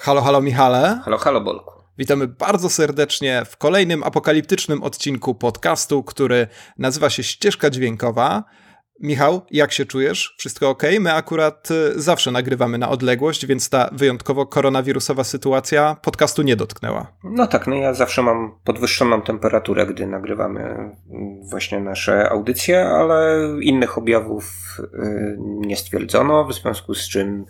Halo, halo Michale. Halo, halo Bolku. Witamy bardzo serdecznie w kolejnym apokaliptycznym odcinku podcastu, który nazywa się Ścieżka Dźwiękowa. Michał, jak się czujesz? Wszystko ok? My akurat zawsze nagrywamy na odległość, więc ta wyjątkowo koronawirusowa sytuacja podcastu nie dotknęła. No tak, ja zawsze mam podwyższoną temperaturę, gdy nagrywamy właśnie nasze audycje, ale innych objawów nie stwierdzono, w związku z czym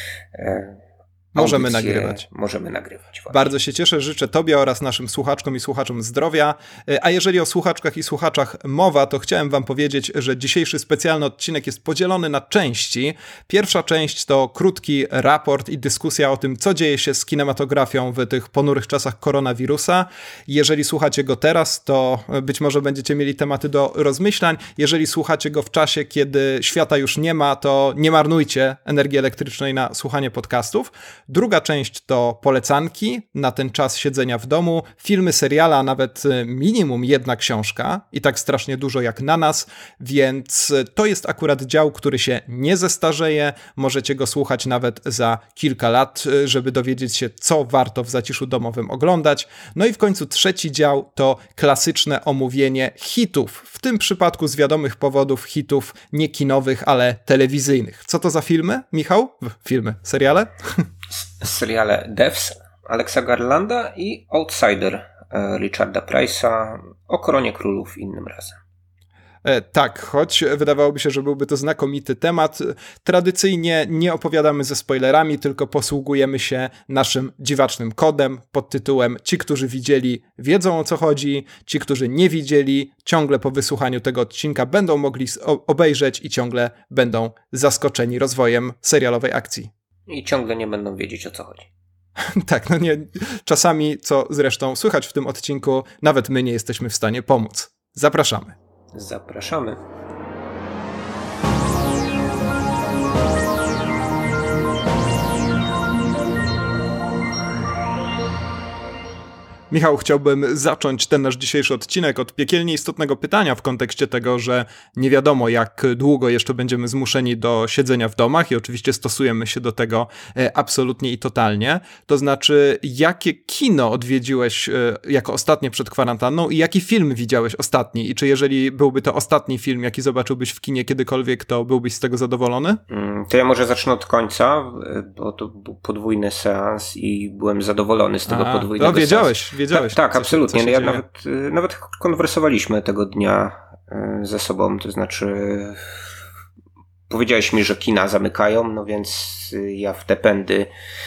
Możemy nagrywać. Właśnie. Bardzo się cieszę, życzę Tobie oraz naszym słuchaczkom i słuchaczom zdrowia. A jeżeli o słuchaczkach i słuchaczach mowa, to chciałem Wam powiedzieć, że dzisiejszy specjalny odcinek jest podzielony na części. Pierwsza część to krótki raport i dyskusja o tym, co dzieje się z kinematografią w tych ponurych czasach koronawirusa. Jeżeli słuchacie go teraz, to być może będziecie mieli tematy do rozmyślań. Jeżeli słuchacie go w czasie, kiedy świata już nie ma, to nie marnujcie energii elektrycznej na słuchanie podcastów. Druga część to polecanki na ten czas siedzenia w domu, filmy, seriale, a nawet minimum jedna książka i tak strasznie dużo jak na nas, więc to jest akurat dział, który się nie zestarzeje, możecie go słuchać nawet za kilka lat, żeby dowiedzieć się, co warto w zaciszu domowym oglądać. No i w końcu trzeci dział to klasyczne omówienie hitów, w tym przypadku z wiadomych powodów hitów nie kinowych, ale telewizyjnych. Co to za filmy, Michał? Seriale? Seriale Devs Alexa Garlanda i Outsider Richarda Price'a, o Koronie Królów innym razem. Tak, choć wydawałoby się, że byłby to znakomity temat. Tradycyjnie nie opowiadamy ze spoilerami, tylko posługujemy się naszym dziwacznym kodem pod tytułem Ci, którzy widzieli, wiedzą o co chodzi, ci, którzy nie widzieli, ciągle po wysłuchaniu tego odcinka będą mogli obejrzeć i ciągle będą zaskoczeni rozwojem serialowej akcji. I ciągle nie będą wiedzieć, o co chodzi. Tak, czasami, co zresztą słychać w tym odcinku, nawet my nie jesteśmy w stanie pomóc. Zapraszamy. Zapraszamy. Michał, chciałbym zacząć ten nasz dzisiejszy odcinek od piekielnie istotnego pytania w kontekście tego, że nie wiadomo, jak długo jeszcze będziemy zmuszeni do siedzenia w domach i oczywiście stosujemy się do tego absolutnie i totalnie. To znaczy, jakie kino odwiedziłeś jako ostatnie przed kwarantanną i jaki film widziałeś ostatni? I czy jeżeli byłby to ostatni film, jaki zobaczyłbyś w kinie kiedykolwiek, to byłbyś z tego zadowolony? To ja może zacznę od końca, bo to był podwójny seans i byłem zadowolony z tego podwójnego seansu. Wiedziałeś. Tak, absolutnie. Nawet konwersowaliśmy tego dnia ze sobą, to znaczy powiedziałeś mi, że kina zamykają, no więc ja w te pędy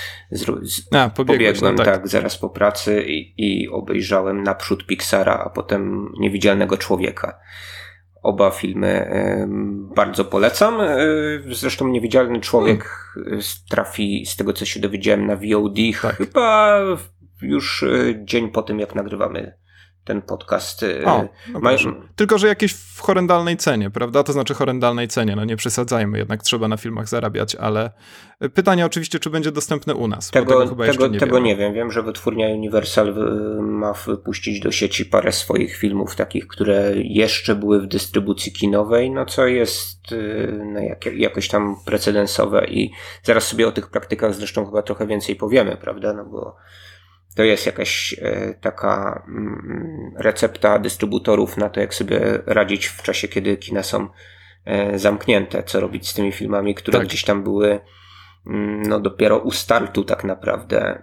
pobiegłem tak, zaraz po pracy i obejrzałem naprzód Pixara, a potem Niewidzialnego Człowieka. Oba filmy bardzo polecam. Zresztą Niewidzialny Człowiek trafi, z tego co się dowiedziałem, na VOD chyba już dzień po tym, jak nagrywamy ten podcast. Tylko, że jakieś w horrendalnej cenie, prawda? To znaczy horrendalnej cenie, nie przesadzajmy, jednak trzeba na filmach zarabiać, ale pytanie oczywiście, czy będzie dostępne u nas. Tego nie wiem. Wiem, że wytwórnia Universal ma wypuścić do sieci parę swoich filmów, takich, które jeszcze były w dystrybucji kinowej, co jest jakoś tam precedensowe i zaraz sobie o tych praktykach zresztą chyba trochę więcej powiemy, prawda? Bo to jest jakaś taka recepta dystrybutorów na to, jak sobie radzić w czasie, kiedy kina są zamknięte. Co robić z tymi filmami, które gdzieś tam były dopiero u startu tak naprawdę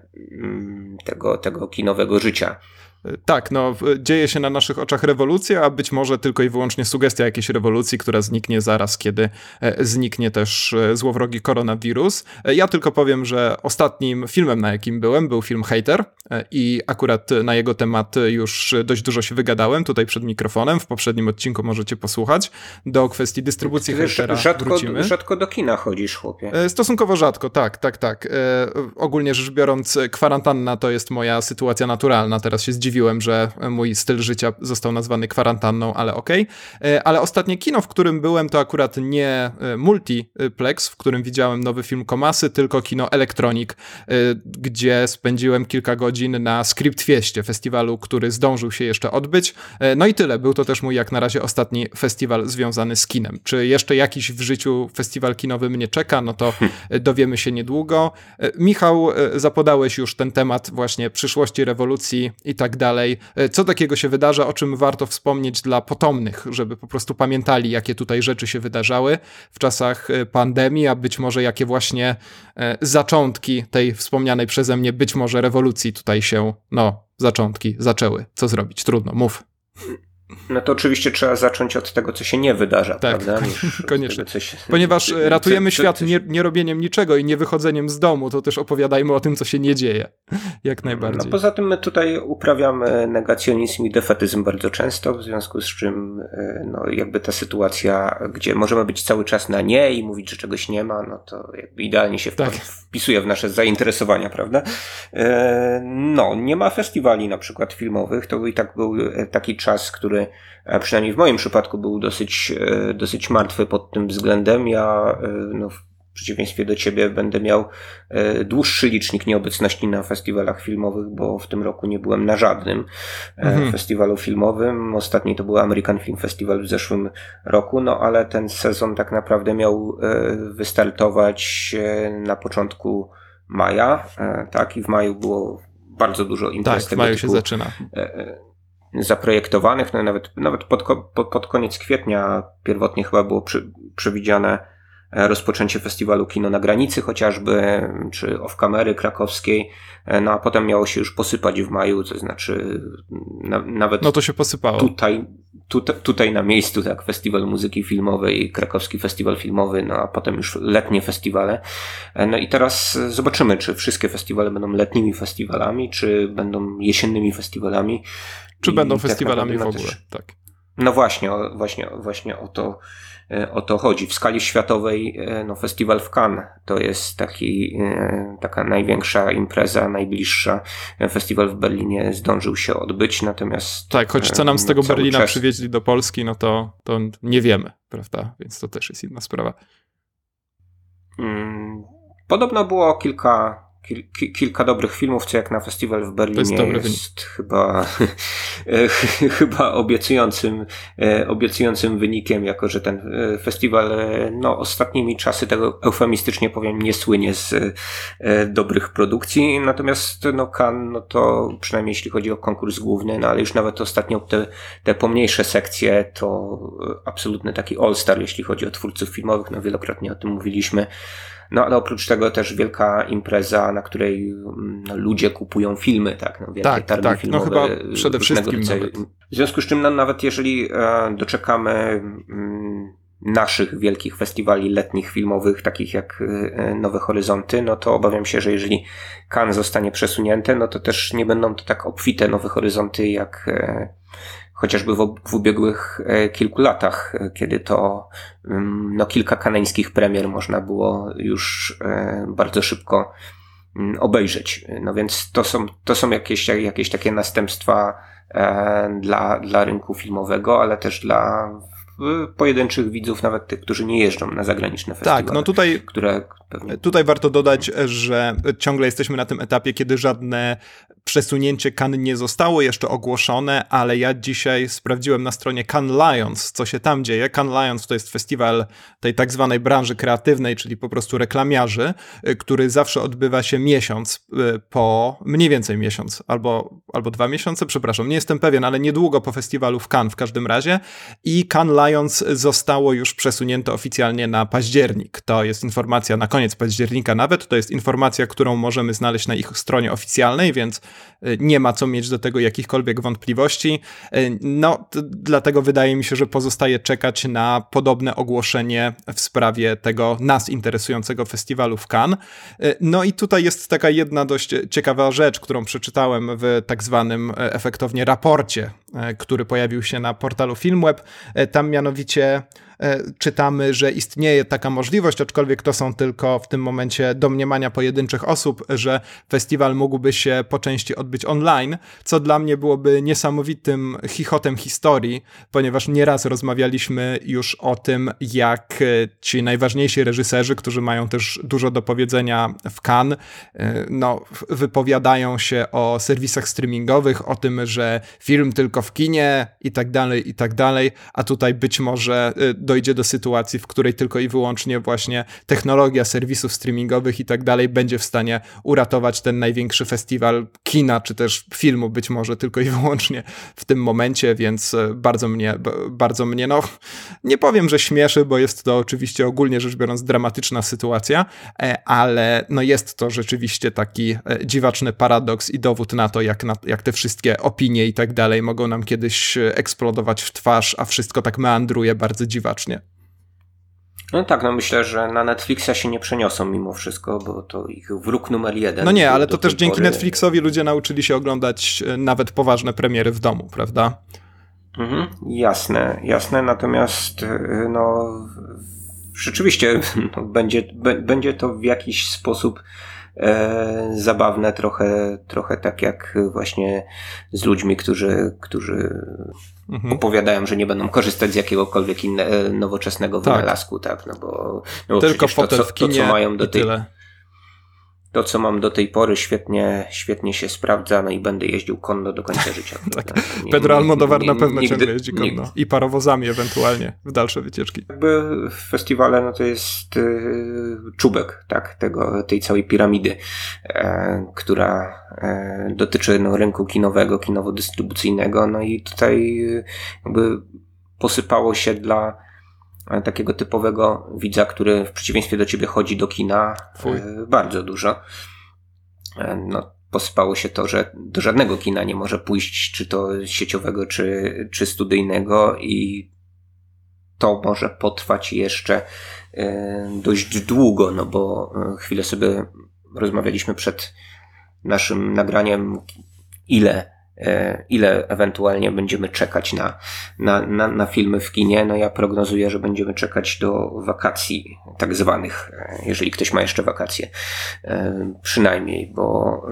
tego kinowego życia. Tak, dzieje się na naszych oczach rewolucja, a być może tylko i wyłącznie sugestia jakiejś rewolucji, która zniknie zaraz, kiedy zniknie też złowrogi koronawirus. Ja tylko powiem, że ostatnim filmem, na jakim byłem, był film Hater i akurat na jego temat już dość dużo się wygadałem tutaj przed mikrofonem. W poprzednim odcinku możecie posłuchać. Do kwestii dystrybucji Hatera wrócimy. Rzadko do kina chodzisz, chłopie. Stosunkowo rzadko, tak. Ogólnie rzecz biorąc, kwarantanna to jest moja sytuacja naturalna. Teraz się zdziwiłem, zdziwiłem, że mój styl życia został nazwany kwarantanną, ale okej. Ale ostatnie kino, w którym byłem, to akurat nie Multiplex, w którym widziałem nowy film Komasy, tylko kino Electronic, gdzie spędziłem kilka godzin na Scriptfieście, festiwalu, który zdążył się jeszcze odbyć. No i tyle. Był to też mój jak na razie ostatni festiwal związany z kinem. Czy jeszcze jakiś w życiu festiwal kinowy mnie czeka? No to dowiemy się niedługo. Michał, zapodałeś już ten temat właśnie przyszłości, rewolucji i tak dalej. Co takiego się wydarza, o czym warto wspomnieć dla potomnych, żeby po prostu pamiętali, jakie tutaj rzeczy się wydarzały w czasach pandemii, a być może jakie właśnie zaczątki tej wspomnianej przeze mnie być może rewolucji tutaj się, zaczątki zaczęły. Co zrobić? Trudno, mów. No to oczywiście trzeba zacząć od tego, co się nie wydarza, tak, prawda? Koniecznie. Ponieważ ratujemy świat nie robieniem niczego i nie wychodzeniem z domu, to też opowiadajmy o tym, co się nie dzieje. Jak najbardziej. No poza tym my tutaj uprawiamy negacjonizm i defetyzm bardzo często, w związku z czym jakby ta sytuacja, gdzie możemy być cały czas na nie i mówić, że czegoś nie ma, no to jakby idealnie się wpisuje w nasze zainteresowania, prawda? Nie ma festiwali na przykład filmowych, to i tak był taki czas, który przynajmniej w moim przypadku był dosyć martwy pod tym względem. Ja w przeciwieństwie do ciebie będę miał dłuższy licznik nieobecności na festiwalach filmowych, bo w tym roku nie byłem na żadnym festiwalu filmowym. Ostatni to był American Film Festival w zeszłym roku, ale ten sezon tak naprawdę miał wystartować na początku maja, tak, i w maju było bardzo dużo imprez. Tak, w maju się zaczyna. Zaprojektowanych, nawet pod koniec kwietnia pierwotnie chyba było przewidziane rozpoczęcie festiwalu Kino na Granicy chociażby, czy Off-Kamery krakowskiej, a potem miało się już posypać w maju, to znaczy nawet to się posypało. Tutaj na miejscu, tak, Festiwal Muzyki Filmowej, Krakowski Festiwal Filmowy, a potem już letnie festiwale. I teraz zobaczymy, czy wszystkie festiwale będą letnimi festiwalami, czy będą jesiennymi festiwalami. Czy będą festiwalami w ogóle, tak. No właśnie o to chodzi. W skali światowej festiwal w Cannes to jest taka największa impreza, najbliższa. Festiwal w Berlinie zdążył się odbyć, natomiast... Tak, choć co nam z tego Berlina przywieźli do Polski, to nie wiemy, prawda? Więc to też jest inna sprawa. Podobno było kilka dobrych filmów, co jak na festiwal w Berlinie jest chyba obiecującym wynikiem, jako że ten festiwal ostatnimi czasy, tego eufemistycznie powiem, nie słynie z dobrych produkcji, natomiast Cannes, to przynajmniej jeśli chodzi o konkurs główny, ale już nawet ostatnio te pomniejsze sekcje to absolutny taki all-star, jeśli chodzi o twórców filmowych, wielokrotnie o tym mówiliśmy. Ale oprócz tego też wielka impreza, na której ludzie kupują filmy, tak? Wielkie targi filmowe. Chyba przede wszystkim nawet. W związku z czym nawet jeżeli doczekamy naszych wielkich festiwali letnich filmowych, takich jak Nowe Horyzonty, to obawiam się, że jeżeli Cannes zostanie przesunięte, to też nie będą to tak obfite Nowe Horyzonty jak chociażby w ubiegłych kilku latach, kiedy to kilka kanańskich premier można było już bardzo szybko obejrzeć. Więc to są jakieś takie następstwa dla rynku filmowego, ale też dla pojedynczych widzów, nawet tych, którzy nie jeżdżą na zagraniczne festiwale. Tak, tutaj warto dodać, że ciągle jesteśmy na tym etapie, kiedy żadne przesunięcie Cannes nie zostało jeszcze ogłoszone, ale ja dzisiaj sprawdziłem na stronie Cannes Lions, co się tam dzieje. Cannes Lions to jest festiwal tej tak zwanej branży kreatywnej, czyli po prostu reklamiarzy, który zawsze odbywa się mniej więcej miesiąc, albo 2 miesiące, przepraszam, nie jestem pewien, ale niedługo po festiwalu w Cannes w każdym razie. I Cannes Lions zostało już przesunięte oficjalnie na październik. To jest informacja na koniec października nawet, to jest informacja, którą możemy znaleźć na ich stronie oficjalnej, więc nie ma co mieć do tego jakichkolwiek wątpliwości. Dlatego wydaje mi się, że pozostaje czekać na podobne ogłoszenie w sprawie tego nas interesującego festiwalu w Cannes. I tutaj jest taka jedna dość ciekawa rzecz, którą przeczytałem w tak zwanym efektownie raporcie, który pojawił się na portalu Filmweb. Tam mianowicie czytamy, że istnieje taka możliwość, aczkolwiek to są tylko w tym momencie domniemania pojedynczych osób, że festiwal mógłby się po części odbyć online, co dla mnie byłoby niesamowitym chichotem historii, ponieważ nieraz rozmawialiśmy już o tym, jak ci najważniejsi reżyserzy, którzy mają też dużo do powiedzenia w Cannes, wypowiadają się o serwisach streamingowych, o tym, że film tylko w kinie i tak dalej, a tutaj być może dojdzie do sytuacji, w której tylko i wyłącznie właśnie technologia serwisów streamingowych i tak dalej będzie w stanie uratować ten największy festiwal kina, czy też filmu być może tylko i wyłącznie w tym momencie, więc bardzo mnie, nie powiem, że śmieszy, bo jest to oczywiście ogólnie rzecz biorąc dramatyczna sytuacja, ale jest to rzeczywiście taki dziwaczny paradoks i dowód na to, jak te wszystkie opinie i tak dalej mogą nam kiedyś eksplodować w twarz, a wszystko tak meandruje bardzo dziwacznie. No tak, myślę, że na Netflixa się nie przeniosą mimo wszystko, bo to ich wróg numer 1. No nie, ale to też dzięki Netflixowi ludzie nauczyli się oglądać nawet poważne premiery w domu, prawda? Jasne, natomiast rzeczywiście będzie to w jakiś sposób zabawne, trochę tak jak właśnie z ludźmi, którzy opowiadają, że nie będą korzystać z jakiegokolwiek nowoczesnego wynalazku, tak? Bo tylko fotel w kinie co mają i tyle. To, co mam do tej pory, świetnie się sprawdza, i będę jeździł konno do końca życia. Tak. Pedro Almodóvar na pewno ciągle jeździ konno. I parowozami ewentualnie w dalsze wycieczki. Jakby festiwale, to jest czubek, tak, tej całej piramidy, która dotyczy rynku kinowego, kinowo-dystrybucyjnego, i tutaj jakby posypało się dla takiego typowego widza, który w przeciwieństwie do ciebie chodzi do kina bardzo dużo. Posypało się to, że do żadnego kina nie może pójść, czy to sieciowego, czy studyjnego, i to może potrwać jeszcze dość długo, bo chwilę sobie rozmawialiśmy przed naszym nagraniem, ile ewentualnie będziemy czekać na filmy w kinie. Ja prognozuję, że będziemy czekać do wakacji tak zwanych, jeżeli ktoś ma jeszcze wakacje, przynajmniej, bo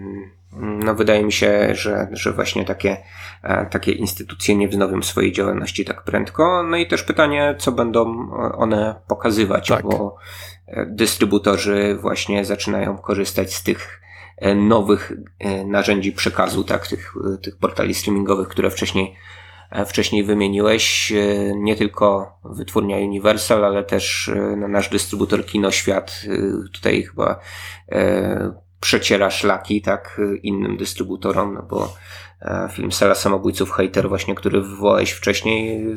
wydaje mi się, że właśnie takie instytucje nie wznowią swojej działalności tak prędko. I też pytanie, co będą one pokazywać, tak. Bo dystrybutorzy właśnie zaczynają korzystać z tych nowych narzędzi przekazu, tak, tych portali streamingowych, które wcześniej wymieniłeś. Nie tylko wytwórnia Universal, ale też nasz dystrybutor Kinoświat tutaj chyba przeciera szlaki, tak, innym dystrybutorom, bo film Sala Samobójców Hater, właśnie, który wywołałeś wcześniej,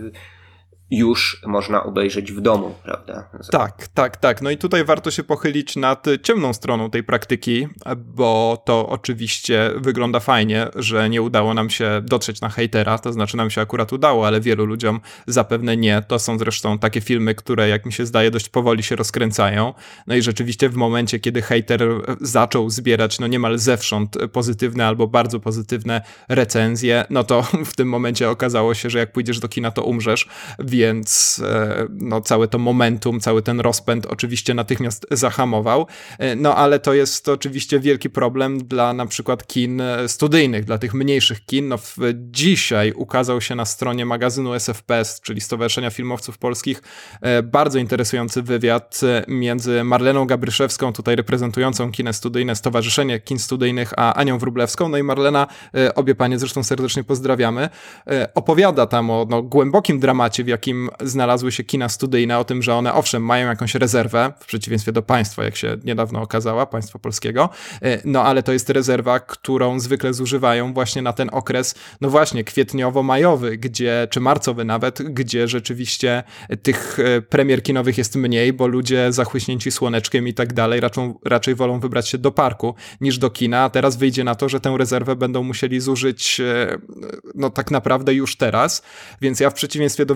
już można obejrzeć w domu, prawda? Tak. I tutaj warto się pochylić nad ciemną stroną tej praktyki, bo to oczywiście wygląda fajnie, że nie udało nam się dotrzeć na hejtera, to znaczy nam się akurat udało, ale wielu ludziom zapewne nie. To są zresztą takie filmy, które, jak mi się zdaje, dość powoli się rozkręcają. I rzeczywiście w momencie, kiedy hejter zaczął zbierać niemal zewsząd pozytywne albo bardzo pozytywne recenzje, to w tym momencie okazało się, że jak pójdziesz do kina, to umrzesz, więc całe to momentum, cały ten rozpęd oczywiście natychmiast zahamował, ale to jest oczywiście wielki problem dla na przykład kin studyjnych, dla tych mniejszych kin. Dzisiaj ukazał się na stronie magazynu SFPS, czyli Stowarzyszenia Filmowców Polskich, bardzo interesujący wywiad między Marleną Gabryszewską, tutaj reprezentującą kino studyjne, Stowarzyszenie Kin Studyjnych, a Anią Wróblewską. I Marlena, obie panie zresztą serdecznie pozdrawiamy, opowiada tam o głębokim dramacie, w jakim znalazły się kina studyjne, o tym, że one owszem mają jakąś rezerwę, w przeciwieństwie do państwa, jak się niedawno okazała, państwa polskiego, ale to jest rezerwa, którą zwykle zużywają właśnie na ten okres, właśnie kwietniowo-majowy, czy marcowy nawet, gdzie rzeczywiście tych premier kinowych jest mniej, bo ludzie zachłyśnięci słoneczkiem i tak dalej raczej wolą wybrać się do parku niż do kina, a teraz wyjdzie na to, że tę rezerwę będą musieli zużyć tak naprawdę już teraz, więc ja w przeciwieństwie do wielu kolegów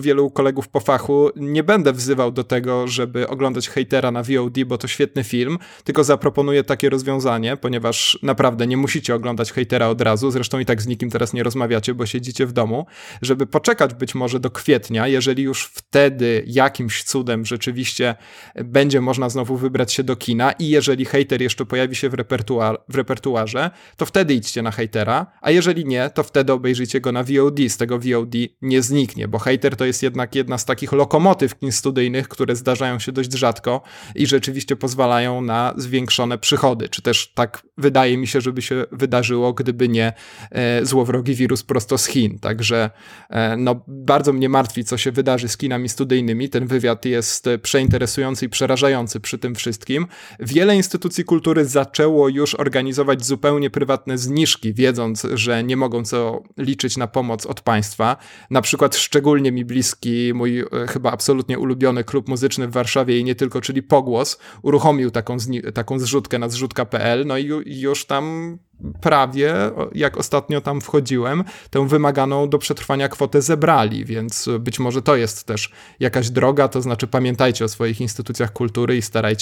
kolegów po fachu nie będę wzywał do tego, żeby oglądać Hejtera na VOD, bo to świetny film, tylko zaproponuję takie rozwiązanie, ponieważ naprawdę nie musicie oglądać Hejtera od razu, zresztą i tak z nikim teraz nie rozmawiacie, bo siedzicie w domu, żeby poczekać być może do kwietnia, jeżeli już wtedy jakimś cudem rzeczywiście będzie można znowu wybrać się do kina i jeżeli Hejter jeszcze pojawi się w repertuarze, to wtedy idźcie na Hejtera, a jeżeli nie, to wtedy obejrzyjcie go na VOD. Z tego VOD nie zniknie, bo Hejter to jest jednak jedna z takich lokomotyw kin studyjnych, które zdarzają się dość rzadko i rzeczywiście pozwalają na zwiększone przychody. Czy też tak wydaje mi się, żeby się wydarzyło, gdyby nie złowrogi wirus prosto z Chin. Także no, bardzo mnie martwi, co się wydarzy z kinami studyjnymi. Ten wywiad jest przeinteresujący i przerażający przy tym wszystkim. Wiele instytucji kultury zaczęło już organizować zupełnie prywatne zniżki, wiedząc, że nie mogą co liczyć na pomoc od państwa. Na przykład szczególnie mi bliski mój chyba absolutnie ulubiony klub muzyczny w Warszawie i nie tylko, czyli Pogłos, uruchomił taką zrzutkę na zrzutka.pl, no i już tam prawie, jak ostatnio tam wchodziłem, tę wymaganą do przetrwania kwotę zebrali, więc być może to jest też jakaś droga, to znaczy pamiętajcie o swoich instytucjach kultury i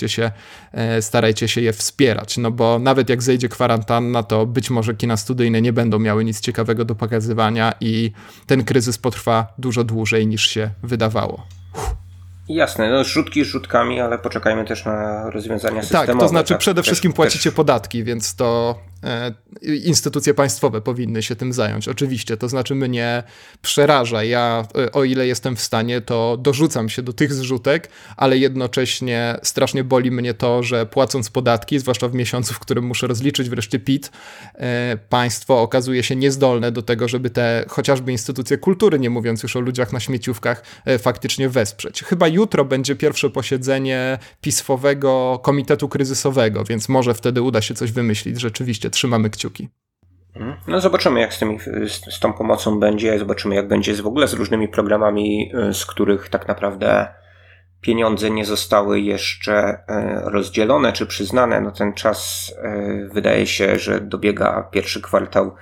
starajcie się je wspierać, no bo nawet jak zejdzie kwarantanna, to być może kina studyjne nie będą miały nic ciekawego do pokazywania i ten kryzys potrwa dużo dłużej niż się wydawało. Jasne, no zrzutki zrzutkami, ale poczekajmy też na rozwiązania systemowe. Tak, to znaczy przede wszystkim płacicie podatki, więc to instytucje państwowe powinny się tym zająć. Oczywiście, to znaczy mnie przeraża. Ja, o ile jestem w stanie, to dorzucam się do tych zrzutek, ale jednocześnie strasznie boli mnie to, że płacąc podatki, zwłaszcza w miesiącu, w którym muszę rozliczyć wreszcie PIT, państwo okazuje się niezdolne do tego, żeby te chociażby instytucje kultury, nie mówiąc już o ludziach na śmieciówkach, faktycznie wesprzeć. Chyba jutro będzie pierwsze posiedzenie PISF-owego Komitetu Kryzysowego, więc może wtedy uda się coś wymyślić. Rzeczywiście trzymamy kciuki. No zobaczymy, jak z tą pomocą będzie, zobaczymy, jak będzie w ogóle z różnymi programami, z których tak naprawdę pieniądze nie zostały jeszcze rozdzielone czy przyznane. No ten czas wydaje się, że dobiega pierwszy kwartał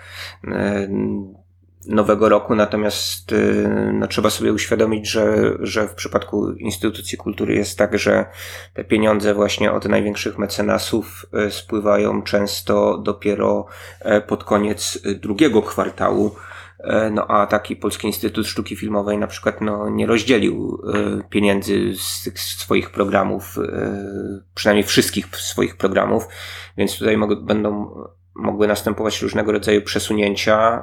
nowego roku, natomiast no, trzeba sobie uświadomić, że w przypadku instytucji kultury jest tak, że te pieniądze właśnie od największych mecenasów spływają często dopiero pod koniec drugiego kwartału. No a taki Polski Instytut Sztuki Filmowej na przykład no, nie rozdzielił pieniędzy z tych swoich programów, przynajmniej wszystkich swoich programów, więc tutaj będą mogły następować różnego rodzaju przesunięcia.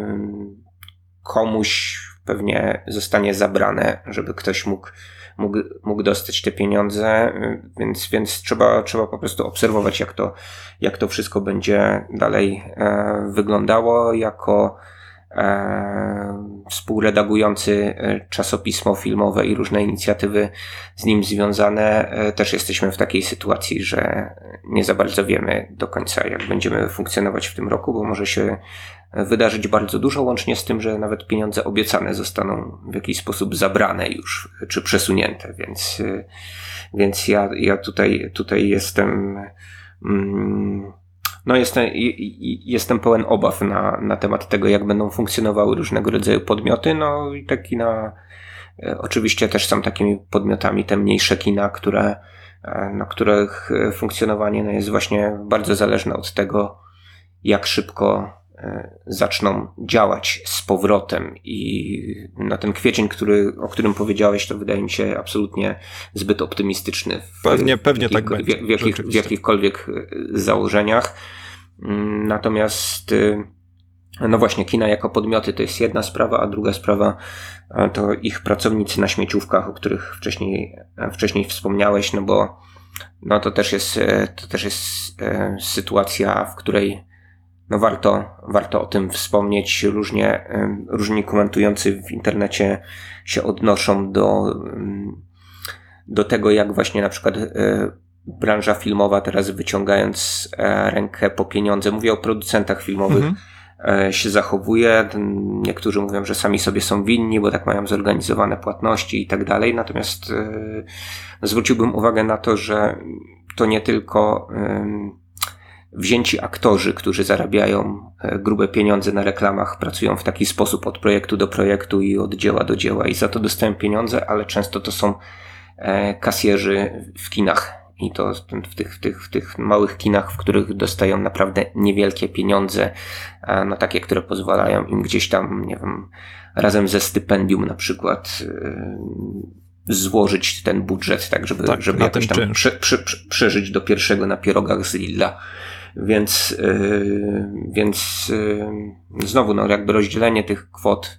Komuś pewnie zostanie zabrane, żeby ktoś mógł dostać te pieniądze, więc trzeba po prostu obserwować, jak to wszystko będzie dalej wyglądało. Jako współredagujący czasopismo filmowe i różne inicjatywy z nim związane, też jesteśmy w takiej sytuacji, że nie za bardzo wiemy do końca, jak będziemy funkcjonować w tym roku, bo może się wydarzyć bardzo dużo, łącznie z tym, że nawet pieniądze obiecane zostaną w jakiś sposób zabrane już, czy przesunięte, więc ja tutaj jestem no jestem pełen obaw na temat tego, jak będą funkcjonowały różnego rodzaju podmioty, no i te kina oczywiście też są takimi podmiotami, te mniejsze kina, których funkcjonowanie no, jest właśnie bardzo zależne od tego, jak szybko zaczną działać z powrotem i na ten kwiecień, o którym powiedziałeś, to wydaje mi się absolutnie zbyt optymistyczny pewnie tak będzie, w jakichkolwiek założeniach. Natomiast no właśnie kina jako podmioty to jest jedna sprawa, a druga sprawa to ich pracownicy na śmieciówkach, o których wcześniej wspomniałeś, no bo no to też jest sytuacja, w której no warto o tym wspomnieć. Różni komentujący w internecie się odnoszą do tego, jak właśnie na przykład branża filmowa teraz, wyciągając rękę po pieniądze, mówię o producentach filmowych, się zachowuje. Niektórzy mówią, że sami sobie są winni, bo tak mają zorganizowane płatności i tak dalej. Natomiast zwróciłbym uwagę na to, że to nie tylko wzięci aktorzy, którzy zarabiają grube pieniądze na reklamach, pracują w taki sposób od projektu do projektu i od dzieła do dzieła i za to dostają pieniądze, ale często to są kasjerzy w kinach i to w tych małych kinach, w których dostają naprawdę niewielkie pieniądze, no takie, które pozwalają im gdzieś tam, nie wiem, razem ze stypendium na przykład złożyć ten budżet, tak, żeby jakoś tam przeżyć do pierwszego na pierogach z Lilla. Więc znowu, no jakby rozdzielenie tych kwot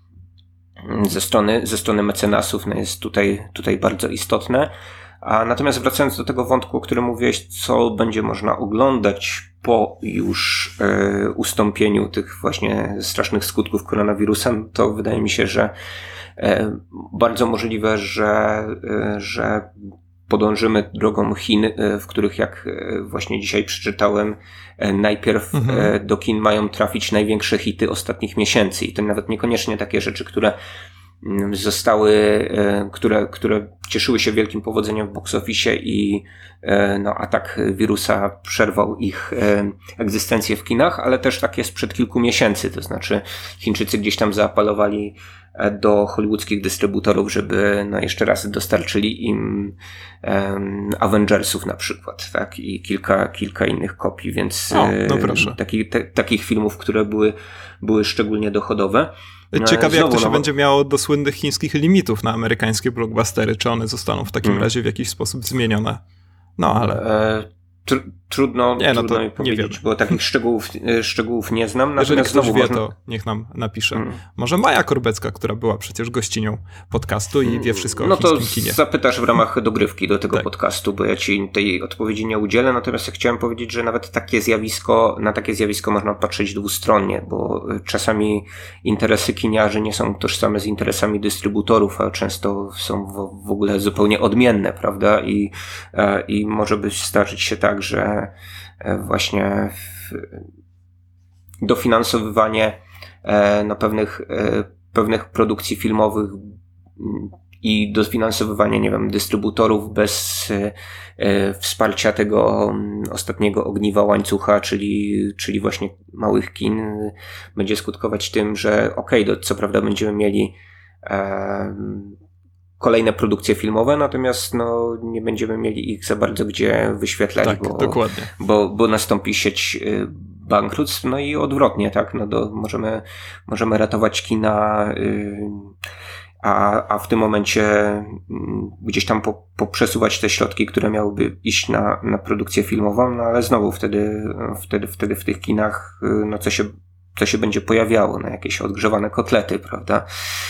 ze strony mecenasów, no jest tutaj bardzo istotne. A natomiast wracając do tego wątku, o którym mówiłeś, co będzie można oglądać po już ustąpieniu tych właśnie strasznych skutków koronawirusem, to wydaje mi się, że bardzo możliwe, że podążymy drogą Chin, w których, jak właśnie dzisiaj przeczytałem, najpierw do kin mają trafić największe hity ostatnich miesięcy i to nawet niekoniecznie takie rzeczy, które które cieszyły się wielkim powodzeniem w box office i no, atak wirusa przerwał ich egzystencję w kinach, ale też tak jest sprzed kilku miesięcy, to znaczy Chińczycy gdzieś tam zaapelowali do hollywoodzkich dystrybutorów, żeby no, jeszcze raz dostarczyli im Avengersów na przykład, tak, i kilka innych kopii, więc takich filmów, które były szczególnie dochodowe. Ciekawie, jak to się będzie miało do słynnych chińskich limitów na amerykańskie blockbustery, czy one zostaną w takim razie w jakiś sposób zmienione. No, ale... Trudno mi powiedzieć, bo takich szczegółów nie znam. Jeżeli ktoś wie, to niech nam napisze. Może Maja Korbecka, która była przecież gościnią podcastu i wie wszystko o chińskim kinie. No to zapytasz w ramach dogrywki do tego podcastu, bo ja ci tej odpowiedzi nie udzielę, natomiast ja chciałem powiedzieć, że nawet na takie zjawisko można patrzeć dwustronnie, bo czasami interesy kiniarzy nie są tożsame z interesami dystrybutorów, a często są w ogóle zupełnie odmienne, prawda? I może zdarzyć się tak, że właśnie dofinansowywanie no, pewnych produkcji filmowych i dofinansowywanie, nie wiem, dystrybutorów bez wsparcia tego ostatniego ogniwa łańcucha, czyli właśnie małych kin, będzie skutkować tym, że co prawda będziemy mieli kolejne produkcje filmowe, natomiast no, nie będziemy mieli ich za bardzo gdzie wyświetlać, dokładnie. Bo nastąpi sieć bankructw, no i odwrotnie, tak, no możemy ratować kina, a w tym momencie gdzieś tam poprzesuwać te środki, które miałyby iść na produkcję filmową, no ale znowu wtedy w tych kinach, no co się będzie pojawiało, no jakieś odgrzewane kotlety, prawda?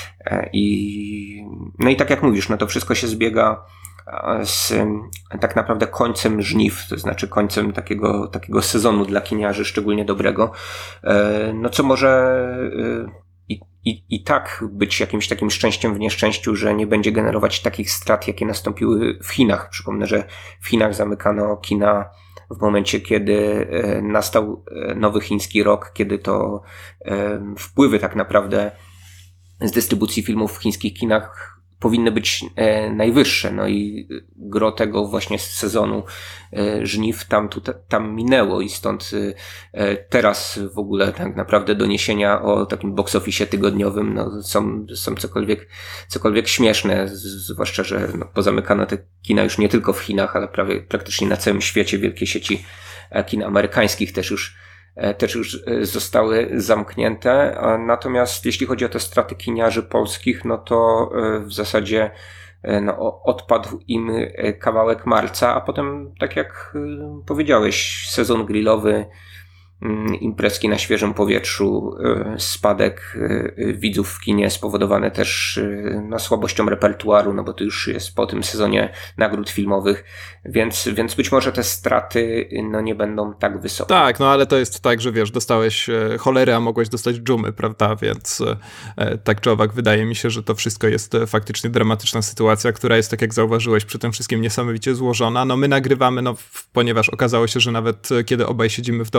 No i tak jak mówisz, no to wszystko się zbiega z tak naprawdę końcem żniw, to znaczy końcem takiego sezonu dla kiniarzy szczególnie dobrego, no co może i tak być jakimś takim szczęściem w nieszczęściu, że nie będzie generować takich strat, jakie nastąpiły w Chinach. Przypomnę, że w Chinach zamykano kina w momencie, kiedy nastał nowy chiński rok, kiedy to wpływy tak naprawdę z dystrybucji filmów w chińskich kinach powinny być najwyższe. No i gro tego właśnie sezonu żniw tam minęło i stąd teraz w ogóle tak naprawdę doniesienia o takim box office tygodniowym no, są cokolwiek śmieszne, zwłaszcza, że no, pozamykano te kina już nie tylko w Chinach, ale praktycznie na całym świecie. Wielkie sieci kin amerykańskich też już zostały zamknięte. Natomiast jeśli chodzi o te straty kiniarzy polskich, no to w zasadzie no, odpadł im kawałek marca, a potem, tak jak powiedziałeś, sezon grillowy, imprezki na świeżym powietrzu, spadek widzów w kinie spowodowany też no, słabością repertuaru, no bo to już jest po tym sezonie nagród filmowych, więc być może te straty no, nie będą tak wysokie. Tak, no ale to jest tak, że wiesz, dostałeś cholery, a mogłeś dostać dżumy, prawda, więc tak czy owak wydaje mi się, że to wszystko jest faktycznie dramatyczna sytuacja, która jest, tak jak zauważyłeś, przy tym wszystkim niesamowicie złożona. No my nagrywamy, no ponieważ okazało się, że nawet kiedy obaj siedzimy w domu, to bardzo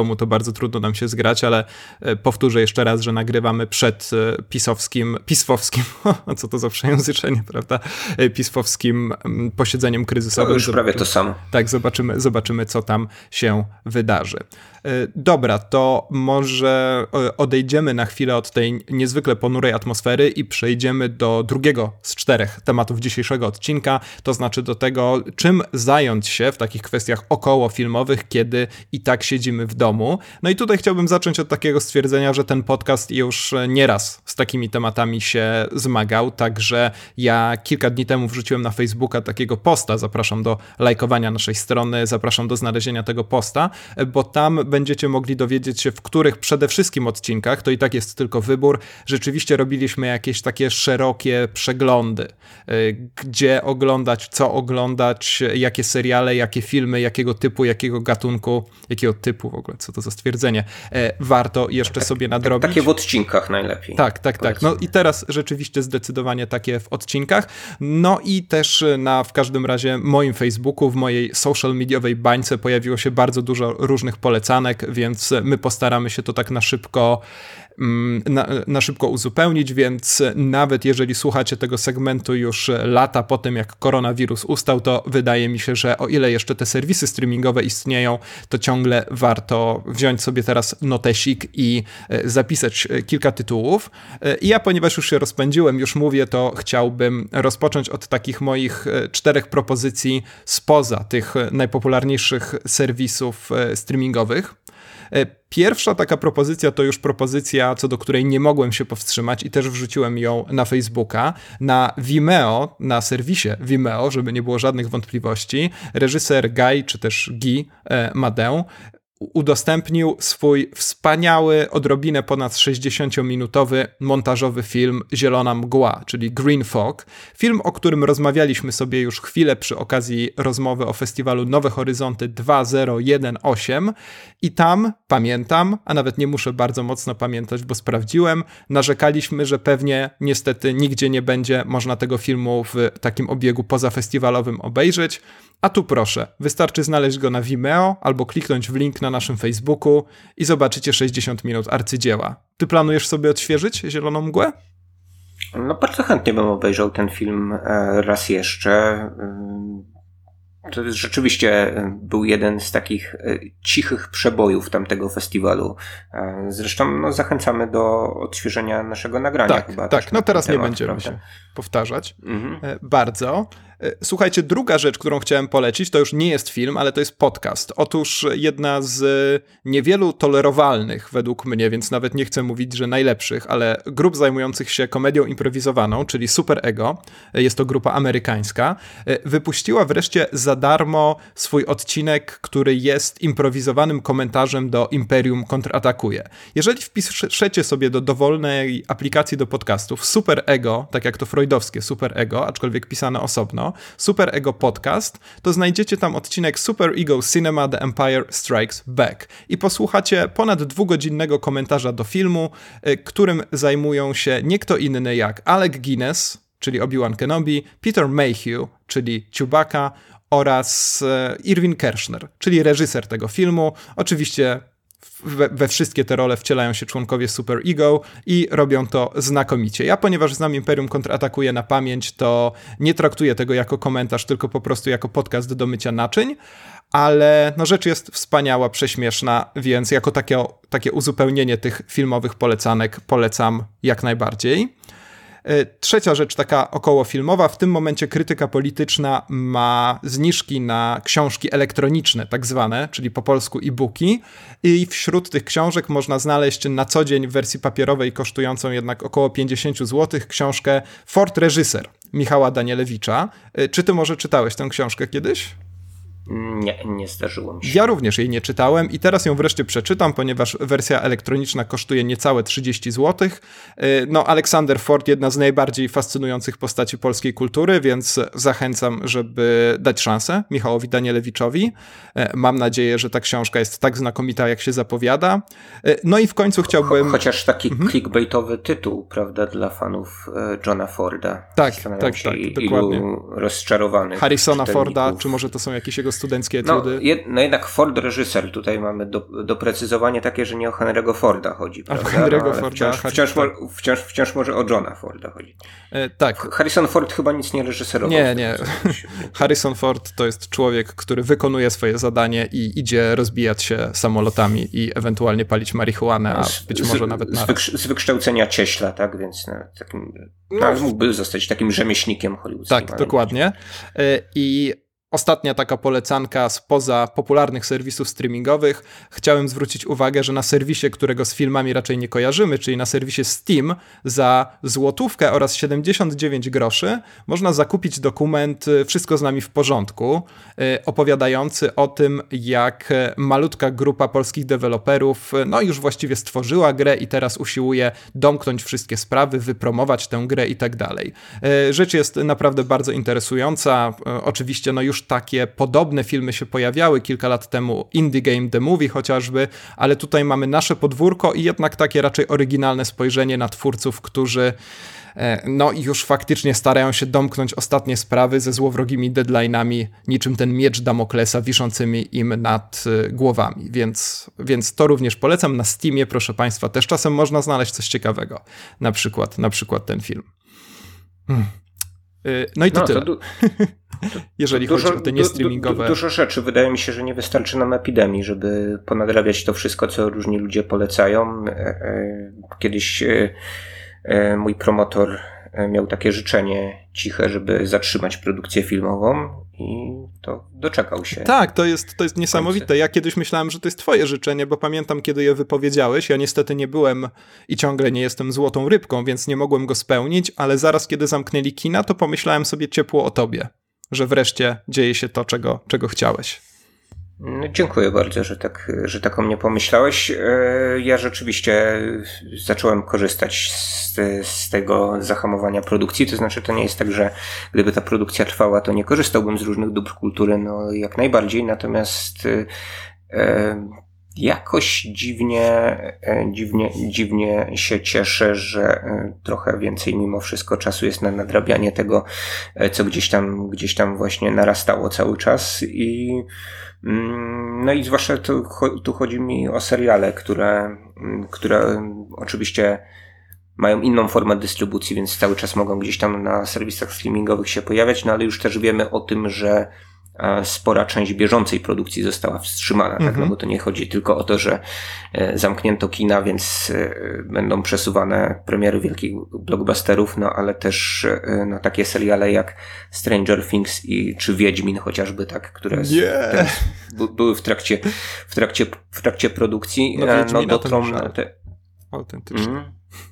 bardzo trudno nam się zgrać, ale powtórzę jeszcze raz, że nagrywamy przed pisowskim, co to za przejęzyczenie, prawda? Pisowskim posiedzeniem kryzysowym. To już prawie to samo. Tak, zobaczymy, co tam się wydarzy. Dobra, to może odejdziemy na chwilę od tej niezwykle ponurej atmosfery i przejdziemy do drugiego z 4 tematów dzisiejszego odcinka, to znaczy do tego, czym zająć się w takich kwestiach okołofilmowych, kiedy i tak siedzimy w domu. No i tutaj chciałbym zacząć od takiego stwierdzenia, że ten podcast już nieraz z takimi tematami się zmagał, także ja kilka dni temu wrzuciłem na Facebooka takiego posta, zapraszam do lajkowania naszej strony, zapraszam do znalezienia tego posta, bo tam będziecie mogli dowiedzieć się, w których przede wszystkim odcinkach, to i tak jest tylko wybór, rzeczywiście robiliśmy jakieś takie szerokie przeglądy, gdzie oglądać, co oglądać, jakie seriale, jakie filmy, jakiego typu, jakiego gatunku, jakiego typu w ogóle, co to za stwierdzenie, warto jeszcze sobie nadrobić. Takie w odcinkach najlepiej. Tak. No i teraz rzeczywiście zdecydowanie takie w odcinkach. No i też w każdym razie moim Facebooku, w mojej social mediowej bańce pojawiło się bardzo dużo różnych polecanek, więc my postaramy się to tak na szybko uzupełnić, więc nawet jeżeli słuchacie tego segmentu już lata po tym, jak koronawirus ustał, to wydaje mi się, że o ile jeszcze te serwisy streamingowe istnieją, to ciągle warto wziąć sobie teraz notesik i zapisać kilka tytułów. I ja, ponieważ już się rozpędziłem, już mówię, to chciałbym rozpocząć od takich moich 4 propozycji spoza tych najpopularniejszych serwisów streamingowych. Pierwsza taka propozycja to już propozycja, co do której nie mogłem się powstrzymać i też wrzuciłem ją na Facebooka. Na Vimeo, na serwisie Vimeo, żeby nie było żadnych wątpliwości, reżyser Guy, czy też Guy Madin udostępnił swój wspaniały, odrobinę ponad 60-minutowy montażowy film Zielona mgła, czyli Green Fog. Film, o którym rozmawialiśmy sobie już chwilę przy okazji rozmowy o festiwalu Nowe Horyzonty 2018 i tam, pamiętam, a nawet nie muszę bardzo mocno pamiętać, bo sprawdziłem, narzekaliśmy, że pewnie niestety nigdzie nie będzie można tego filmu w takim obiegu pozafestiwalowym obejrzeć. A tu proszę, wystarczy znaleźć go na Vimeo albo kliknąć w link na naszym Facebooku i zobaczycie 60 minut arcydzieła. Ty planujesz sobie odświeżyć Zieloną mgłę? No bardzo chętnie bym obejrzał ten film raz jeszcze. To jest rzeczywiście był jeden z takich cichych przebojów tamtego festiwalu. Zresztą zachęcamy do odświeżenia naszego nagrania. Tak, chyba tak. No teraz temat, nie będziemy prawda? się powtarzać. Bardzo. Słuchajcie, druga rzecz, którą chciałem polecić, to już nie jest film, ale to jest podcast. Otóż jedna z niewielu tolerowalnych według mnie, więc nawet nie chcę mówić, że najlepszych, ale grup zajmujących się komedią improwizowaną, czyli Super Ego, jest to grupa amerykańska, wypuściła wreszcie za darmo swój odcinek, który jest improwizowanym komentarzem do Imperium kontratakuje. Jeżeli wpiszecie sobie do dowolnej aplikacji do podcastów Super Ego, tak jak to freudowskie Super Ego, aczkolwiek pisane osobno, Super Ego Podcast, to znajdziecie tam odcinek Super Ego Cinema The Empire Strikes Back i posłuchacie ponad 2-godzinnego komentarza do filmu, którym zajmują się nie kto inny jak Alec Guinness, czyli Obi-Wan Kenobi, Peter Mayhew, czyli Chewbacca oraz Irvin Kershner, czyli reżyser tego filmu. Oczywiście we wszystkie te role wcielają się członkowie Super Ego i robią to znakomicie. Ja, ponieważ znam Imperium kontratakuje na pamięć, to nie traktuję tego jako komentarz, tylko po prostu jako podcast do mycia naczyń, ale rzecz jest wspaniała, prześmieszna, więc jako takie uzupełnienie tych filmowych polecanek polecam jak najbardziej. Trzecia rzecz taka okołofilmowa, w tym momencie krytyka polityczna ma zniżki na książki elektroniczne, tak zwane, czyli po polsku e-booki i wśród tych książek można znaleźć na co dzień w wersji papierowej kosztującą jednak około 50 zł książkę Ford Reżyser Michała Danielewicza. Czy ty może czytałeś tę książkę kiedyś? Nie zdarzyło mi się. Ja również jej nie czytałem i teraz ją wreszcie przeczytam, ponieważ wersja elektroniczna kosztuje niecałe 30 zł. Aleksander Ford, jedna z najbardziej fascynujących postaci polskiej kultury, więc zachęcam, żeby dać szansę Michałowi Danielewiczowi. Mam nadzieję, że ta książka jest tak znakomita, jak się zapowiada. No i w końcu chciałbym... Chociaż taki clickbaitowy tytuł, prawda, dla fanów Johna Forda. Tak, dokładnie. Ilu rozczarowanych Harrisona czytelników. Forda, czy może to są jakieś jego studenckie etiudy. No jednak Ford reżyser, tutaj mamy doprecyzowanie takie, że nie o Henry'ego Forda chodzi, prawda? O Henry'ego Forda. Wciąż może o Johna Forda chodzi. Tak. Harrison Ford chyba nic nie reżyserował. Nie. Harrison Ford to jest człowiek, który wykonuje swoje zadanie i idzie rozbijać się samolotami i ewentualnie palić marihuanę, a być może nawet z wykształcenia cieśla, tak? Więc mógłby zostać takim rzemieślnikiem hollywoodzkim. Tak, dokładnie. I ostatnia taka polecanka spoza popularnych serwisów streamingowych. Chciałem zwrócić uwagę, że na serwisie, którego z filmami raczej nie kojarzymy, czyli na serwisie Steam, za złotówkę oraz 79 groszy można zakupić dokument Wszystko z nami w porządku, opowiadający o tym, jak malutka grupa polskich deweloperów już właściwie stworzyła grę i teraz usiłuje domknąć wszystkie sprawy, wypromować tę grę i tak dalej. Rzecz jest naprawdę bardzo interesująca. Oczywiście już takie podobne filmy się pojawiały kilka lat temu, Indie Game The Movie chociażby, ale tutaj mamy nasze podwórko i jednak takie raczej oryginalne spojrzenie na twórców, którzy już faktycznie starają się domknąć ostatnie sprawy ze złowrogimi deadline'ami, niczym ten miecz Damoklesa wiszącymi im nad głowami, więc to również polecam. Na Steamie, proszę Państwa, też czasem można znaleźć coś ciekawego, na przykład ten film. No i to tyle. Jeżeli chodzi o te niestreamingowe... Dużo rzeczy. Wydaje mi się, że nie wystarczy nam epidemii, żeby ponadrabiać to wszystko, co różni ludzie polecają. Kiedyś mój promotor miał takie życzenie ciche, żeby zatrzymać produkcję filmową i to doczekał się. Tak, to jest niesamowite. Ja kiedyś myślałem, że to jest twoje życzenie, bo pamiętam, kiedy je wypowiedziałeś. Ja niestety nie byłem i ciągle nie jestem złotą rybką, więc nie mogłem go spełnić, ale zaraz kiedy zamknęli kina, to pomyślałem sobie ciepło o tobie, że wreszcie dzieje się to, czego chciałeś. Dziękuję bardzo, że tak o mnie pomyślałeś. Ja rzeczywiście zacząłem korzystać z tego zahamowania produkcji, to znaczy to nie jest tak, że gdyby ta produkcja trwała, to nie korzystałbym z różnych dóbr kultury, jak najbardziej, natomiast jakoś dziwnie się cieszę, że trochę więcej mimo wszystko czasu jest na nadrabianie tego, co gdzieś tam właśnie narastało cały czas i zwłaszcza tu chodzi mi o seriale, które oczywiście mają inną formę dystrybucji, więc cały czas mogą gdzieś tam na serwisach streamingowych się pojawiać, ale już też wiemy o tym, że spora część bieżącej produkcji została wstrzymana, tak? Bo to nie chodzi tylko o to, że zamknięto kina, więc będą przesuwane premiery wielkich blockbusterów, ale też takie seriale jak Stranger Things czy Wiedźmin chociażby, tak, które były w trakcie produkcji. Dotrą autentycznie.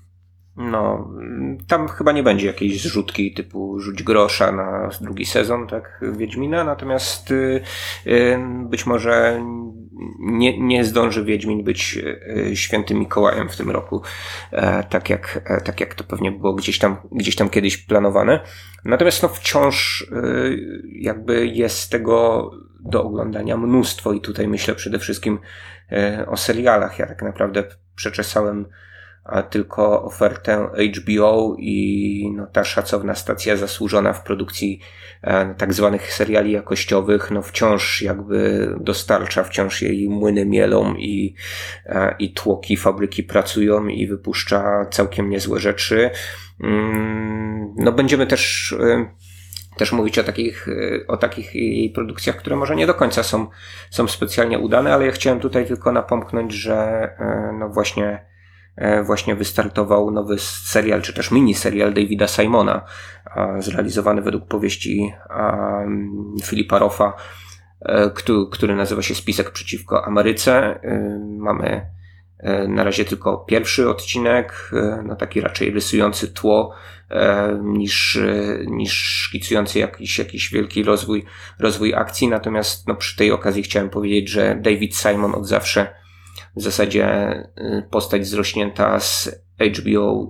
Tam chyba nie będzie jakiejś zrzutki typu rzuć grosza na drugi sezon, tak, Wiedźmina, natomiast być może nie zdąży Wiedźmin być świętym Mikołajem w tym roku, tak jak to pewnie było gdzieś tam kiedyś planowane. Natomiast wciąż jakby jest tego do oglądania mnóstwo i tutaj myślę przede wszystkim o serialach. Ja tak naprawdę przeczesałem tylko ofertę HBO i ta szacowna stacja zasłużona w produkcji tak zwanych seriali jakościowych, wciąż jakby dostarcza, wciąż jej młyny mielą i tłoki fabryki pracują i wypuszcza całkiem niezłe rzeczy. Będziemy też mówić o takich jej produkcjach, które może nie do końca są specjalnie udane, ale ja chciałem tutaj tylko napomknąć, że właśnie wystartował nowy serial, czy też miniserial Davida Simona, zrealizowany według powieści Philippa Roffa, który nazywa się Spisek przeciwko Ameryce. Mamy na razie tylko pierwszy odcinek, taki raczej rysujący tło niż szkicujący jakiś wielki rozwój akcji. Natomiast przy tej okazji chciałem powiedzieć, że David Simon od zawsze w zasadzie postać zrośnięta z HBO,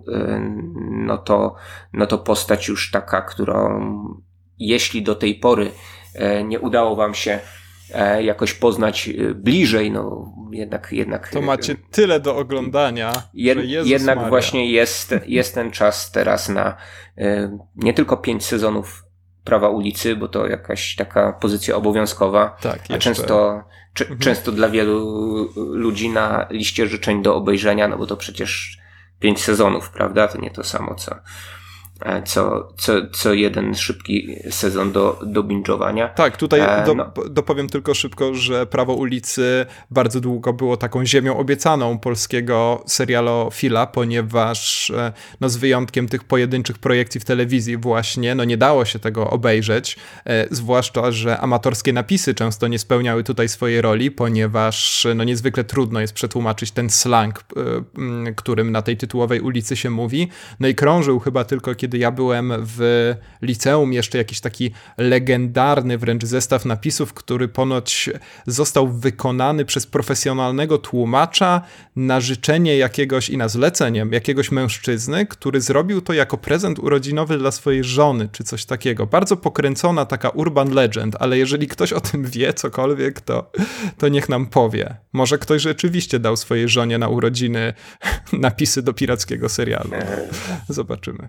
to postać już taka, którą jeśli do tej pory nie udało wam się jakoś poznać bliżej, jednak to macie tyle do oglądania, jednak Maria. Właśnie jest ten czas teraz na nie tylko 5 sezonów Prawa ulicy, bo to jakaś taka pozycja obowiązkowa, tak, a często dla wielu ludzi na liście życzeń do obejrzenia, no bo to przecież 5 sezonów, prawda? To nie to samo, co jeden szybki sezon do binge'owania. Tak, tutaj dopowiem tylko szybko, że Prawo ulicy bardzo długo było taką ziemią obiecaną polskiego serialofila, ponieważ z wyjątkiem tych pojedynczych projekcji w telewizji właśnie, nie dało się tego obejrzeć, zwłaszcza, że amatorskie napisy często nie spełniały tutaj swojej roli, ponieważ niezwykle trudno jest przetłumaczyć ten slang, którym na tej tytułowej ulicy się mówi. No i krążył chyba tylko kiedy ja byłem w liceum, jeszcze jakiś taki legendarny wręcz zestaw napisów, który ponoć został wykonany przez profesjonalnego tłumacza na życzenie jakiegoś i na zlecenie jakiegoś mężczyzny, który zrobił to jako prezent urodzinowy dla swojej żony, czy coś takiego. Bardzo pokręcona taka urban legend, ale jeżeli ktoś o tym wie cokolwiek, to niech nam powie. Może ktoś rzeczywiście dał swojej żonie na urodziny napisy do pirackiego serialu. Zobaczymy.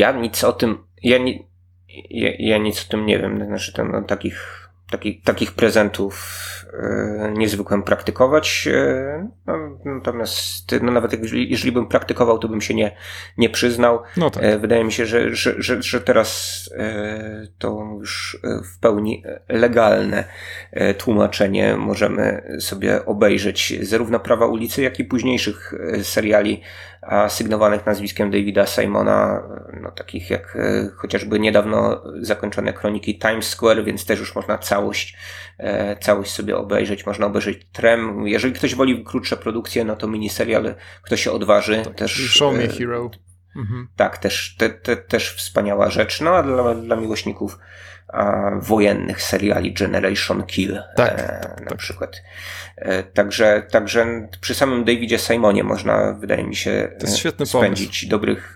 Ja nic o tym nie wiem. Znaczy takich prezentów nie zwykłem praktykować. Natomiast nawet jeżeli bym praktykował, to bym się nie przyznał. No tak. Wydaje mi się, że teraz to już w pełni legalne tłumaczenie możemy sobie obejrzeć zarówno Prawa ulicy, jak i późniejszych seriali sygnowanych nazwiskiem Davida Simona, takich jak chociażby niedawno zakończone Kroniki Times Square, więc też już można całość sobie obejrzeć. Można obejrzeć Trem. Jeżeli ktoś woli krótsze produkcje, no to miniserial Kto się odważy. Tak, też Show Me Hero. Tak, też wspaniała rzecz. No a dla miłośników wojennych seriali Generation Kill na przykład. Także przy samym Davidzie Simonie można, wydaje mi się, spędzić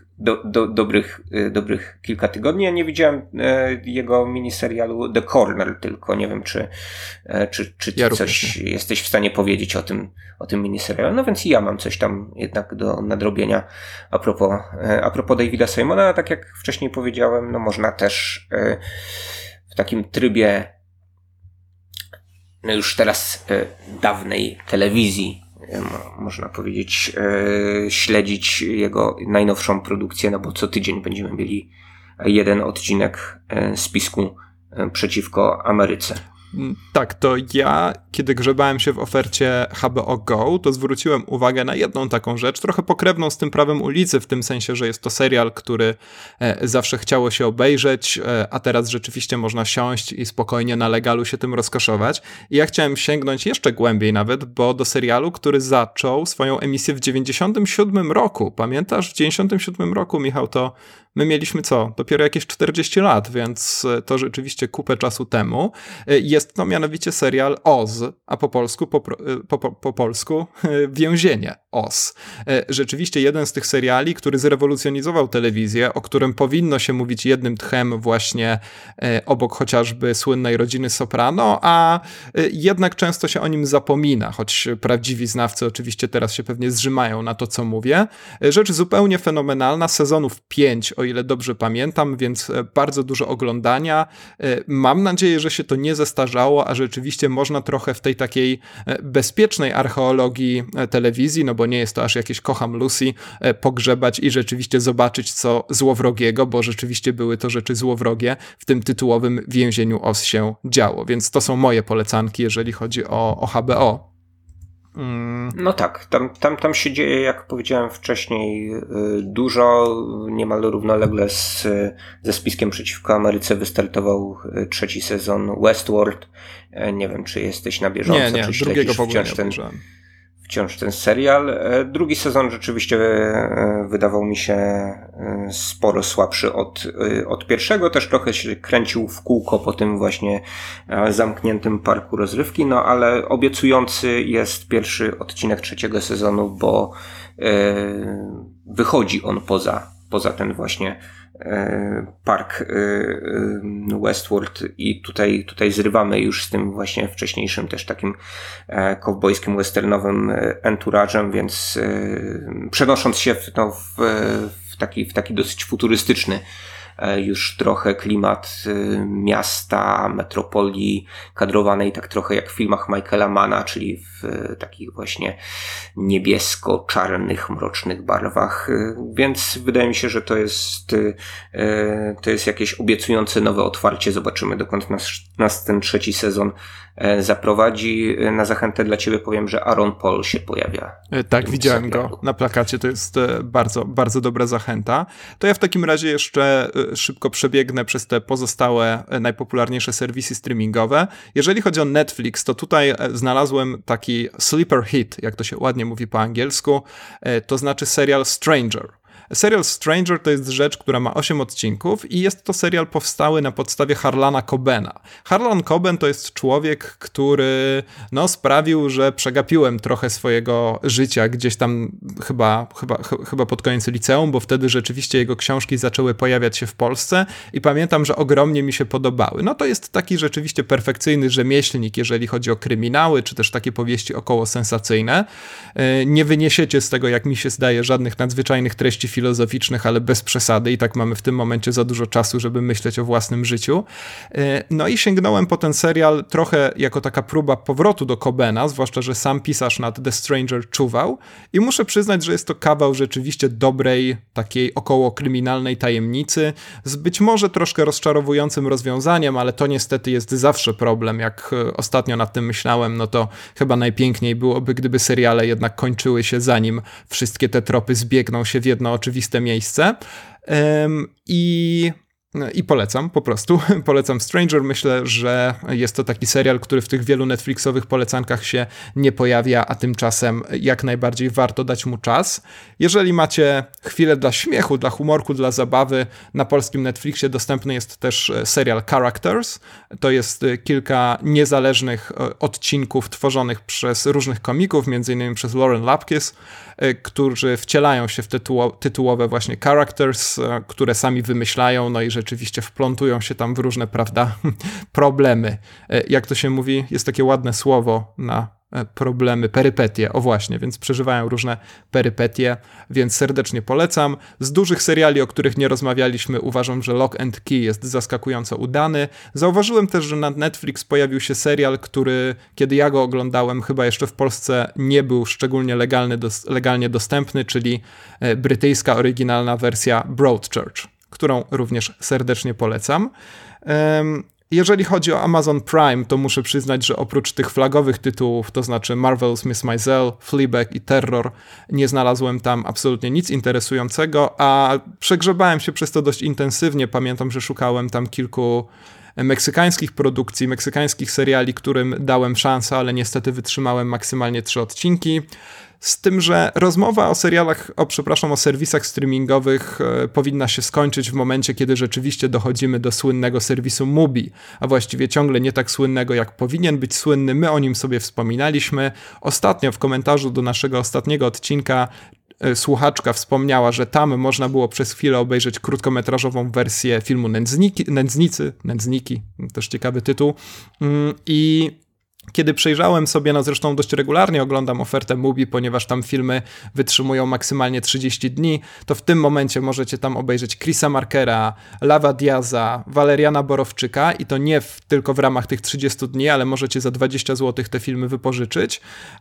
dobrych kilka tygodni. Ja nie widziałem jego miniserialu The Corner, tylko nie wiem, czy ty coś jesteś w stanie powiedzieć o tym miniserialu. No więc ja mam coś tam jednak do nadrobienia a propos Davida Simona. Tak jak wcześniej powiedziałem, można też w takim trybie już teraz dawnej telewizji, można powiedzieć, śledzić jego najnowszą produkcję, bo co tydzień będziemy mieli jeden odcinek spisku przeciwko Ameryce. Tak, to ja, kiedy grzebałem się w ofercie HBO Go, to zwróciłem uwagę na jedną taką rzecz, trochę pokrewną z tym Prawem ulicy, w tym sensie, że jest to serial, który zawsze chciało się obejrzeć, a teraz rzeczywiście można siąść i spokojnie na legalu się tym rozkoszować. I ja chciałem sięgnąć jeszcze głębiej nawet, bo do serialu, który zaczął swoją emisję w 97 roku. Pamiętasz? W 97 roku, Michał, to my mieliśmy dopiero jakieś 40 lat, więc to rzeczywiście kupę czasu temu. Jest to mianowicie serial Oz, a po polsku Więzienie Oz. Rzeczywiście jeden z tych seriali, który zrewolucjonizował telewizję, o którym powinno się mówić jednym tchem właśnie obok chociażby słynnej Rodziny Soprano, a jednak często się o nim zapomina, choć prawdziwi znawcy oczywiście teraz się pewnie zrzymają na to, co mówię. Rzecz zupełnie fenomenalna, sezonów 5, o ile dobrze pamiętam, więc bardzo dużo oglądania. Mam nadzieję, że się to nie zestarzało, a rzeczywiście można trochę w tej takiej bezpiecznej archeologii telewizji, bo nie jest to aż jakieś Kocham Lucy, pogrzebać i rzeczywiście zobaczyć co złowrogiego, bo rzeczywiście były to rzeczy złowrogie, w tym tytułowym Więzieniu Oz się działo, więc to są moje polecanki, jeżeli chodzi o HBO. No tak, tam się dzieje, jak powiedziałem wcześniej, dużo, niemal równolegle ze spiskiem przeciwko Ameryce wystartował 3. sezon Westworld. Nie wiem, czy jesteś na bieżąco, czy śledzisz wciąż ten serial. 2. sezon rzeczywiście wydawał mi się sporo słabszy od pierwszego. Też trochę się kręcił w kółko po tym właśnie zamkniętym parku rozrywki, ale obiecujący jest pierwszy odcinek 3. sezonu, bo wychodzi on poza ten właśnie park Westworld i tutaj zrywamy już z tym właśnie wcześniejszym też takim kowbojskim westernowym enturażem, więc przenosząc się w taki dosyć futurystyczny już trochę klimat miasta, metropolii kadrowanej, tak trochę jak w filmach Michaela Manna, czyli w takich właśnie niebiesko-czarnych, mrocznych barwach, więc wydaje mi się, że to jest jakieś obiecujące nowe otwarcie. Zobaczymy, dokąd nas ten trzeci sezon zaprowadzi. Na zachętę dla ciebie powiem, że Aaron Paul się pojawia. Tak, widziałem go na plakacie, to jest bardzo, bardzo dobra zachęta. To ja w takim razie jeszcze szybko przebiegnę przez te pozostałe najpopularniejsze serwisy streamingowe. Jeżeli chodzi o Netflix, to tutaj znalazłem taki sleeper hit, jak to się ładnie mówi po angielsku, to znaczy serial Stranger. Serial Stranger to jest rzecz, która ma 8 odcinków i jest to serial powstały na podstawie Harlana Cobena. Harlan Coben to jest człowiek, który sprawił, że przegapiłem trochę swojego życia gdzieś tam chyba pod koniec liceum, bo wtedy rzeczywiście jego książki zaczęły pojawiać się w Polsce i pamiętam, że ogromnie mi się podobały. No to jest taki rzeczywiście perfekcyjny rzemieślnik, jeżeli chodzi o kryminały, czy też takie powieści około sensacyjne. Nie wyniesiecie z tego, jak mi się zdaje, żadnych nadzwyczajnych treści filozoficznych, ale bez przesady i tak mamy w tym momencie za dużo czasu, żeby myśleć o własnym życiu. No i sięgnąłem po ten serial trochę jako taka próba powrotu do Cobena, zwłaszcza, że sam pisarz nad The Stranger czuwał i muszę przyznać, że jest to kawał rzeczywiście dobrej, takiej około kryminalnej tajemnicy z być może troszkę rozczarowującym rozwiązaniem, ale to niestety jest zawsze problem. Jak ostatnio nad tym myślałem, no to chyba najpiękniej byłoby, gdyby seriale jednak kończyły się, zanim wszystkie te tropy zbiegną się w jedno oczywiste miejsce. I polecam, po prostu. Polecam Stranger. Myślę, że jest to taki serial, który w tych wielu Netflixowych polecankach się nie pojawia, a tymczasem jak najbardziej warto dać mu czas. Jeżeli macie chwilę dla śmiechu, dla humorku, dla zabawy, na polskim Netflixie dostępny jest też serial Characters. To jest kilka niezależnych odcinków tworzonych przez różnych komików, m.in. przez Lauren Lapkus, którzy wcielają się w tytułowe właśnie characters, które sami wymyślają, no i rzeczywiście wplątują się tam w różne, prawda, problemy. Jak to się mówi, jest takie ładne słowo na problemy, perypetie, o właśnie, więc przeżywają różne perypetie, więc serdecznie polecam. Z dużych seriali, o których nie rozmawialiśmy, uważam, że Lock and Key jest zaskakująco udany. Zauważyłem też, że na Netflix pojawił się serial, który, kiedy ja go oglądałem, chyba jeszcze w Polsce nie był szczególnie legalnie dostępny, czyli brytyjska oryginalna wersja Broadchurch, którą również serdecznie polecam. Jeżeli chodzi o Amazon Prime, to muszę przyznać, że oprócz tych flagowych tytułów, to znaczy Marvel's Miss Maisel, Fleabag i Terror, nie znalazłem tam absolutnie nic interesującego, a przegrzebałem się przez to dość intensywnie. Pamiętam, że szukałem tam kilku meksykańskich produkcji, meksykańskich seriali, którym dałem szansę, ale niestety wytrzymałem maksymalnie 3 odcinki. Z tym, że rozmowa o serwisach streamingowych powinna się skończyć w momencie, kiedy rzeczywiście dochodzimy do słynnego serwisu Mubi, a właściwie ciągle nie tak słynnego, jak powinien być słynny. My o nim sobie wspominaliśmy. Ostatnio w komentarzu do naszego ostatniego odcinka słuchaczka wspomniała, że tam można było przez chwilę obejrzeć krótkometrażową wersję filmu Nędzniki, też ciekawy tytuł. I kiedy przejrzałem sobie, zresztą dość regularnie oglądam ofertę Mubi, ponieważ tam filmy wytrzymują maksymalnie 30 dni, to w tym momencie możecie tam obejrzeć Chrisa Markera, Lava Diaza, Waleriana Borowczyka i to nie tylko w ramach tych 30 dni, ale możecie za 20 zł te filmy wypożyczyć,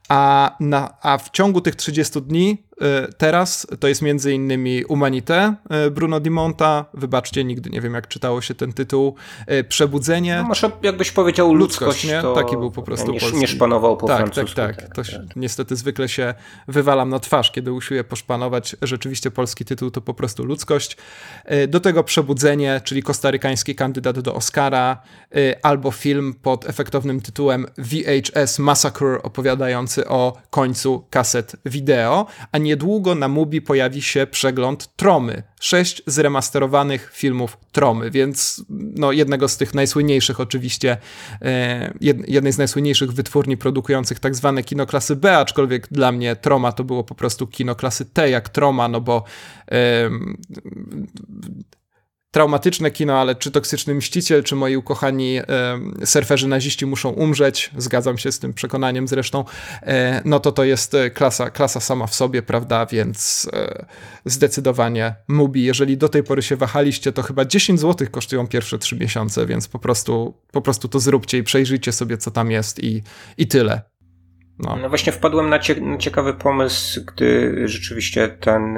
a w ciągu tych 30 dni teraz to jest m.in. Humanité Bruno Di Monta, wybaczcie, nigdy nie wiem jak czytało się ten tytuł, Przebudzenie. No może jakbyś powiedział ludzkość, nie? to Taki był po prostu polski. Nie szpanował po francusku. Tak. To niestety zwykle się wywalam na twarz, kiedy usiłuję poszpanować. Rzeczywiście polski tytuł to po prostu ludzkość. Do tego Przebudzenie, czyli kostarykański kandydat do Oscara, albo film pod efektownym tytułem VHS Massacre, opowiadający o końcu kaset wideo, a niedługo na Mubi pojawi się przegląd Tromy. 6 zremasterowanych filmów Tromy, więc jednego z tych najsłynniejszych oczywiście, jednej z najsłynniejszych wytwórni produkujących tak zwane kino klasy B, aczkolwiek dla mnie Troma to było po prostu kino klasy T jak Troma, bo traumatyczne kino, ale czy Toksyczny Mściciel, czy moi ukochani surferzy naziści muszą umrzeć, zgadzam się z tym przekonaniem zresztą, no to jest klasa sama w sobie, prawda, więc zdecydowanie Mubi, jeżeli do tej pory się wahaliście, to chyba 10 zł kosztują pierwsze 3 miesiące, więc po prostu to zróbcie i przejrzyjcie sobie, co tam jest i tyle. No właśnie wpadłem na ciekawy pomysł, gdy rzeczywiście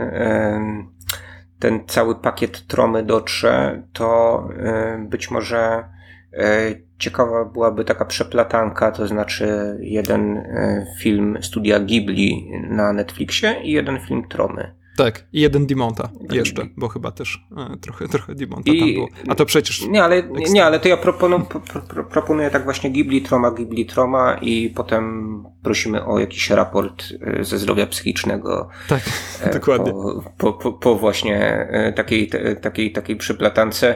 ten cały pakiet Tromy dotrze, to być może ciekawa byłaby taka przeplatanka, to znaczy jeden film studia Ghibli na Netflixie i jeden film Tromy. Tak, i jeden Dimonta jeszcze, bo chyba też trochę Dimonta tam było. A to przecież... Nie, ale to ja proponuję tak właśnie Ghibli Troma i potem prosimy o jakiś raport ze zdrowia psychicznego. Tak, dokładnie. Po właśnie takiej przyplatance.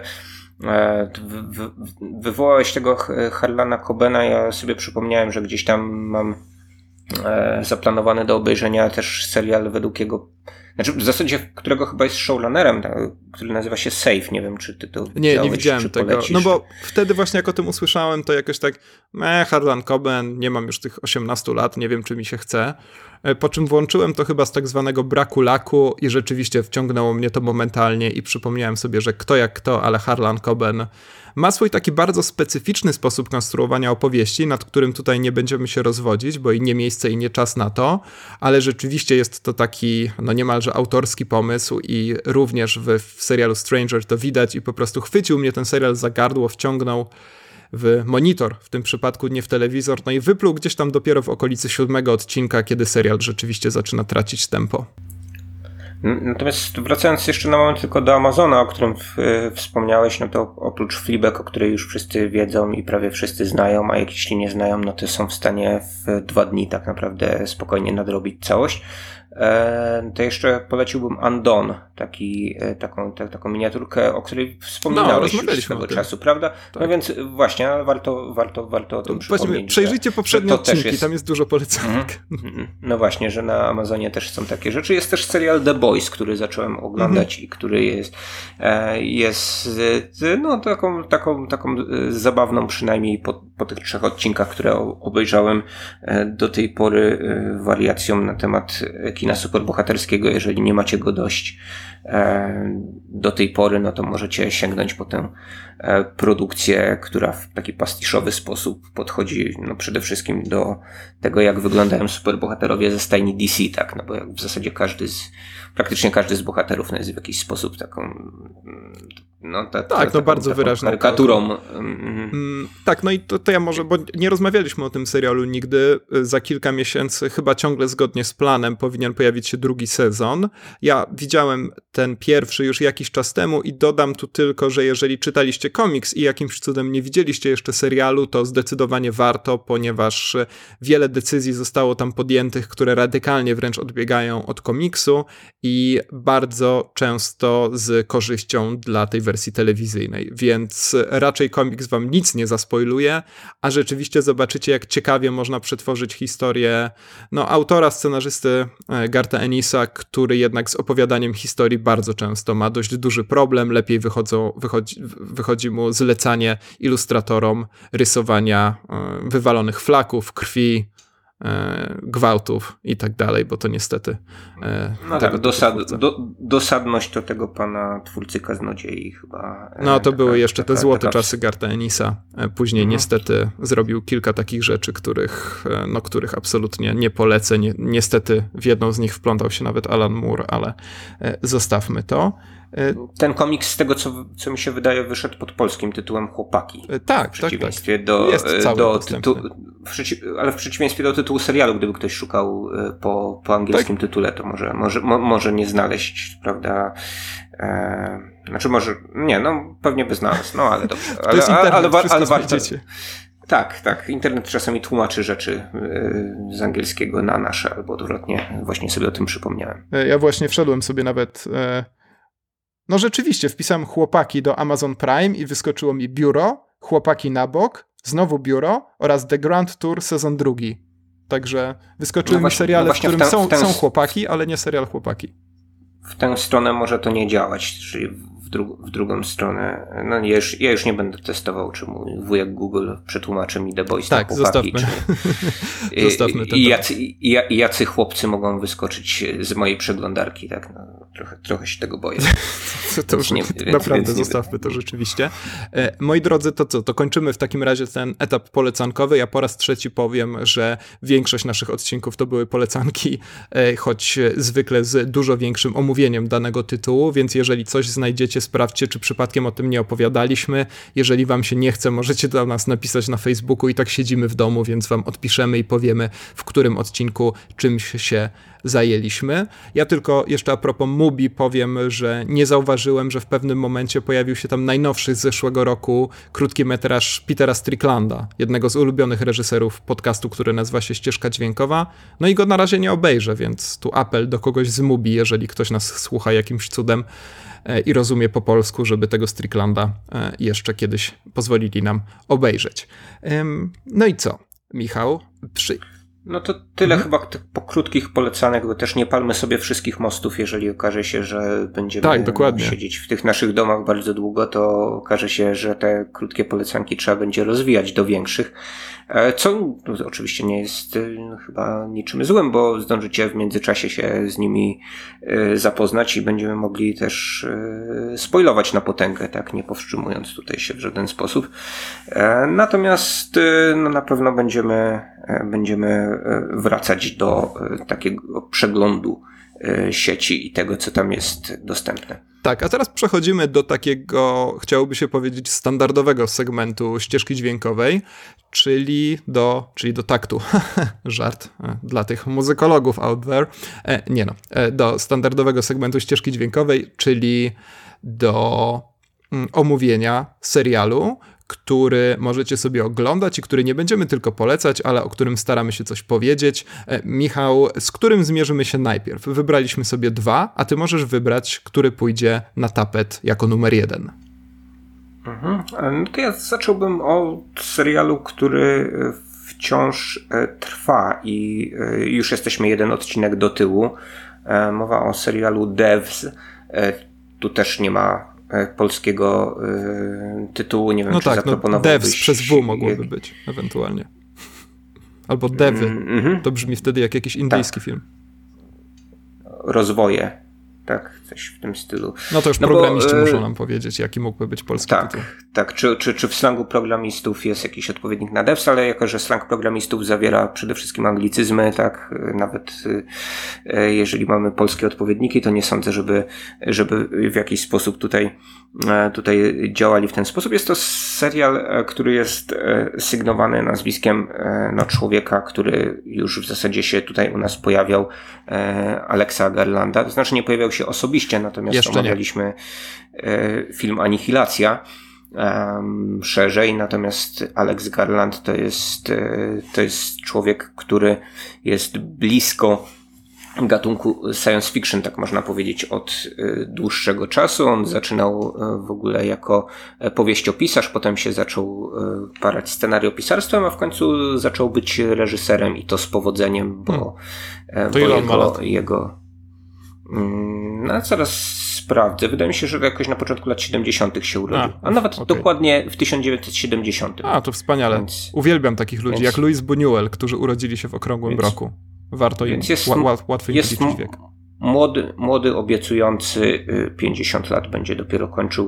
Wywołałeś tego Harlana Cobena, ja sobie przypomniałem, że gdzieś tam mam zaplanowany do obejrzenia też serial według jego, znaczy w zasadzie którego chyba jest showrunnerem, który nazywa się Safe, nie wiem czy ty to widziałeś, nie widziałem tego, polecisz. No bo wtedy właśnie jak o tym usłyszałem, to jakoś tak Harlan Coben, nie mam już tych 18 lat, nie wiem czy mi się chce, po czym włączyłem to chyba z tak zwanego braku laku i rzeczywiście wciągnęło mnie to momentalnie i przypomniałem sobie, że kto jak kto, ale Harlan Coben ma swój taki bardzo specyficzny sposób konstruowania opowieści, nad którym tutaj nie będziemy się rozwodzić, bo i nie miejsce i nie czas na to, ale rzeczywiście jest to taki niemalże autorski pomysł i również w serialu Stranger to widać i po prostu chwycił mnie ten serial za gardło, wciągnął w monitor, w tym przypadku nie w telewizor, no i wypluł gdzieś tam dopiero w okolicy 7 odcinka, kiedy serial rzeczywiście zaczyna tracić tempo. Natomiast wracając jeszcze na moment tylko do Amazona, o którym wspomniałeś, no to oprócz Fleabag, o której już wszyscy wiedzą i prawie wszyscy znają, a jak jeśli nie znają, no to są w stanie w 2 dni tak naprawdę spokojnie nadrobić całość. To jeszcze poleciłbym Undone, taką miniaturkę, o której wspominałeś już swego czasu, prawda? Tak. No więc właśnie, warto o tym przypomnieć. Przejrzyjcie poprzednie odcinki, tam jest dużo polecanek. No właśnie, że na Amazonie też są takie rzeczy. Jest też serial The Boys, który zacząłem oglądać i który jest no taką zabawną przynajmniej po tych 3 odcinkach, które obejrzałem do tej pory wariacją na temat kina superbohaterskiego. Jeżeli nie macie go dość do tej pory, no to możecie sięgnąć po tę produkcję, która w taki pastiszowy sposób podchodzi no przede wszystkim do tego, jak wyglądają superbohaterowie ze stajni DC, tak, no bo jak w zasadzie praktycznie każdy z bohaterów jest w jakiś sposób taką bardzo wyraźną karykaturą. Tak, no i to ja może, bo nie rozmawialiśmy o tym serialu nigdy, za kilka miesięcy, chyba ciągle zgodnie z planem powinien pojawić się 2 sezon. Ja widziałem ten pierwszy już jakiś czas temu i dodam tu tylko, że jeżeli czytaliście komiks i jakimś cudem nie widzieliście jeszcze serialu, to zdecydowanie warto, ponieważ wiele decyzji zostało tam podjętych, które radykalnie wręcz odbiegają od komiksu i bardzo często z korzyścią dla tej wersji telewizyjnej, więc raczej komiks wam nic nie zaspoiluje, a rzeczywiście zobaczycie, jak ciekawie można przetworzyć historię autora, scenarzysty Gartha Ennisa, który jednak z opowiadaniem historii bardzo często ma dość duży problem, lepiej wychodzi mu zlecanie ilustratorom rysowania wywalonych flaków, krwi, gwałtów i tak dalej, bo to niestety dosadność to tego pana twórcy Kaznodziei chyba. No to były jeszcze te złote czasy Gartha Ennisa. Później niestety zrobił kilka takich rzeczy, których absolutnie nie polecę. Niestety w jedną z nich wplątał się nawet Alan Moore, ale zostawmy to. Ten komiks z tego, co mi się wydaje, wyszedł pod polskim tytułem Chłopaki. Tak, w przeciwieństwie tak. do tytułu, ale w przeciwieństwie do tytułu serialu, gdyby ktoś szukał po angielskim tytule, to może nie znaleźć, prawda? Znaczy może, pewnie by znalazł, ale dobrze. Ale warto. Tak, internet czasami tłumaczy rzeczy z angielskiego na nasze, albo odwrotnie. Właśnie sobie o tym przypomniałem. Ja właśnie wszedłem sobie nawet... rzeczywiście, wpisałem Chłopaki do Amazon Prime i wyskoczyło mi Biuro, Chłopaki na bok, znowu Biuro oraz The Grand Tour sezon 2. Także wyskoczyły mi seriale, w którym są chłopaki, ale nie serial Chłopaki. W tę stronę może to nie działać, czyli w w drugą stronę. No ja już nie będę testował, czy mój wujek Google przetłumaczy mi The Boys tak, na chłopaki. Zostawmy ten jacy chłopcy mogą wyskoczyć z mojej przeglądarki, tak? No, trochę się tego boję. To już naprawdę zostawmy to rzeczywiście. Moi drodzy, to co? To kończymy w takim razie ten etap polecankowy. Ja po raz trzeci powiem, że większość naszych odcinków to były polecanki, choć zwykle z dużo większym omówieniem danego tytułu, więc jeżeli coś znajdziecie, sprawdźcie, czy przypadkiem o tym nie opowiadaliśmy. Jeżeli wam się nie chce, możecie do nas napisać na Facebooku i tak siedzimy w domu, więc wam odpiszemy i powiemy, w którym odcinku czymś się zajęliśmy. Ja tylko jeszcze a propos Mubi powiem, że nie zauważyłem, że w pewnym momencie pojawił się tam najnowszy z zeszłego roku krótki metraż Petera Stricklanda, jednego z ulubionych reżyserów podcastu, który nazywa się Ścieżka Dźwiękowa. No i go na razie nie obejrzę, więc tu apel do kogoś z Mubi, jeżeli ktoś nas słucha jakimś cudem i rozumie po polsku, żeby tego Stricklanda jeszcze kiedyś pozwolili nam obejrzeć. No i co, Michał? No to tyle chyba po krótkich polecanek, bo też nie palmy sobie wszystkich mostów, jeżeli okaże się, że będziemy siedzieć w tych naszych domach bardzo długo, to okaże się, że te krótkie polecanki trzeba będzie rozwijać do większych, co oczywiście nie jest chyba niczym złym, bo zdążycie w międzyczasie się z nimi zapoznać i będziemy mogli też spoilować na potęgę, tak, nie powstrzymując tutaj się w żaden sposób. Natomiast no, na pewno będziemy wracać do takiego przeglądu sieci i tego, co tam jest dostępne. Tak, a teraz przechodzimy do takiego, chciałoby się powiedzieć, standardowego segmentu ścieżki dźwiękowej, czyli do taktu. Żart dla tych muzykologów out there. Do standardowego segmentu ścieżki dźwiękowej, czyli do omówienia serialu, który możecie sobie oglądać i który nie będziemy tylko polecać, ale o którym staramy się coś powiedzieć. Michał, z którym zmierzymy się najpierw? Wybraliśmy sobie 2, a ty możesz wybrać, który pójdzie na tapet jako numer 1. No to ja zacząłbym od serialu, który wciąż trwa i już jesteśmy jeden odcinek do tyłu. Mowa o serialu Devs. Tu też nie ma polskiego tytułu, nie wiem, czy zaproponowałbyś... Devs przez W mogłoby być, ewentualnie. Albo Devy. To brzmi wtedy jak jakiś indyjski film. Rozwoje. Tak, coś w tym stylu. No to już programiści muszą nam powiedzieć, jaki mógłby być polski tytuł. Tak, czy w slangu programistów jest jakiś odpowiednik na devs, ale jako, że slang programistów zawiera przede wszystkim anglicyzmy, tak, nawet jeżeli mamy polskie odpowiedniki, to nie sądzę, żeby w jakiś sposób tutaj działali w ten sposób. Jest to serial, który jest sygnowany nazwiskiem człowieka, który już w zasadzie się tutaj u nas pojawiał, Alexa Garlanda. To znaczy nie pojawiał się osobiście, natomiast omawialiśmy film Anihilacja szerzej, natomiast Alex Garland to jest człowiek, który jest blisko gatunku science fiction, tak można powiedzieć, od dłuższego czasu. On zaczynał w ogóle jako powieściopisarz, potem się zaczął parać scenariopisarstwem, a w końcu zaczął być reżyserem i to z powodzeniem, bo jego no zaraz sprawdzę. Wydaje mi się, że jakoś na początku lat 70. się urodził. A nawet dokładnie w 1970. A, to wspaniale. Uwielbiam takich ludzi, jak Louis Buñuel, którzy urodzili się w okrągłym roku. Warto im, łatwo im policzyć wiek. Młody, obiecujący, 50 lat będzie dopiero kończył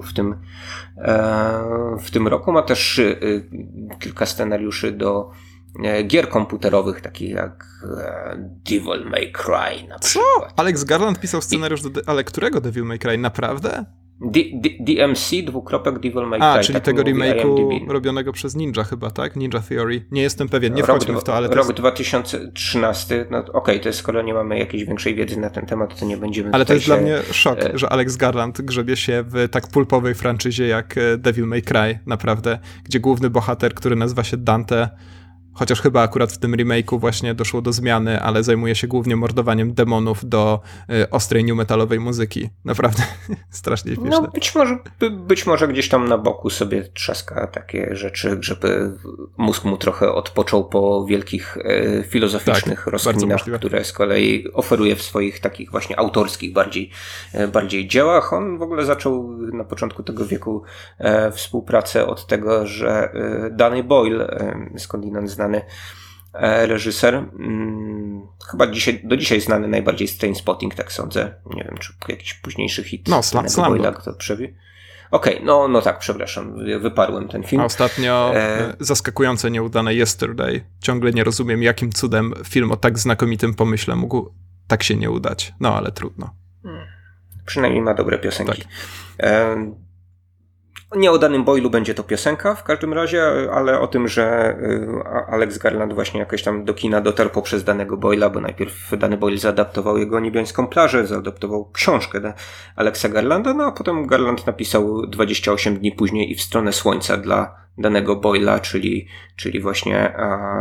w tym roku. Ma też kilka scenariuszy do gier komputerowych, takich jak Devil May Cry na przykład. Co? Alex Garland pisał scenariusz ale którego Devil May Cry? Naprawdę? DMC, Devil May Cry. Czyli tego remake'u robionego przez Ninja chyba, tak? Ninja Theory. Nie jestem pewien, nie wchodźmy w to, ale Rok 2013, no okej, to jest, skoro nie mamy jakiejś większej wiedzy na ten temat, to nie będziemy... Ale to jest dla mnie szok, że Alex Garland grzebie się w tak pulpowej franczyzie jak Devil May Cry, naprawdę, gdzie główny bohater, który nazywa się Dante, Chociaż chyba akurat w tym remake'u właśnie doszło do zmiany, ale zajmuje się głównie mordowaniem demonów do ostrej new metalowej muzyki. Naprawdę strasznie śmieszne. No być może gdzieś tam na boku sobie trzaska takie rzeczy, żeby mózg mu trochę odpoczął po wielkich filozoficznych rozkminach, które z kolei oferuje w swoich takich właśnie autorskich bardziej dziełach. On w ogóle zaczął na początku tego wieku współpracę od tego, że Danny Boyle, skądinąd znany reżyser, chyba do dzisiaj znany najbardziej z Trainspotting, tak sądzę. Nie wiem, czy jakiś późniejszy hit Boyla to przebił. Okej, no tak, przepraszam, wyparłem ten film. A ostatnio zaskakujące nieudane Yesterday. Ciągle nie rozumiem, jakim cudem film o tak znakomitym pomyśle mógł tak się nie udać. No, ale trudno. Przynajmniej ma dobre piosenki. Tak. Nie o danym Boylu będzie to piosenka w każdym razie, ale o tym, że Alex Garland właśnie jakoś tam do kina dotarł poprzez danego Boyla, bo najpierw dany Boyle zaadaptował jego Niebiańską plażę, zaadaptował książkę Alexa Garlanda, no a potem Garland napisał 28 dni później i W stronę słońca dla danego Boyla, czyli właśnie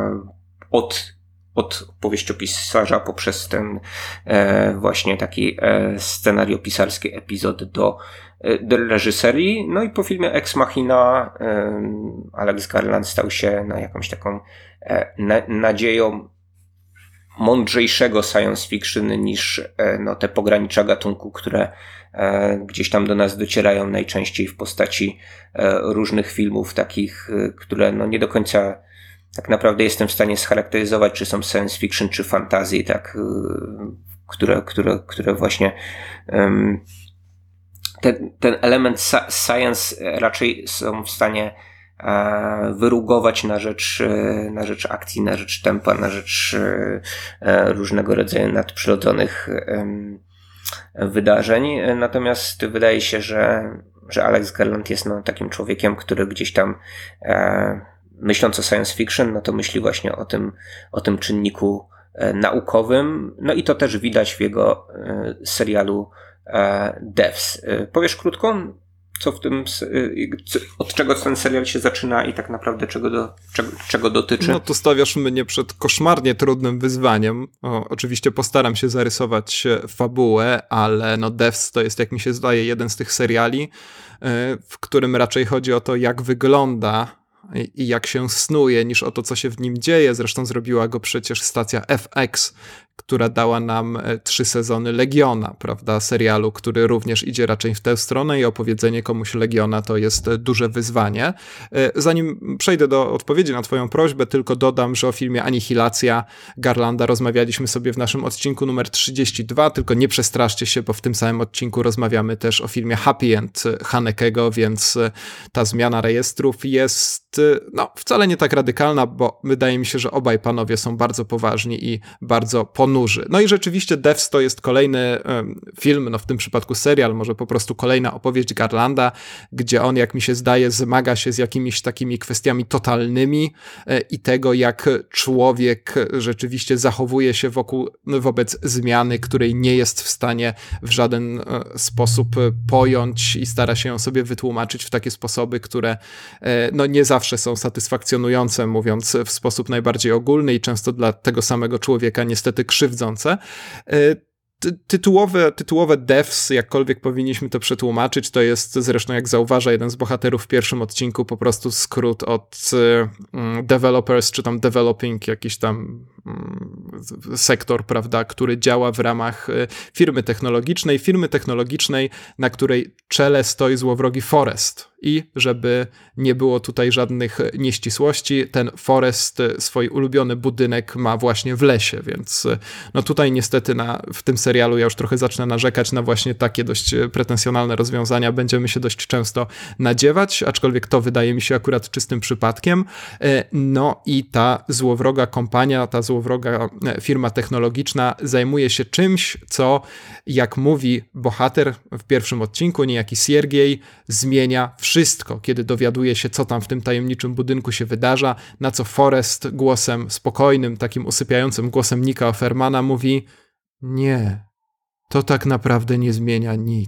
od powieściopisarza poprzez ten właśnie taki scenariopisarski epizod do reżyserii. No i po filmie Ex Machina Alex Garland stał się jakąś taką nadzieją mądrzejszego science fiction niż te pogranicza gatunku, które gdzieś tam do nas docierają najczęściej w postaci różnych filmów takich, które nie do końca tak naprawdę jestem w stanie scharakteryzować, czy są science fiction, czy fantasy, tak, które właśnie ten element science raczej są w stanie wyrugować na rzecz akcji, na rzecz tempa, na rzecz różnego rodzaju nadprzyrodzonych wydarzeń. Natomiast wydaje się, że Alex Garland jest takim człowiekiem, który gdzieś tam myśląc o science fiction, to myśli właśnie o tym czynniku naukowym. No i to też widać w jego serialu Devs. Powiesz krótko, co w tym, od czego ten serial się zaczyna i tak naprawdę czego dotyczy? No tu stawiasz mnie przed koszmarnie trudnym wyzwaniem. Oczywiście postaram się zarysować fabułę, ale Devs to jest, jak mi się zdaje, jeden z tych seriali, w którym raczej chodzi o to, jak wygląda i jak się snuje, niż o to, co się w nim dzieje. Zresztą zrobiła go przecież stacja FX, która dała nam 3 sezony Legiona, prawda, serialu, który również idzie raczej w tę stronę i opowiedzenie komuś Legiona to jest duże wyzwanie. Zanim przejdę do odpowiedzi na twoją prośbę, tylko dodam, że o filmie Anihilacja Garlanda rozmawialiśmy sobie w naszym odcinku numer 32, tylko nie przestraszcie się, bo w tym samym odcinku rozmawiamy też o filmie Happy End Hanekego, więc ta zmiana rejestrów jest wcale nie tak radykalna, bo wydaje mi się, że obaj panowie są bardzo poważni i bardzo ponurzy. No i rzeczywiście Devs to jest kolejny film, w tym przypadku serial, może po prostu kolejna opowieść Garlanda, gdzie on, jak mi się zdaje, zmaga się z jakimiś takimi kwestiami totalnymi i tego, jak człowiek rzeczywiście zachowuje się wobec zmiany, której nie jest w stanie w żaden sposób pojąć i stara się ją sobie wytłumaczyć w takie sposoby, które nie zawsze są satysfakcjonujące, mówiąc w sposób najbardziej ogólny i często dla tego samego człowieka niestety krzywdzące. Tytułowe Devs, jakkolwiek powinniśmy to przetłumaczyć, to jest zresztą, jak zauważa jeden z bohaterów w pierwszym odcinku, po prostu skrót od developers, czy tam developing, jakiś tam sektor, prawda, który działa w ramach firmy technologicznej, na której czele stoi złowrogi Forrest. I żeby nie było tutaj żadnych nieścisłości, ten Forrest swój ulubiony budynek ma właśnie w lesie, więc tutaj niestety w tym serialu ja już trochę zacznę narzekać na właśnie takie dość pretensjonalne rozwiązania. Będziemy się dość często nadziewać, aczkolwiek to wydaje mi się akurat czystym przypadkiem. No i ta złowroga kompania, ta złowroga firma technologiczna zajmuje się czymś, co, jak mówi bohater w pierwszym odcinku, niejaki Siergiej, zmienia wszystko, kiedy dowiaduje się, co tam w tym tajemniczym budynku się wydarza, na co Forrest głosem spokojnym, takim usypiającym głosem Nicka Offermana mówi: nie, to tak naprawdę nie zmienia nic.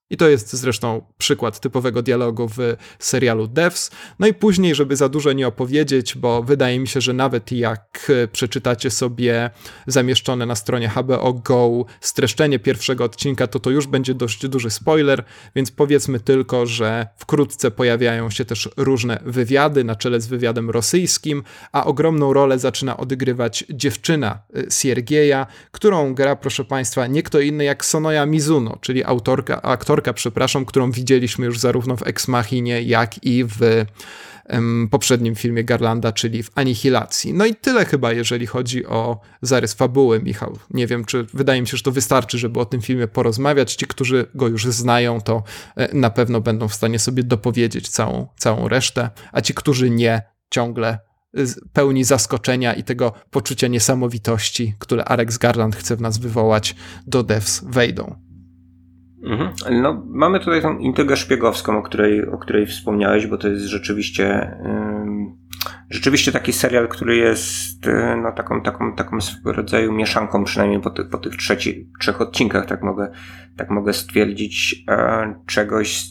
I to jest zresztą przykład typowego dialogu w serialu Devs. No i później, żeby za dużo nie opowiedzieć, bo wydaje mi się, że nawet jak przeczytacie sobie zamieszczone na stronie HBO Go streszczenie pierwszego odcinka, to już będzie dość duży spoiler, więc powiedzmy tylko, że wkrótce pojawiają się też różne wywiady, na czele z wywiadem rosyjskim, a ogromną rolę zaczyna odgrywać dziewczyna Siergieja, którą gra, proszę Państwa, nie kto inny jak Sonoya Mizuno, czyli aktorka, którą widzieliśmy już zarówno w Ex Machinie, jak i w poprzednim filmie Garlanda, czyli w Anihilacji. No i tyle chyba, jeżeli chodzi o zarys fabuły, Michał. Nie wiem, wydaje mi się, że to wystarczy, żeby o tym filmie porozmawiać. Ci, którzy go już znają, to na pewno będą w stanie sobie dopowiedzieć całą resztę, a ci, którzy nie, ciągle pełni zaskoczenia i tego poczucia niesamowitości, które Alex Garland chce w nas wywołać, do Devs wejdą. No, mamy tutaj tą intrygę szpiegowską, o której wspomniałeś, bo to jest rzeczywiście taki serial, który jest no, taką swego rodzaju mieszanką, przynajmniej po tych trzech odcinkach, tak mogę stwierdzić, czegoś,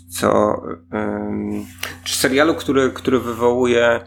czy serialu, który wywołuje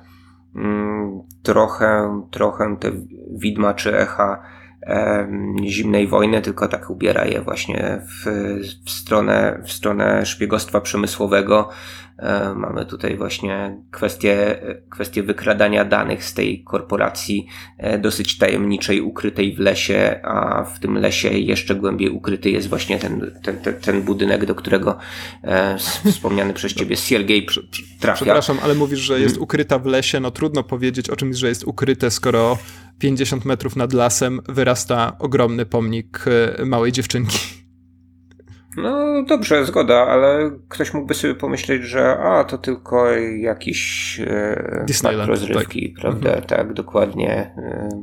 trochę te widma czy echa zimnej wojny, tylko tak ubiera je właśnie w stronę szpiegostwa przemysłowego. Mamy tutaj właśnie kwestię wykradania danych z tej korporacji dosyć tajemniczej, ukrytej w lesie, a w tym lesie jeszcze głębiej ukryty jest właśnie ten budynek, do którego wspomniany przez ciebie Siergiej trafia. Przepraszam, ale mówisz, że jest ukryta w lesie. No trudno powiedzieć o czymś, że jest ukryte, skoro 50 metrów nad lasem wyrasta ogromny pomnik małej dziewczynki. No dobrze, zgoda, ale ktoś mógłby sobie pomyśleć, że to tylko jakiś park rozrywki, tak. Prawda? Tak, dokładnie.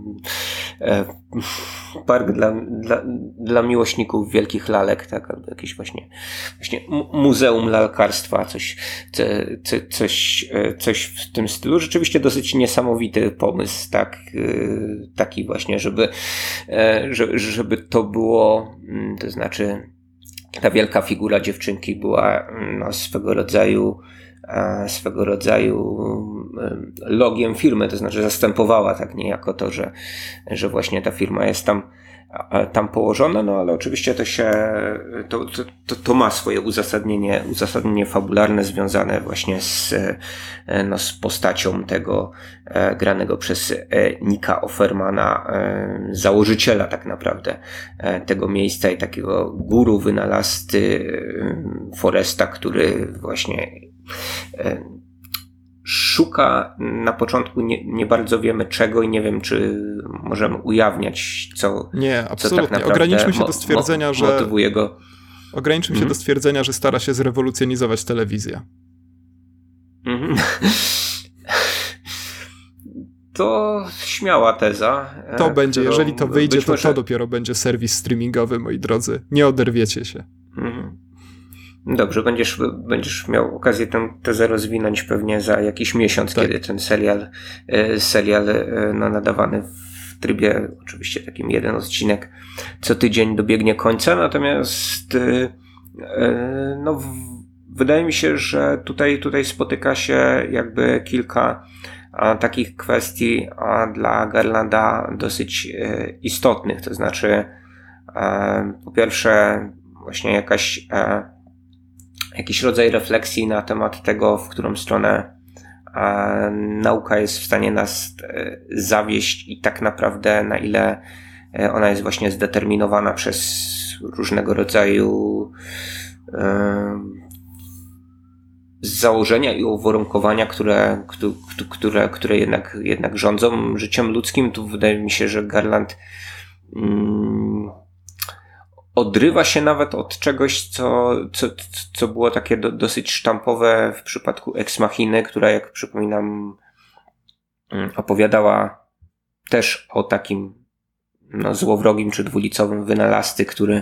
Park dla miłośników wielkich lalek, tak, albo jakieś właśnie muzeum lalkarstwa, coś w tym stylu. Rzeczywiście dosyć niesamowity pomysł, tak, taki właśnie, żeby to było, to znaczy ta wielka figura dziewczynki była no, swego rodzaju logiem firmy, to znaczy zastępowała tak niejako to, że właśnie ta firma jest tam położona, no ale oczywiście to ma swoje uzasadnienie fabularne związane właśnie z postacią tego granego przez Nicka Offermana, założyciela tak naprawdę tego miejsca i takiego guru wynalazcy Foresta, który właśnie szuka, na początku nie bardzo wiemy czego i nie wiem, czy możemy ujawniać, co nie, absolutnie. Co tak naprawdę ograniczmy się do stwierdzenia, że motywuje go. Ograniczmy się do stwierdzenia, że stara się zrewolucjonizować telewizję. To śmiała teza. To będzie, jeżeli to wyjdzie, to dopiero będzie serwis streamingowy, moi drodzy. Nie oderwiecie się. Dobrze, będziesz miał okazję tę tezę rozwinąć pewnie za jakiś miesiąc, tak. Kiedy ten serial no, nadawany w trybie oczywiście takim jeden odcinek co tydzień dobiegnie końca, natomiast no, wydaje mi się, że tutaj spotyka się jakby kilka takich kwestii dla Garlanda dosyć istotnych, to znaczy po pierwsze właśnie jakiś rodzaj refleksji na temat tego, w którą stronę nauka jest w stanie nas zawieść i tak naprawdę na ile ona jest właśnie zdeterminowana przez różnego rodzaju założenia i uwarunkowania, które jednak rządzą życiem ludzkim. Tu wydaje mi się, że Garland odrywa się nawet od czegoś, co było takie dosyć sztampowe w przypadku Ex Machiny, która, jak przypominam, opowiadała też o takim no, złowrogim czy dwulicowym wynalazcy, który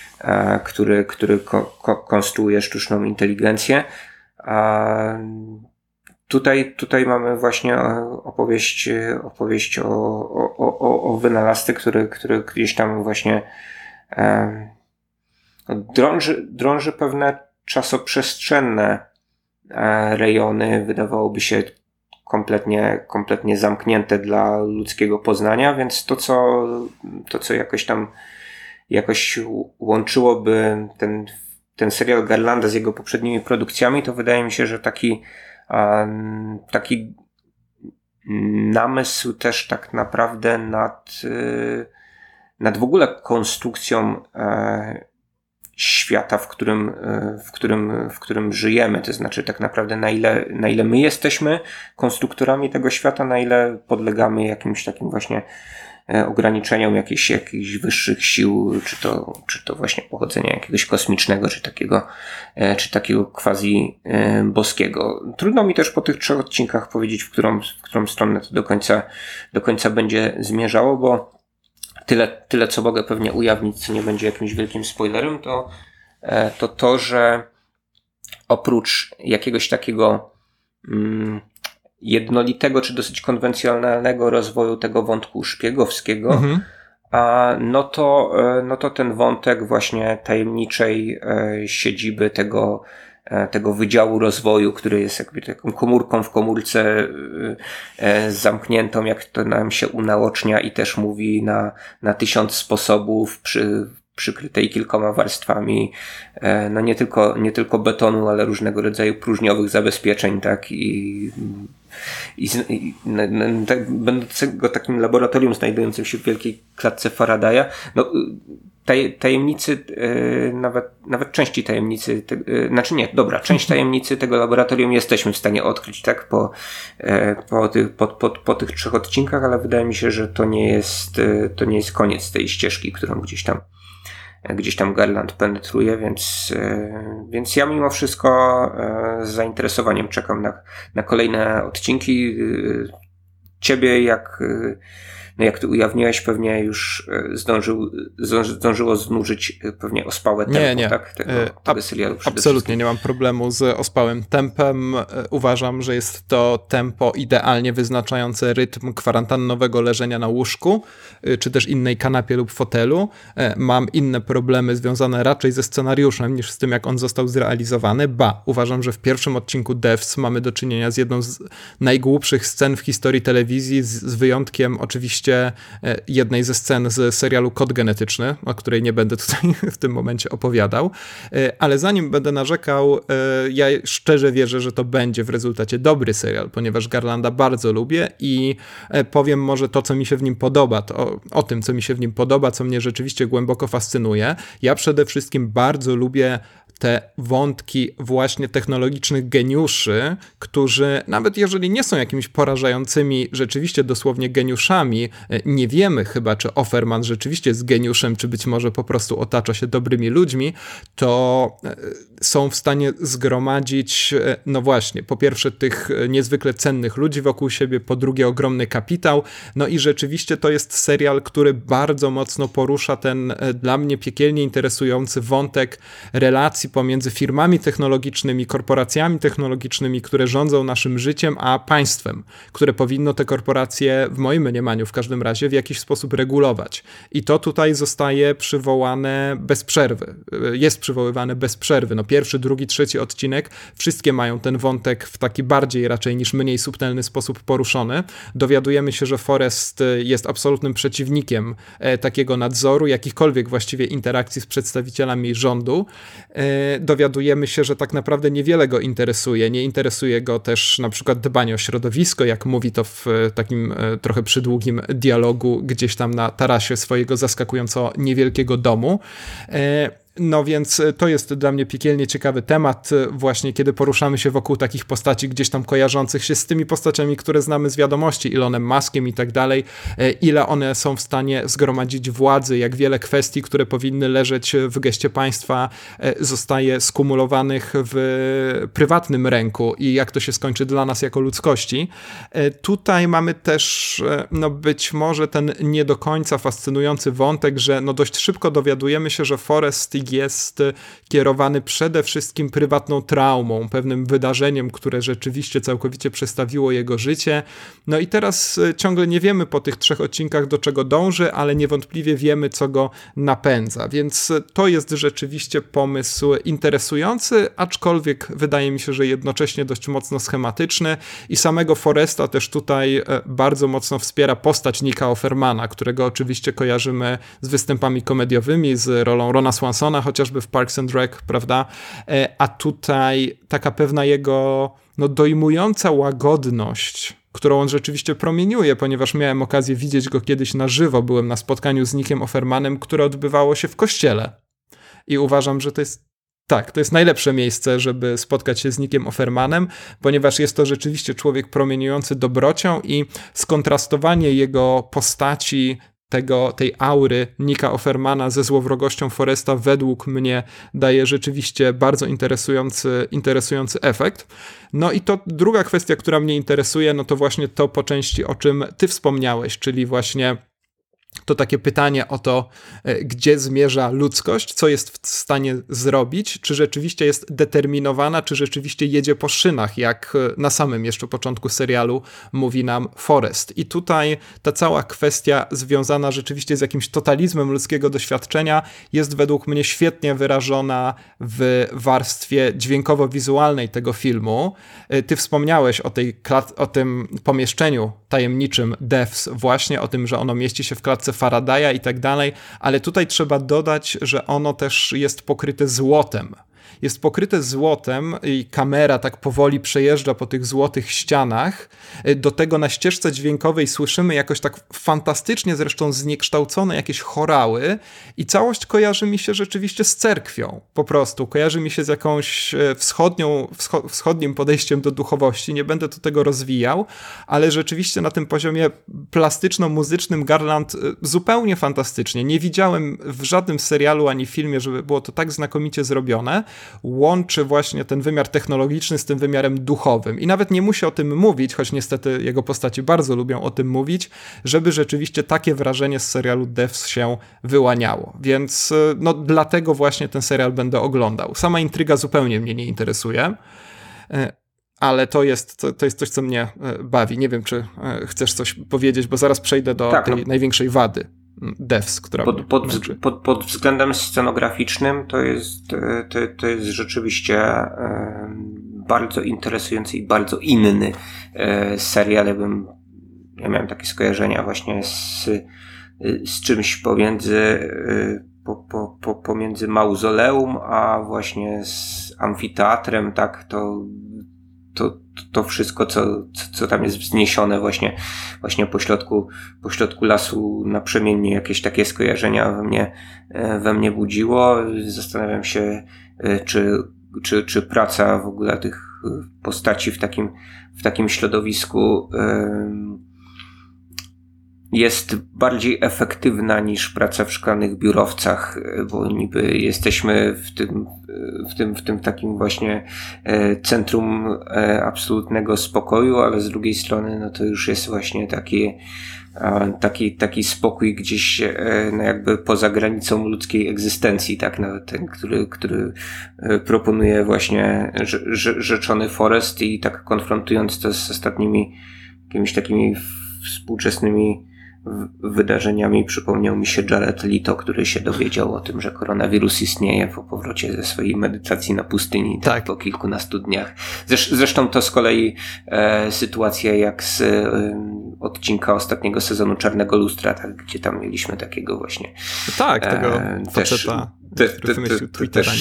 konstruuje sztuczną inteligencję. A tutaj mamy właśnie opowieść o wynalazcy, który gdzieś tam właśnie drąży pewne czasoprzestrzenne rejony wydawałoby się kompletnie zamknięte dla ludzkiego poznania, więc to co jakoś łączyłoby ten serial Garlanda z jego poprzednimi produkcjami, to wydaje mi się, że taki namysł też tak naprawdę nad w ogóle konstrukcją świata, w którym żyjemy. To znaczy tak naprawdę na ile my jesteśmy konstruktorami tego świata, na ile podlegamy jakimś takim właśnie ograniczeniom jakichś wyższych sił, czy to właśnie pochodzenia jakiegoś kosmicznego, czy takiego quasi boskiego. Trudno mi też po tych 3 odcinkach powiedzieć, w którą stronę to do końca będzie zmierzało, bo tyle co mogę pewnie ujawnić, co nie będzie jakimś wielkim spoilerem, to że oprócz jakiegoś takiego jednolitego czy dosyć konwencjonalnego rozwoju tego wątku szpiegowskiego, no to ten wątek właśnie tajemniczej siedziby tego Wydziału Rozwoju, który jest jakby taką komórką w komórce zamkniętą, jak to nam się unaocznia i też mówi na 1000 sposobów przykrytej kilkoma warstwami, no nie tylko betonu, ale różnego rodzaju próżniowych zabezpieczeń, tak, i będącego takim laboratorium znajdującym się w wielkiej klatce Faradaya, no tajemnicy, nawet części tajemnicy, część tajemnicy tego laboratorium jesteśmy w stanie odkryć, tak, po tych 3 odcinkach, ale wydaje mi się, że to nie jest koniec tej ścieżki, którą gdzieś tam Garland penetruje, więc ja mimo wszystko z zainteresowaniem czekam na kolejne odcinki. Ciebie, jak ty ujawniłeś, pewnie już zdążyło znużyć pewnie ospałe tempo, tak? Tego serialu. Absolutnie nie mam problemu z ospałym tempem. Uważam, że jest to tempo idealnie wyznaczające rytm kwarantannowego leżenia na łóżku, czy też innej kanapie lub fotelu. Mam inne problemy związane raczej ze scenariuszem niż z tym, jak on został zrealizowany. Uważam, że w pierwszym odcinku Devs mamy do czynienia z jedną z najgłupszych scen w historii telewizji, z wyjątkiem oczywiście jednej ze scen z serialu Kod Genetyczny, o której nie będę tutaj w tym momencie opowiadał, ale zanim będę narzekał, ja szczerze wierzę, że to będzie w rezultacie dobry serial, ponieważ Garlanda bardzo lubię i powiem może to, co mi się w nim podoba, o tym, co mi się w nim podoba, co mnie rzeczywiście głęboko fascynuje. Ja przede wszystkim bardzo lubię te wątki właśnie technologicznych geniuszy, którzy nawet jeżeli nie są jakimiś porażającymi rzeczywiście dosłownie geniuszami, nie wiemy chyba, czy Offerman rzeczywiście jest geniuszem, czy być może po prostu otacza się dobrymi ludźmi, to są w stanie zgromadzić, no właśnie, po pierwsze tych niezwykle cennych ludzi wokół siebie, po drugie ogromny kapitał, no i rzeczywiście to jest serial, który bardzo mocno porusza ten dla mnie piekielnie interesujący wątek relacji pomiędzy firmami technologicznymi, korporacjami technologicznymi, które rządzą naszym życiem, a państwem, które powinno te korporacje, w moim mniemaniu w każdym razie, w jakiś sposób regulować. I to tutaj zostaje przywołane bez przerwy. Jest przywoływane bez przerwy. No pierwszy, drugi, trzeci odcinek, wszystkie mają ten wątek w taki bardziej raczej niż mniej subtelny sposób poruszony. Dowiadujemy się, że Forrest jest absolutnym przeciwnikiem takiego nadzoru, jakichkolwiek właściwie interakcji z przedstawicielami rządu. Dowiadujemy się, że tak naprawdę niewiele go interesuje. Nie interesuje go też na przykład dbanie o środowisko, jak mówi to w takim trochę przydługim dialogu gdzieś tam na tarasie swojego zaskakująco niewielkiego domu. No więc to jest dla mnie piekielnie ciekawy temat, właśnie kiedy poruszamy się wokół takich postaci gdzieś tam kojarzących się z tymi postaciami, które znamy z wiadomości, Elonem Muskiem i tak dalej, ile one są w stanie zgromadzić władzy, jak wiele kwestii, które powinny leżeć w geście państwa, zostaje skumulowanych w prywatnym ręku i jak to się skończy dla nas jako ludzkości. Tutaj mamy też no być może ten nie do końca fascynujący wątek, że no dość szybko dowiadujemy się, że Forrest Ludwig jest kierowany przede wszystkim prywatną traumą, pewnym wydarzeniem, które rzeczywiście całkowicie przestawiło jego życie. No i teraz ciągle nie wiemy po tych 3 odcinkach, do czego dąży, ale niewątpliwie wiemy, co go napędza. Więc to jest rzeczywiście pomysł interesujący, aczkolwiek wydaje mi się, że jednocześnie dość mocno schematyczny i samego Forresta też tutaj bardzo mocno wspiera postać Nicka Offermana, którego oczywiście kojarzymy z występami komediowymi, z rolą Rona Swansona, chociażby w Parks and Rec, prawda? A tutaj taka pewna jego dojmująca łagodność, którą on rzeczywiście promieniuje, ponieważ miałem okazję widzieć go kiedyś na żywo. Byłem na spotkaniu z Nickiem Offermanem, które odbywało się w kościele. I uważam, że to jest najlepsze miejsce, żeby spotkać się z Nickiem Offermanem, ponieważ jest to rzeczywiście człowiek promieniujący dobrocią i skontrastowanie jego postaci, tej aury Nicka Offermana ze złowrogością Forresta według mnie daje rzeczywiście bardzo interesujący efekt. No i to druga kwestia, która mnie interesuje, no to właśnie to po części, o czym ty wspomniałeś, czyli właśnie to takie pytanie o to, gdzie zmierza ludzkość, co jest w stanie zrobić, czy rzeczywiście jest determinowana, czy rzeczywiście jedzie po szynach, jak na samym jeszcze początku serialu mówi nam Forrest. I tutaj ta cała kwestia związana rzeczywiście z jakimś totalizmem ludzkiego doświadczenia jest według mnie świetnie wyrażona w warstwie dźwiękowo-wizualnej tego filmu. Ty wspomniałeś o tym pomieszczeniu tajemniczym Devs, właśnie o tym, że ono mieści się w klatce Faradaya i tak dalej, ale tutaj trzeba dodać, że ono też jest pokryte złotem. Jest pokryte złotem i kamera tak powoli przejeżdża po tych złotych ścianach. Do tego na ścieżce dźwiękowej słyszymy jakoś tak fantastycznie zresztą zniekształcone jakieś chorały i całość kojarzy mi się rzeczywiście z cerkwią. Po prostu kojarzy mi się z jakąś wschodnim podejściem do duchowości. Nie będę tu tego rozwijał, ale rzeczywiście na tym poziomie plastyczno-muzycznym Garland zupełnie fantastycznie. Nie widziałem w żadnym serialu ani filmie, żeby było to tak znakomicie zrobione. Łączy właśnie ten wymiar technologiczny z tym wymiarem duchowym. I nawet nie musi o tym mówić, choć niestety jego postaci bardzo lubią o tym mówić, żeby rzeczywiście takie wrażenie z serialu Devs się wyłaniało. Więc dlatego właśnie ten serial będę oglądał. Sama intryga zupełnie mnie nie interesuje, ale to jest coś, co mnie bawi. Nie wiem, czy chcesz coś powiedzieć, bo zaraz przejdę do tej największej wady Devs, która pod względem scenograficznym to jest rzeczywiście bardzo interesujący i bardzo inny serial. Ja miałem takie skojarzenia właśnie z czymś pomiędzy mauzoleum, a właśnie z amfiteatrem, tak, to wszystko, co tam jest wzniesione właśnie pośrodku lasu naprzemiennie, jakieś takie skojarzenia we mnie budziło. Zastanawiam się, czy praca w ogóle tych postaci w takim środowisku jest bardziej efektywna niż praca w szklanych biurowcach, bo niby jesteśmy w tym takim właśnie centrum absolutnego spokoju, ale z drugiej strony no to już jest właśnie taki spokój gdzieś jakby poza granicą ludzkiej egzystencji, tak, nawet ten, który proponuje właśnie rzeczony Forrest, i tak konfrontując to z ostatnimi jakimiś takimi współczesnymi wydarzeniami, przypomniał mi się Jared Leto, który się dowiedział o tym, że koronawirus istnieje po powrocie ze swojej medytacji na pustyni, tak, po kilkunastu dniach. Zresztą to z kolei sytuacja jak z odcinka ostatniego sezonu Czarnego Lustra, tak, gdzie tam mieliśmy takiego właśnie tego faceta, który wymyślił Twittera.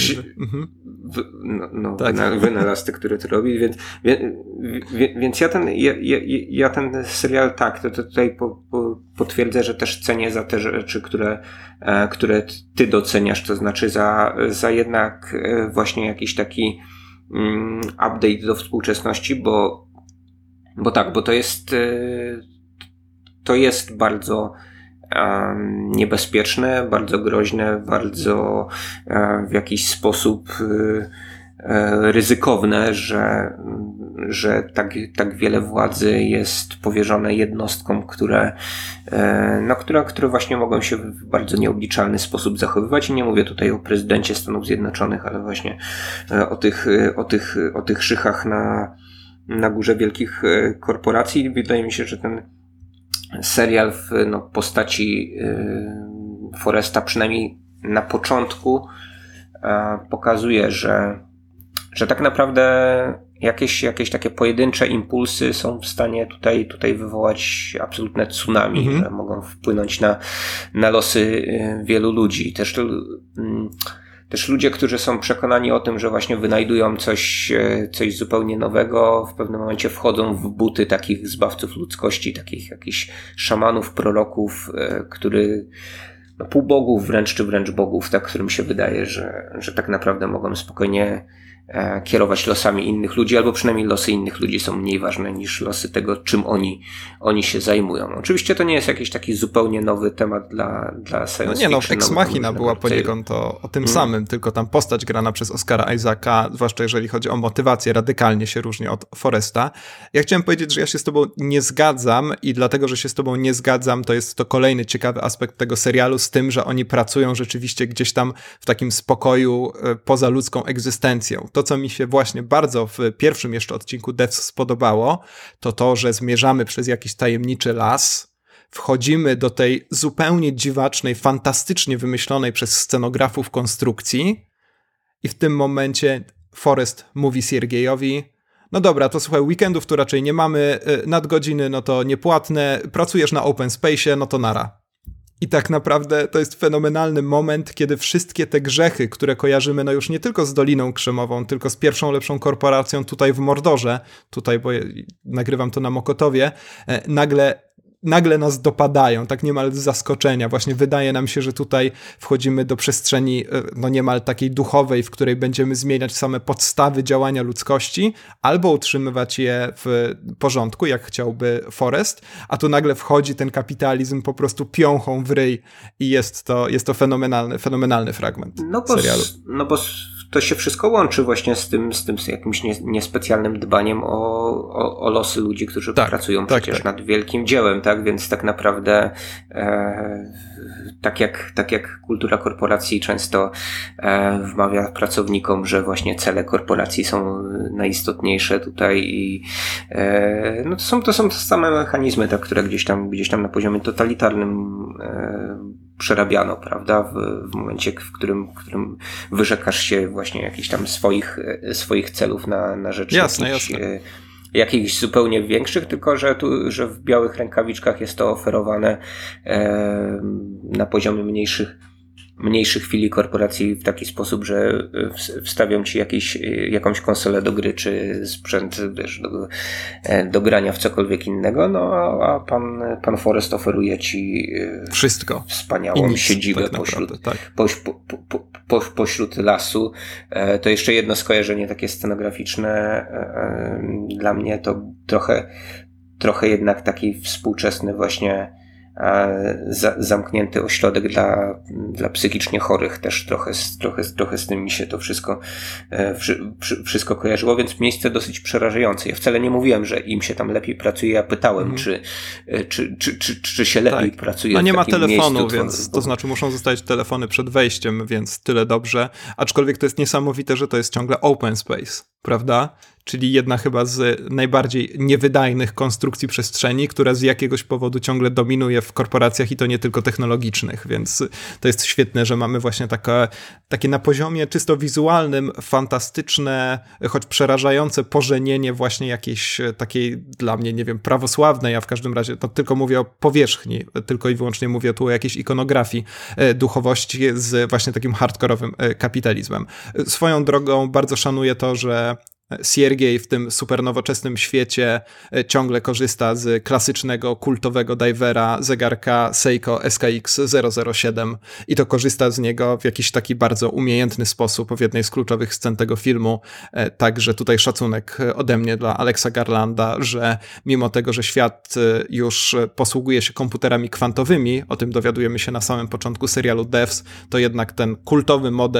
Wynalazcy, który to robi, więc ja ten serial to tutaj potwierdzę, że też cenię za te rzeczy, które ty doceniasz, to znaczy za jednak właśnie jakiś taki update do współczesności, bo to jest bardzo niebezpieczne, bardzo groźne, bardzo w jakiś sposób ryzykowne, że że tak wiele władzy jest powierzone jednostkom, które właśnie mogą się w bardzo nieobliczalny sposób zachowywać. I nie mówię tutaj o prezydencie Stanów Zjednoczonych, ale właśnie o tych szychach na górze wielkich korporacji. Wydaje mi się, że ten serial w postaci Foresta, przynajmniej na początku, pokazuje, że tak naprawdę jakieś takie pojedyncze impulsy są w stanie tutaj wywołać absolutne tsunami, że mogą wpłynąć na losy wielu ludzi. Też ludzie, którzy są przekonani o tym, że właśnie wynajdują coś zupełnie nowego, w pewnym momencie wchodzą w buty takich zbawców ludzkości, takich jakichś szamanów, proroków, półbogów wręcz, czy wręcz bogów, tak, którym się wydaje, że tak naprawdę mogą spokojnie kierować losami innych ludzi, albo przynajmniej losy innych ludzi są mniej ważne niż losy tego, czym oni się zajmują. Oczywiście to nie jest jakiś taki zupełnie nowy temat dla science fiction. Ex Machina była poniekąd o tym samym, tylko tam postać grana przez Oscara Isaaca, zwłaszcza jeżeli chodzi o motywację, radykalnie się różni od Foresta. Ja chciałem powiedzieć, że ja się z tobą nie zgadzam i dlatego, że się z tobą nie zgadzam, to jest to kolejny ciekawy aspekt tego serialu, z tym, że oni pracują rzeczywiście gdzieś tam w takim spokoju poza ludzką egzystencją. To, co mi się właśnie bardzo w pierwszym jeszcze odcinku Devs spodobało, to, że zmierzamy przez jakiś tajemniczy las, wchodzimy do tej zupełnie dziwacznej, fantastycznie wymyślonej przez scenografów konstrukcji i w tym momencie Forrest mówi Siergiejowi: no dobra, to słuchaj, weekendów tu raczej nie mamy, nadgodziny no to niepłatne, pracujesz na open space'ie, no to nara. I tak naprawdę to jest fenomenalny moment, kiedy wszystkie te grzechy, które kojarzymy no już nie tylko z Doliną Krzemową, tylko z pierwszą lepszą korporacją tutaj w Mordorze, tutaj, bo nagrywam to na Mokotowie, nagle nas dopadają, tak niemal z zaskoczenia. Właśnie wydaje nam się, że tutaj wchodzimy do przestrzeni no niemal takiej duchowej, w której będziemy zmieniać same podstawy działania ludzkości, albo utrzymywać je w porządku, jak chciałby Forrest, a tu nagle wchodzi ten kapitalizm po prostu piąchą w ryj i jest to fenomenalny fragment serialu. Bo to się wszystko łączy właśnie z jakimś niespecjalnym dbaniem o losy ludzi, którzy pracują przecież nad wielkim dziełem, tak? Więc tak naprawdę tak jak kultura korporacji często wmawia pracownikom, że właśnie cele korporacji są najistotniejsze tutaj i to są te same mechanizmy, tak, które gdzieś tam na poziomie totalitarnym przerabiano, prawda? W momencie, w którym wyrzekasz się właśnie jakichś tam swoich celów na rzecz jakichś zupełnie większych, tylko że w białych rękawiczkach jest to oferowane na poziomie mniejszych filii korporacji w taki sposób, że wstawią ci jakąś konsolę do gry, czy sprzęt, wiesz, do grania w cokolwiek innego, no a pan Forrest oferuje ci wszystko. Wspaniałą siedzibę tak naprawdę, pośród lasu. To jeszcze jedno skojarzenie takie scenograficzne dla mnie to trochę jednak taki współczesny właśnie zamknięty ośrodek dla psychicznie chorych, też trochę z tym mi się to wszystko kojarzyło, więc miejsce dosyć przerażające. Ja wcale nie mówiłem, że im się tam lepiej pracuje, ja pytałem, czy się lepiej pracuje. No nie ma telefonu, miejscu, więc to znaczy muszą zostać telefony przed wejściem, więc tyle dobrze. Aczkolwiek to jest niesamowite, że to jest ciągle open space, prawda? Czyli jedna chyba z najbardziej niewydajnych konstrukcji przestrzeni, która z jakiegoś powodu ciągle dominuje w korporacjach i to nie tylko technologicznych, więc to jest świetne, że mamy właśnie takie na poziomie czysto wizualnym fantastyczne, choć przerażające pożenienie właśnie jakiejś takiej dla mnie, nie wiem, prawosławnej, a w każdym razie to tylko mówię o powierzchni, tylko i wyłącznie mówię tu o jakiejś ikonografii duchowości z właśnie takim hardkorowym kapitalizmem. Swoją drogą bardzo szanuję to, że Siergiej w tym supernowoczesnym świecie ciągle korzysta z klasycznego, kultowego divera zegarka Seiko SKX 007 i to korzysta z niego w jakiś taki bardzo umiejętny sposób w jednej z kluczowych scen tego filmu. Także tutaj szacunek ode mnie dla Alexa Garlanda, że mimo tego, że świat już posługuje się komputerami kwantowymi, o tym dowiadujemy się na samym początku serialu Devs, to jednak ten kultowy model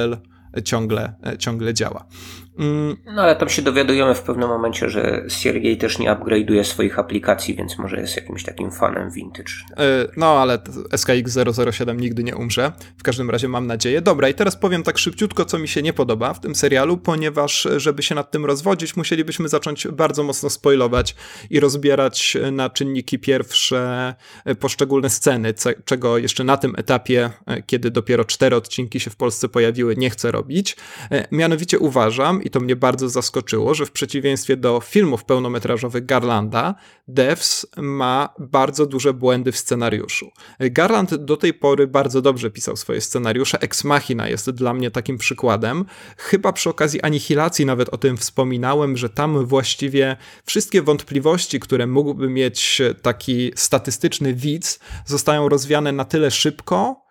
ciągle działa. No ale tam się dowiadujemy w pewnym momencie, że Siergiej też nie upgrade'uje swoich aplikacji, więc może jest jakimś takim fanem vintage. No ale SKX 007 nigdy nie umrze. W każdym razie mam nadzieję. Dobra, i teraz powiem tak szybciutko, co mi się nie podoba w tym serialu, ponieważ żeby się nad tym rozwodzić, musielibyśmy zacząć bardzo mocno spoilować i rozbierać na czynniki pierwsze poszczególne sceny, czego jeszcze na tym etapie, kiedy dopiero 4 odcinki się w Polsce pojawiły, nie chcę robić. Mianowicie uważam, i to mnie bardzo zaskoczyło, że w przeciwieństwie do filmów pełnometrażowych Garlanda, Devs ma bardzo duże błędy w scenariuszu. Garland do tej pory bardzo dobrze pisał swoje scenariusze. Ex Machina jest dla mnie takim przykładem. Chyba przy okazji Anihilacji nawet o tym wspominałem, że tam właściwie wszystkie wątpliwości, które mógłby mieć taki statystyczny widz, zostają rozwiane na tyle szybko,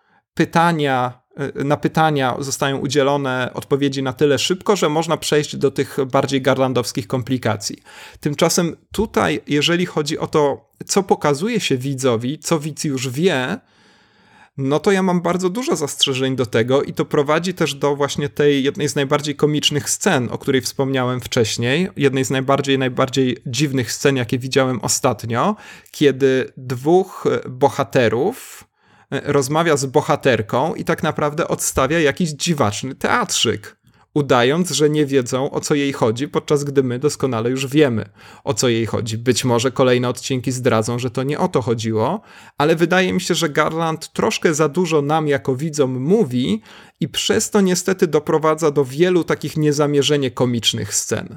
na pytania zostają udzielone odpowiedzi na tyle szybko, że można przejść do tych bardziej garlandowskich komplikacji. Tymczasem tutaj, jeżeli chodzi o to, co pokazuje się widzowi, co widz już wie, no to ja mam bardzo dużo zastrzeżeń do tego i to prowadzi też do właśnie tej jednej z najbardziej komicznych scen, o której wspomniałem wcześniej, jednej z najbardziej dziwnych scen, jakie widziałem ostatnio, kiedy 2 bohaterów rozmawia z bohaterką i tak naprawdę odstawia jakiś dziwaczny teatrzyk, udając, że nie wiedzą, o co jej chodzi, podczas gdy my doskonale już wiemy, o co jej chodzi. Być może kolejne odcinki zdradzą, że to nie o to chodziło, ale wydaje mi się, że Garland troszkę za dużo nam jako widzom mówi i przez to niestety doprowadza do wielu takich niezamierzenie komicznych scen.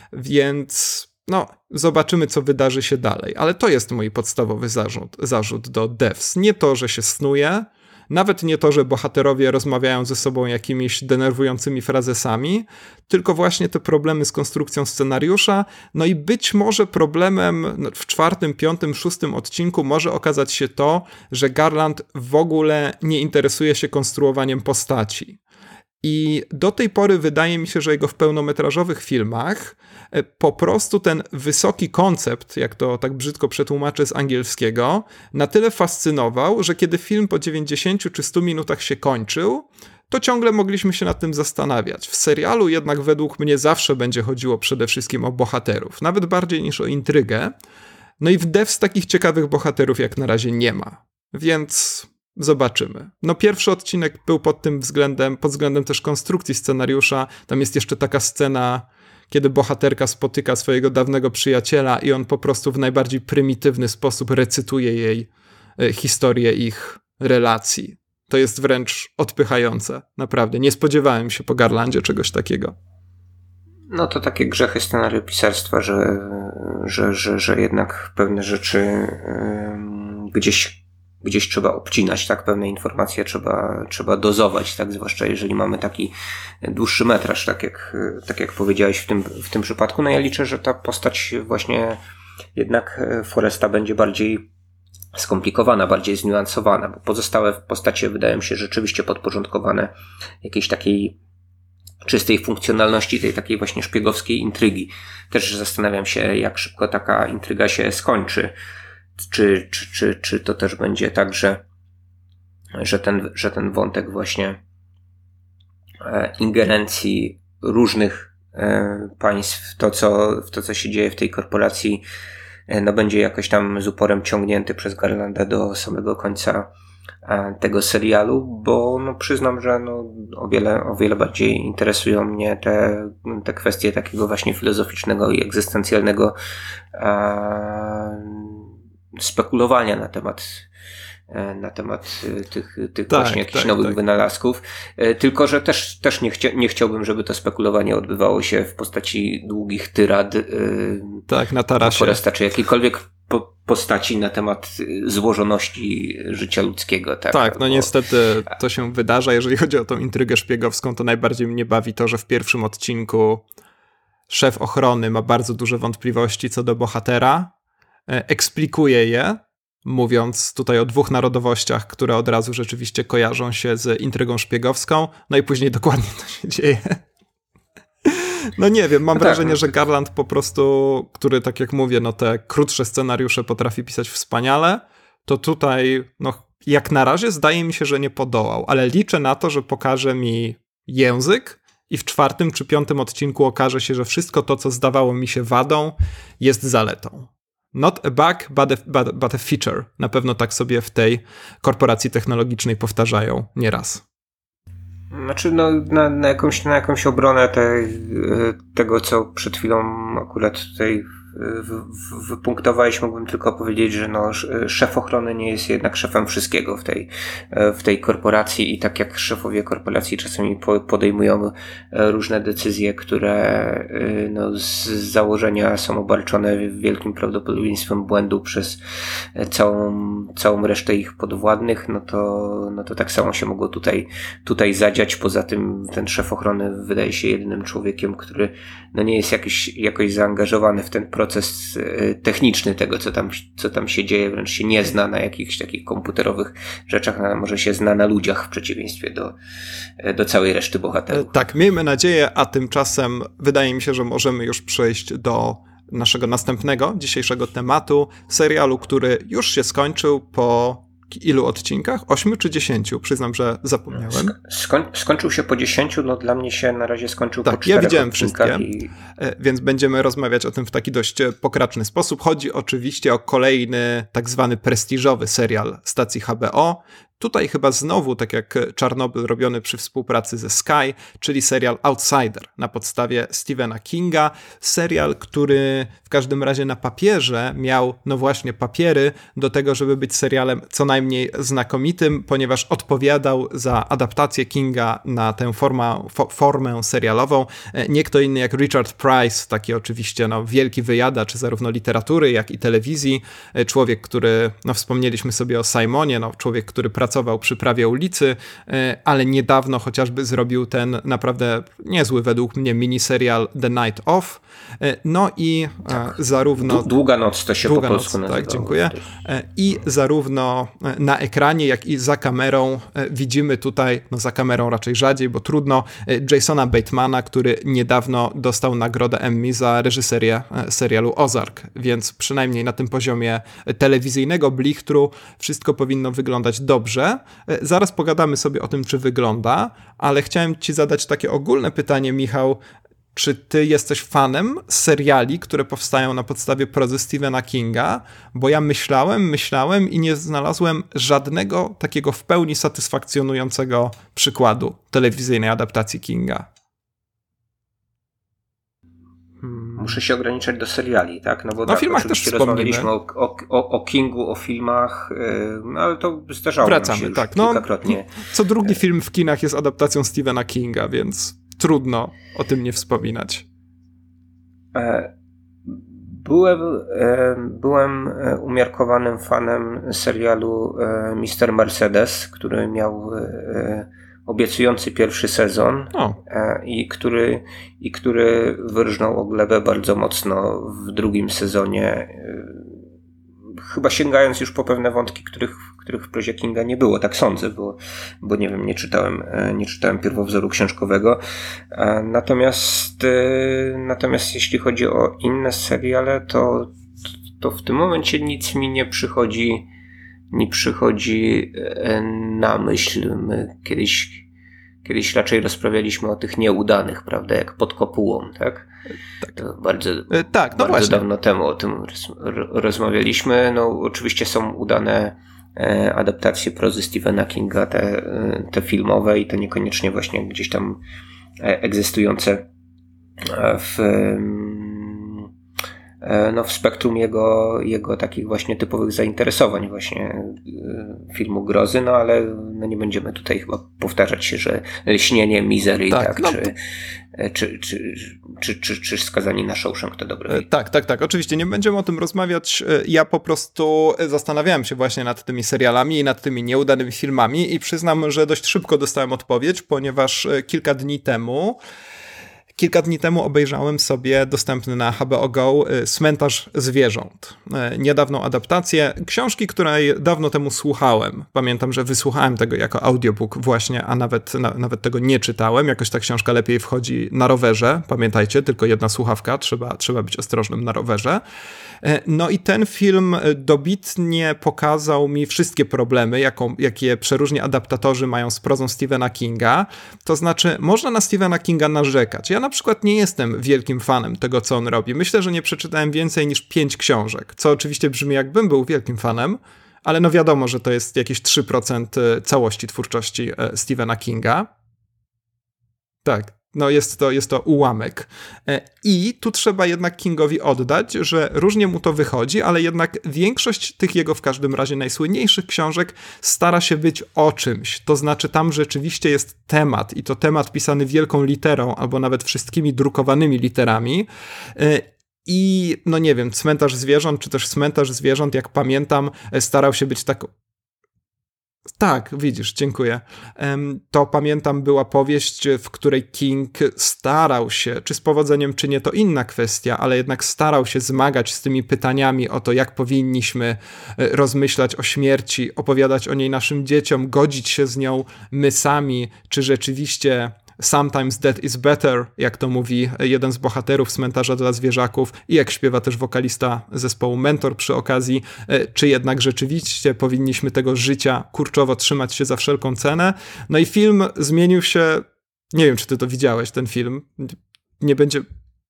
Więc zobaczymy, co wydarzy się dalej. Ale to jest mój podstawowy zarzut do Devs. Nie to, że się snuje, nawet nie to, że bohaterowie rozmawiają ze sobą jakimiś denerwującymi frazesami, tylko właśnie te problemy z konstrukcją scenariusza. No i być może problemem w 4., 5., 6. odcinku może okazać się to, że Garland w ogóle nie interesuje się konstruowaniem postaci. I do tej pory wydaje mi się, że jego w pełnometrażowych filmach po prostu ten wysoki koncept, jak to tak brzydko przetłumaczę z angielskiego, na tyle fascynował, że kiedy film po 90 czy 100 minutach się kończył, to ciągle mogliśmy się nad tym zastanawiać. W serialu jednak według mnie zawsze będzie chodziło przede wszystkim o bohaterów, nawet bardziej niż o intrygę. No i w Devs takich ciekawych bohaterów jak na razie nie ma. Więc zobaczymy. Pierwszy odcinek był pod względem też konstrukcji scenariusza. Tam jest jeszcze taka scena, kiedy bohaterka spotyka swojego dawnego przyjaciela i on po prostu w najbardziej prymitywny sposób recytuje jej historię ich relacji. To jest wręcz odpychające. Naprawdę. Nie spodziewałem się po Garlandzie czegoś takiego. No to takie grzechy scenariopisarstwa, że jednak pewne rzeczy gdzieś trzeba obcinać, tak? Pewne informacje trzeba dozować, tak? Zwłaszcza jeżeli mamy taki dłuższy metraż, tak jak powiedziałeś w tym przypadku. No ja liczę, że ta postać właśnie jednak Foresta będzie bardziej skomplikowana, bardziej zniuansowana, bo pozostałe postacie wydają mi się rzeczywiście podporządkowane jakiejś takiej czystej funkcjonalności, tej takiej właśnie szpiegowskiej intrygi. Też zastanawiam się, jak szybko taka intryga się skończy. Czy to też będzie tak, że ten wątek właśnie ingerencji różnych państw w to, co się dzieje w tej korporacji, będzie jakoś tam z uporem ciągnięty przez Garlanda do samego końca tego serialu, bo przyznam, że o wiele bardziej interesują mnie te kwestie takiego właśnie filozoficznego i egzystencjalnego spekulowania na temat tych właśnie jakichś nowych wynalazków. Tylko, że też nie chciałbym, żeby to spekulowanie odbywało się w postaci długich tyrad na tarasie Foresta, czy jakiejkolwiek postaci na temat złożoności życia ludzkiego. Tak, niestety to się wydarza. Jeżeli chodzi o tą intrygę szpiegowską, to najbardziej mnie bawi to, że w pierwszym odcinku szef ochrony ma bardzo duże wątpliwości co do bohatera, eksplikuje je, mówiąc tutaj o 2 narodowościach, które od razu rzeczywiście kojarzą się z intrygą szpiegowską, no i później dokładnie to się dzieje. Nie wiem, mam wrażenie, że Garland po prostu, który tak jak mówię, te krótsze scenariusze potrafi pisać wspaniale, to tutaj, jak na razie zdaje mi się, że nie podołał, ale liczę na to, że pokaże mi język i w 4. czy 5. odcinku okaże się, że wszystko to, co zdawało mi się wadą, jest zaletą. Not a bug, but a feature. Na pewno tak sobie w tej korporacji technologicznej powtarzają nieraz. Znaczy, na jakąś obronę tego, co przed chwilą akurat tutaj wypunktowałeś, mógłbym tylko powiedzieć, że szef ochrony nie jest jednak szefem wszystkiego w tej korporacji i tak jak szefowie korporacji czasami podejmują różne decyzje, które z założenia są obarczone wielkim prawdopodobieństwem błędu przez całą resztę ich podwładnych, no to tak samo się mogło tutaj zadziać. Poza tym ten szef ochrony wydaje się jedynym człowiekiem, który nie jest jakoś zaangażowany w ten proces techniczny tego, co tam się dzieje, wręcz się nie zna na jakichś takich komputerowych rzeczach, a może się zna na ludziach w przeciwieństwie do całej reszty bohaterów. Tak, miejmy nadzieję, a tymczasem wydaje mi się, że możemy już przejść do naszego następnego, dzisiejszego tematu, serialu, który już się skończył po ilu odcinkach? 8 czy 10? Przyznam, że zapomniałem. Skończył się po 10, dla mnie się na razie skończył po 4 ja widziałem odcinkach. Wszystkie, więc będziemy rozmawiać o tym w taki dość pokraczny sposób. Chodzi oczywiście o kolejny tak zwany prestiżowy serial stacji HBO. Tutaj chyba znowu, tak jak Czarnobyl robiony przy współpracy ze Sky, czyli serial Outsider na podstawie Stephena Kinga. Serial, który w każdym razie na papierze miał, właśnie papiery do tego, żeby być serialem co najmniej znakomitym, ponieważ odpowiadał za adaptację Kinga na tę formę serialową. Nie kto inny jak Richard Price, taki oczywiście wielki wyjadacz zarówno literatury, jak i telewizji. Człowiek, który, wspomnieliśmy sobie o Simonie, człowiek, który pracował przy Prawie ulicy, ale niedawno chociażby zrobił ten naprawdę niezły według mnie miniserial The Night Of. I zarówno... Długa noc to się po polsku nazywa. Tak, dziękuję. I zarówno na ekranie, jak i za kamerą widzimy tutaj, za kamerą raczej rzadziej, bo trudno, Jasona Batemana, który niedawno dostał nagrodę Emmy za reżyserię serialu Ozark, więc przynajmniej na tym poziomie telewizyjnego blichtru wszystko powinno wyglądać dobrze. Zaraz pogadamy sobie o tym, czy wygląda, ale chciałem ci zadać takie ogólne pytanie, Michał. Czy ty jesteś fanem seriali, które powstają na podstawie prozy Stephena Kinga? Bo ja myślałem i nie znalazłem żadnego takiego w pełni satysfakcjonującego przykładu telewizyjnej adaptacji Kinga. Muszę się ograniczać do seriali, tak? Bo o filmach też rozmawialiśmy o Kingu, o filmach, ale to zdarzało nam się już kilkakrotnie. Co drugi film w kinach jest adaptacją Stephena Kinga, więc trudno o tym nie wspominać. Byłem umiarkowanym fanem serialu Mr. Mercedes, który miał obiecujący pierwszy sezon i który wyrżnął o glebę bardzo mocno w drugim sezonie, chyba sięgając już po pewne wątki, których w prozie Kinga nie było, tak sądzę, bo nie wiem, nie czytałem pierwowzoru książkowego. Natomiast jeśli chodzi o inne seriale, to w tym momencie nic mi nie przychodzi na myśl. My kiedyś raczej rozprawialiśmy o tych nieudanych, prawda, jak Pod kopułą, tak? To bardzo dawno temu o tym rozmawialiśmy. Oczywiście są udane adaptacje prozy Stephena Kinga, te filmowe i te niekoniecznie właśnie gdzieś tam egzystujące w spektrum jego takich właśnie typowych zainteresowań właśnie filmu grozy, ale nie będziemy tutaj chyba powtarzać się, że Lśnienie, Misery, czy Skazani na Shawshank to dobry film. Tak, oczywiście nie będziemy o tym rozmawiać. Ja po prostu zastanawiałem się właśnie nad tymi serialami i nad tymi nieudanymi filmami i przyznam, że dość szybko dostałem odpowiedź, ponieważ kilka dni temu Kilka dni temu obejrzałem sobie dostępny na HBO Go Cmentarz zwierząt. Niedawną adaptację książki, której dawno temu słuchałem. Pamiętam, że wysłuchałem tego jako audiobook właśnie, a nawet tego nie czytałem. Jakoś ta książka lepiej wchodzi na rowerze. Pamiętajcie, tylko jedna słuchawka, trzeba być ostrożnym na rowerze. No i ten film dobitnie pokazał mi wszystkie problemy, jakie przeróżni adaptatorzy mają z prozą Stephena Kinga. To znaczy, można na Stephena Kinga narzekać. Ja na przykład nie jestem wielkim fanem tego, co on robi. Myślę, że nie przeczytałem więcej niż 5 książek, co oczywiście brzmi, jakbym był wielkim fanem, ale no wiadomo, że to jest jakieś 3% całości twórczości Stephena Kinga. Tak. No jest to ułamek. I tu trzeba jednak Kingowi oddać, że różnie mu to wychodzi, ale jednak większość tych jego w każdym razie najsłynniejszych książek stara się być o czymś. To znaczy tam rzeczywiście jest temat i to temat pisany wielką literą albo nawet wszystkimi drukowanymi literami. I no nie wiem, Cmentarz zwierząt, czy też Cmentarz zwierząt, jak pamiętam, starał się być taką... Tak, widzisz, dziękuję. To pamiętam była powieść, w której King starał się, czy z powodzeniem, czy nie, to inna kwestia, ale jednak starał się zmagać z tymi pytaniami o to, jak powinniśmy rozmyślać o śmierci, opowiadać o niej naszym dzieciom, godzić się z nią my sami, czy rzeczywiście... Sometimes Death is Better, jak to mówi jeden z bohaterów Cmentarza dla zwierzaków i jak śpiewa też wokalista zespołu Mentor przy okazji, czy jednak rzeczywiście powinniśmy tego życia kurczowo trzymać się za wszelką cenę. No i film zmienił się, nie wiem, czy ty to widziałeś, ten film, nie będzie...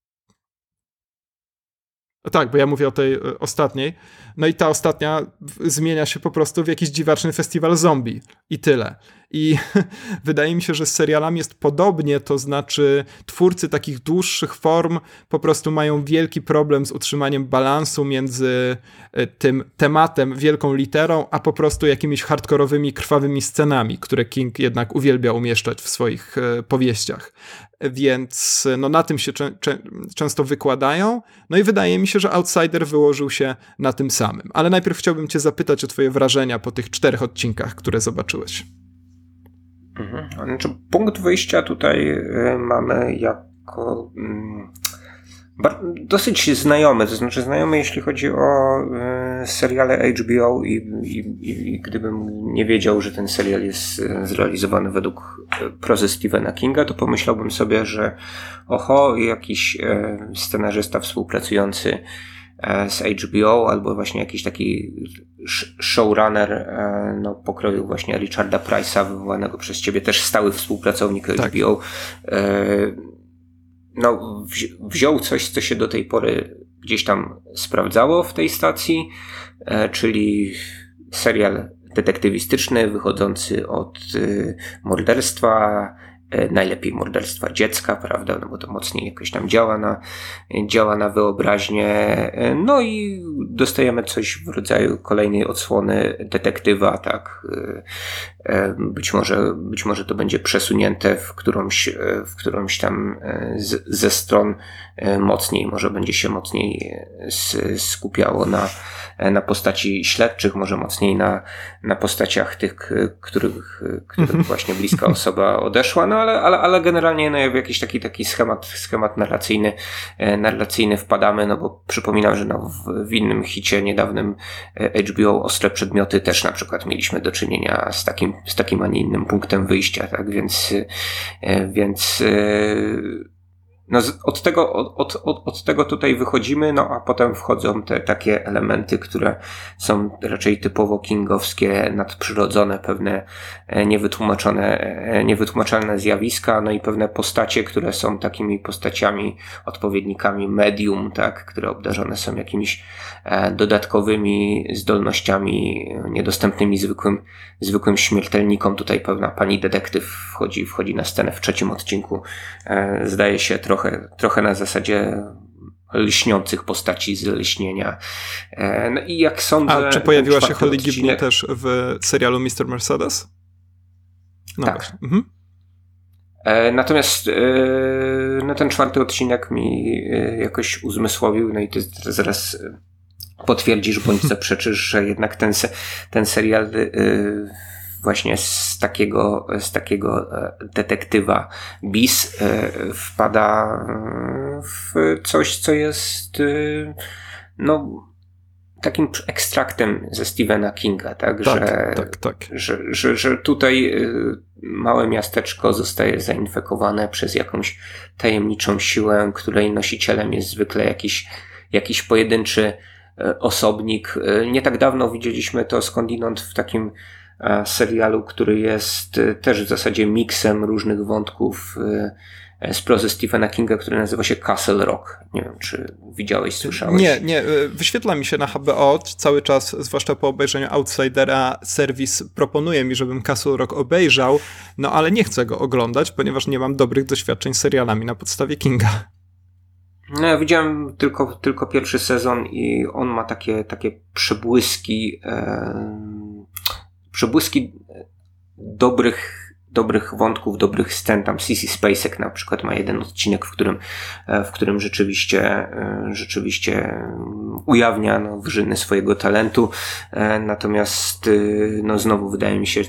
Tak, bo ja mówię o tej ostatniej. No i ta ostatnia zmienia się po prostu w jakiś dziwaczny festiwal zombie. I tyle. I wydaje mi się, że z serialami jest podobnie, to znaczy twórcy takich dłuższych form po prostu mają wielki problem z utrzymaniem balansu między tym tematem, wielką literą, a po prostu jakimiś hardkorowymi, krwawymi scenami, które King jednak uwielbia umieszczać w swoich powieściach. Więc no, na tym się często wykładają. No i wydaje mi się, że Outsider wyłożył się na tym samym. Ale najpierw chciałbym cię zapytać o twoje wrażenia po tych 4 odcinkach, które zobaczyłeś. Znaczy, punkt wyjścia tutaj mamy jako dosyć znajomy, to znaczy znajomy jeśli chodzi o seriale HBO i gdybym nie wiedział, że ten serial jest zrealizowany według prozy Stephena Kinga, to pomyślałbym sobie, że jakiś scenarzysta współpracujący z HBO albo właśnie jakiś taki showrunner pokroju właśnie Richarda Price'a, wywołanego przez ciebie, też stały współpracownik HBO, wziął coś, co się do tej pory gdzieś tam sprawdzało w tej stacji, czyli serial detektywistyczny wychodzący od morderstwa, najlepiej morderstwa dziecka, prawda, no bo to mocniej jakoś tam działa na wyobraźnię, no i dostajemy coś w rodzaju kolejnej odsłony detektywa, tak, być może to będzie przesunięte w którąś tam ze stron mocniej, może będzie się mocniej skupiało na postaci śledczych, może mocniej na postaciach tych, których właśnie bliska osoba odeszła, no ale generalnie jakiś taki schemat narracyjny wpadamy, no bo przypominam, że w innym hicie niedawnym HBO Ostre Przedmioty też na przykład mieliśmy do czynienia z takim, a nie innym punktem wyjścia, tak, więc no od tego tutaj wychodzimy, no a potem wchodzą te takie elementy, które są raczej typowo kingowskie, nadprzyrodzone, pewne niewytłumaczalne zjawiska, no i pewne postacie, które są takimi postaciami, odpowiednikami medium, tak, które obdarzone są jakimiś dodatkowymi zdolnościami niedostępnymi zwykłym śmiertelnikom. Tutaj pewna pani detektyw wchodzi na scenę w 3 odcinku, zdaje się trochę na zasadzie lśniących postaci z lśnienia. No i jak sądzę... A czy pojawiła się Holly Gibney też w serialu Mr. Mercedes? No tak. Właśnie. Mhm. Natomiast ten 4 odcinek mi jakoś uzmysłowił, no i ty zaraz potwierdzisz bądź zaprzeczysz, że jednak ten serial właśnie z takiego detektywa bis wpada w coś, co jest no takim ekstraktem ze Stephena Kinga, tak? Tak. Że tutaj małe miasteczko zostaje zainfekowane przez jakąś tajemniczą siłę, której nosicielem jest zwykle jakiś pojedynczy osobnik. Nie tak dawno widzieliśmy to skądinąd w takim serialu, który jest też w zasadzie miksem różnych wątków z prozy Stephena Kinga, który nazywa się Castle Rock. Nie wiem, czy widziałeś, słyszałeś? Nie. Wyświetla mi się na HBO cały czas, zwłaszcza po obejrzeniu Outsidera, serwis proponuje mi, żebym Castle Rock obejrzał, no ale nie chcę go oglądać, ponieważ nie mam dobrych doświadczeń z serialami na podstawie Kinga. No ja widziałem tylko pierwszy sezon i on ma takie przebłyski dobrych wątków, dobrych scen. Tam Sissy Spacek na przykład ma jeden odcinek, w którym rzeczywiście ujawnia wyżyny swojego talentu. Natomiast znowu wydaje mi się,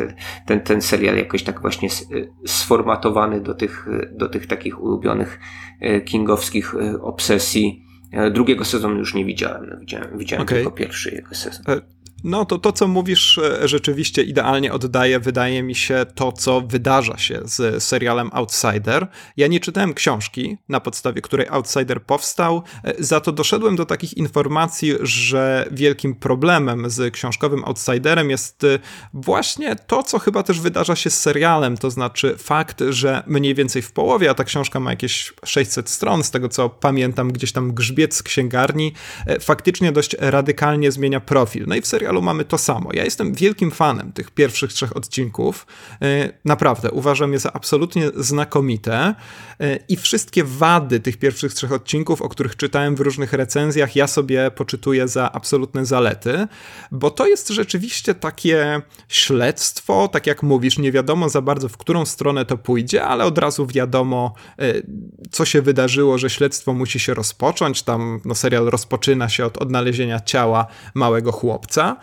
ten serial jakoś tak właśnie sformatowany do tych takich ulubionych kingowskich obsesji. Drugiego sezonu już nie widziałem. Widziałem tylko pierwszy jego sezon. No to co mówisz, rzeczywiście idealnie oddaje, wydaje mi się, to, co wydarza się z serialem Outsider. Ja nie czytałem książki, na podstawie której Outsider powstał, za to doszedłem do takich informacji, że wielkim problemem z książkowym Outsiderem jest właśnie to, co chyba też wydarza się z serialem, to znaczy fakt, że mniej więcej w połowie, a ta książka ma jakieś 600 stron, z tego co pamiętam, gdzieś tam grzbiet z księgarni, faktycznie dość radykalnie zmienia profil. No i w serialu mamy to samo. Ja jestem wielkim fanem tych pierwszych 3 odcinków. Naprawdę, uważam je za absolutnie znakomite i wszystkie wady tych pierwszych 3 odcinków, o których czytałem w różnych recenzjach, ja sobie poczytuję za absolutne zalety, bo to jest rzeczywiście takie śledztwo, tak jak mówisz, nie wiadomo za bardzo, w którą stronę to pójdzie, ale od razu wiadomo, co się wydarzyło, że śledztwo musi się rozpocząć. Tam serial rozpoczyna się od odnalezienia ciała małego chłopca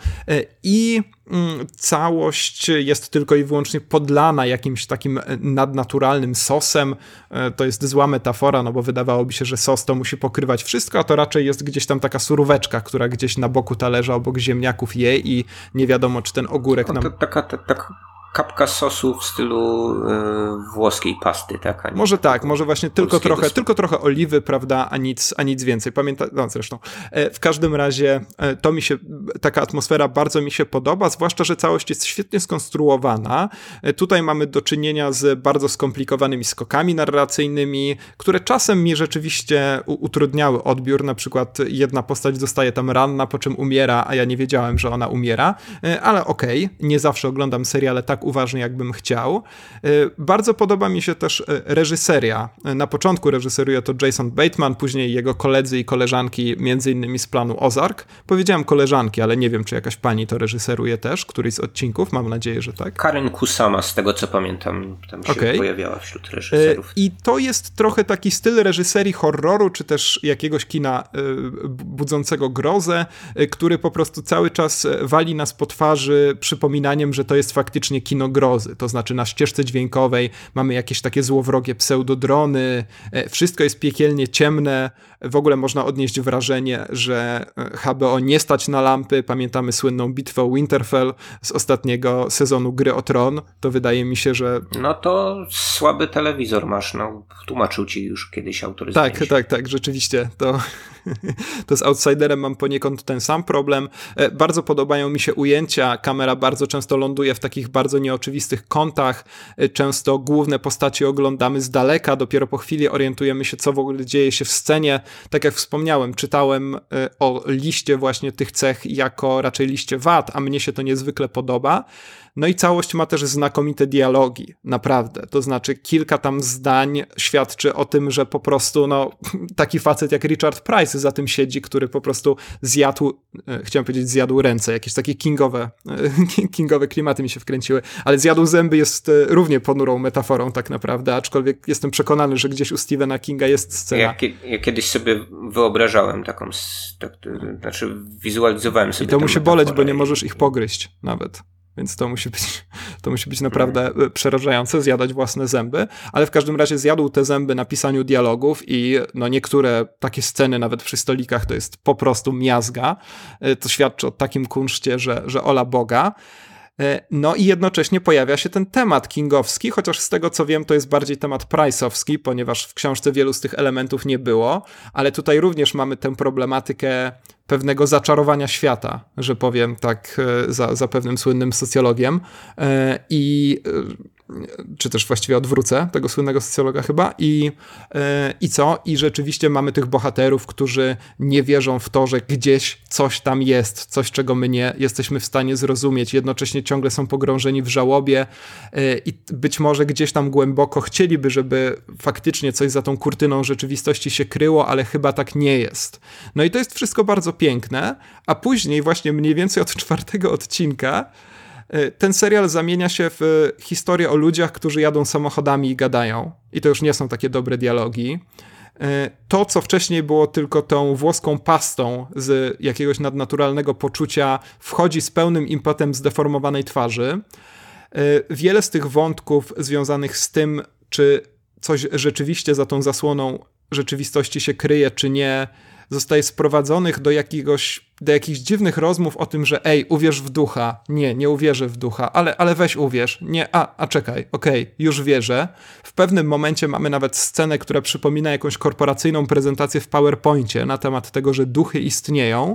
i całość jest tylko i wyłącznie podlana jakimś takim nadnaturalnym sosem. To jest zła metafora, no bo wydawałoby się, że sos to musi pokrywać wszystko, a to raczej jest gdzieś tam taka suróweczka, która gdzieś na boku talerza obok ziemniaków je i nie wiadomo, czy ten ogórek nam... Taka kapka sosu w stylu włoskiej pasty, tak? Może tak, może właśnie tylko trochę oliwy, prawda, a nic więcej. Zresztą. W każdym razie taka atmosfera bardzo mi się podoba, zwłaszcza, że całość jest świetnie skonstruowana. Tutaj mamy do czynienia z bardzo skomplikowanymi skokami narracyjnymi, które czasem mi rzeczywiście utrudniały odbiór. Na przykład jedna postać zostaje tam ranna, po czym umiera, a ja nie wiedziałem, że ona umiera. Ale okej, nie zawsze oglądam seriale tak uważnie, jakbym chciał. Bardzo podoba mi się też reżyseria. Na początku reżyseruje to Jason Bateman, później jego koledzy i koleżanki, między innymi z planu Ozark. Powiedziałem koleżanki, ale nie wiem, czy jakaś pani to reżyseruje też, któryś z odcinków, mam nadzieję, że tak. Karen Kusama, z tego co pamiętam, tam się pojawiała wśród reżyserów. I to jest trochę taki styl reżyserii horroru, czy też jakiegoś kina budzącego grozę, który po prostu cały czas wali nas po twarzy przypominaniem, że to jest faktycznie kino grozy. To znaczy na ścieżce dźwiękowej mamy jakieś takie złowrogie pseudodrony, wszystko jest piekielnie ciemne, w ogóle można odnieść wrażenie, że HBO nie stać na lampy. Pamiętamy słynną bitwę o Winterfell z ostatniego sezonu Gry o Tron. To wydaje mi się, że... No to słaby telewizor masz, tłumaczył ci już kiedyś autor. Tak, rzeczywiście. To z Outsiderem mam poniekąd ten sam problem. Bardzo podobają mi się ujęcia. Kamera bardzo często ląduje w takich bardzo nieoczywistych kątach. Często główne postacie oglądamy z daleka. Dopiero po chwili orientujemy się, co w ogóle dzieje się w scenie. Tak jak wspomniałem, czytałem o liście właśnie tych cech jako raczej liście wad, a mnie się to niezwykle podoba. No i całość ma też znakomite dialogi, naprawdę. To znaczy kilka tam zdań świadczy o tym, że po prostu taki facet jak Richard Price za tym siedzi, który po prostu zjadł ręce. Jakieś takie kingowe klimaty mi się wkręciły, ale zjadł zęby jest równie ponurą metaforą tak naprawdę, aczkolwiek jestem przekonany, że gdzieś u Stephena Kinga jest scena. Ja kiedyś sobie wyobrażałem znaczy wizualizowałem sobie. I to musi boleć, bo nie możesz ich pogryźć nawet. Więc to musi być naprawdę przerażające, zjadać własne zęby, ale w każdym razie zjadł te zęby na pisaniu dialogów i no niektóre takie sceny nawet przy stolikach to jest po prostu miazga. To świadczy o takim kunszcie, że ola Boga. No i jednocześnie pojawia się ten temat kingowski, chociaż z tego co wiem to jest bardziej temat price'owski, ponieważ w książce wielu z tych elementów nie było, ale tutaj również mamy tę problematykę pewnego zaczarowania świata, że powiem tak za pewnym słynnym socjologiem czy też właściwie odwrócę tego słynnego socjologa chyba i co? I rzeczywiście mamy tych bohaterów, którzy nie wierzą w to, że gdzieś coś tam jest, coś czego my nie jesteśmy w stanie zrozumieć, jednocześnie ciągle są pogrążeni w żałobie i być może gdzieś tam głęboko chcieliby, żeby faktycznie coś za tą kurtyną rzeczywistości się kryło, ale chyba tak nie jest. No i to jest wszystko bardzo piękne, a później właśnie mniej więcej od 4. odcinka ten serial zamienia się w historię o ludziach, którzy jadą samochodami i gadają. I to już nie są takie dobre dialogi. To, co wcześniej było tylko tą włoską pastą z jakiegoś nadnaturalnego poczucia, wchodzi z pełnym impetem zdeformowanej twarzy. Wiele z tych wątków związanych z tym, czy coś rzeczywiście za tą zasłoną rzeczywistości się kryje, czy nie, zostaje sprowadzonych do jakichś dziwnych rozmów o tym, że uwierz w ducha. Nie uwierzę w ducha, ale weź uwierz. Nie, czekaj, okej, już wierzę. W pewnym momencie mamy nawet scenę, która przypomina jakąś korporacyjną prezentację w PowerPoincie na temat tego, że duchy istnieją.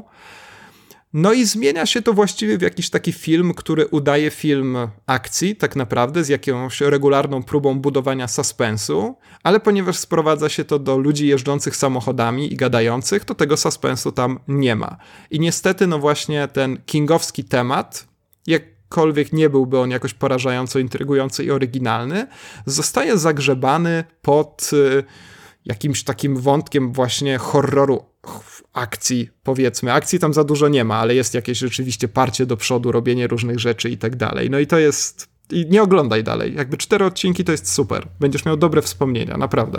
No i zmienia się to właściwie w jakiś taki film, który udaje film akcji tak naprawdę z jakąś regularną próbą budowania suspensu, ale ponieważ sprowadza się to do ludzi jeżdżących samochodami i gadających, to tego suspensu tam nie ma. I niestety no właśnie ten kingowski temat, jakkolwiek nie byłby on jakoś porażająco intrygujący i oryginalny, zostaje zagrzebany pod jakimś takim wątkiem właśnie horroru akcji, powiedzmy. Akcji tam za dużo nie ma, ale jest jakieś rzeczywiście parcie do przodu, robienie różnych rzeczy i tak dalej. No i to jest... I nie oglądaj dalej. Jakby 4 odcinki to jest super. Będziesz miał dobre wspomnienia, naprawdę.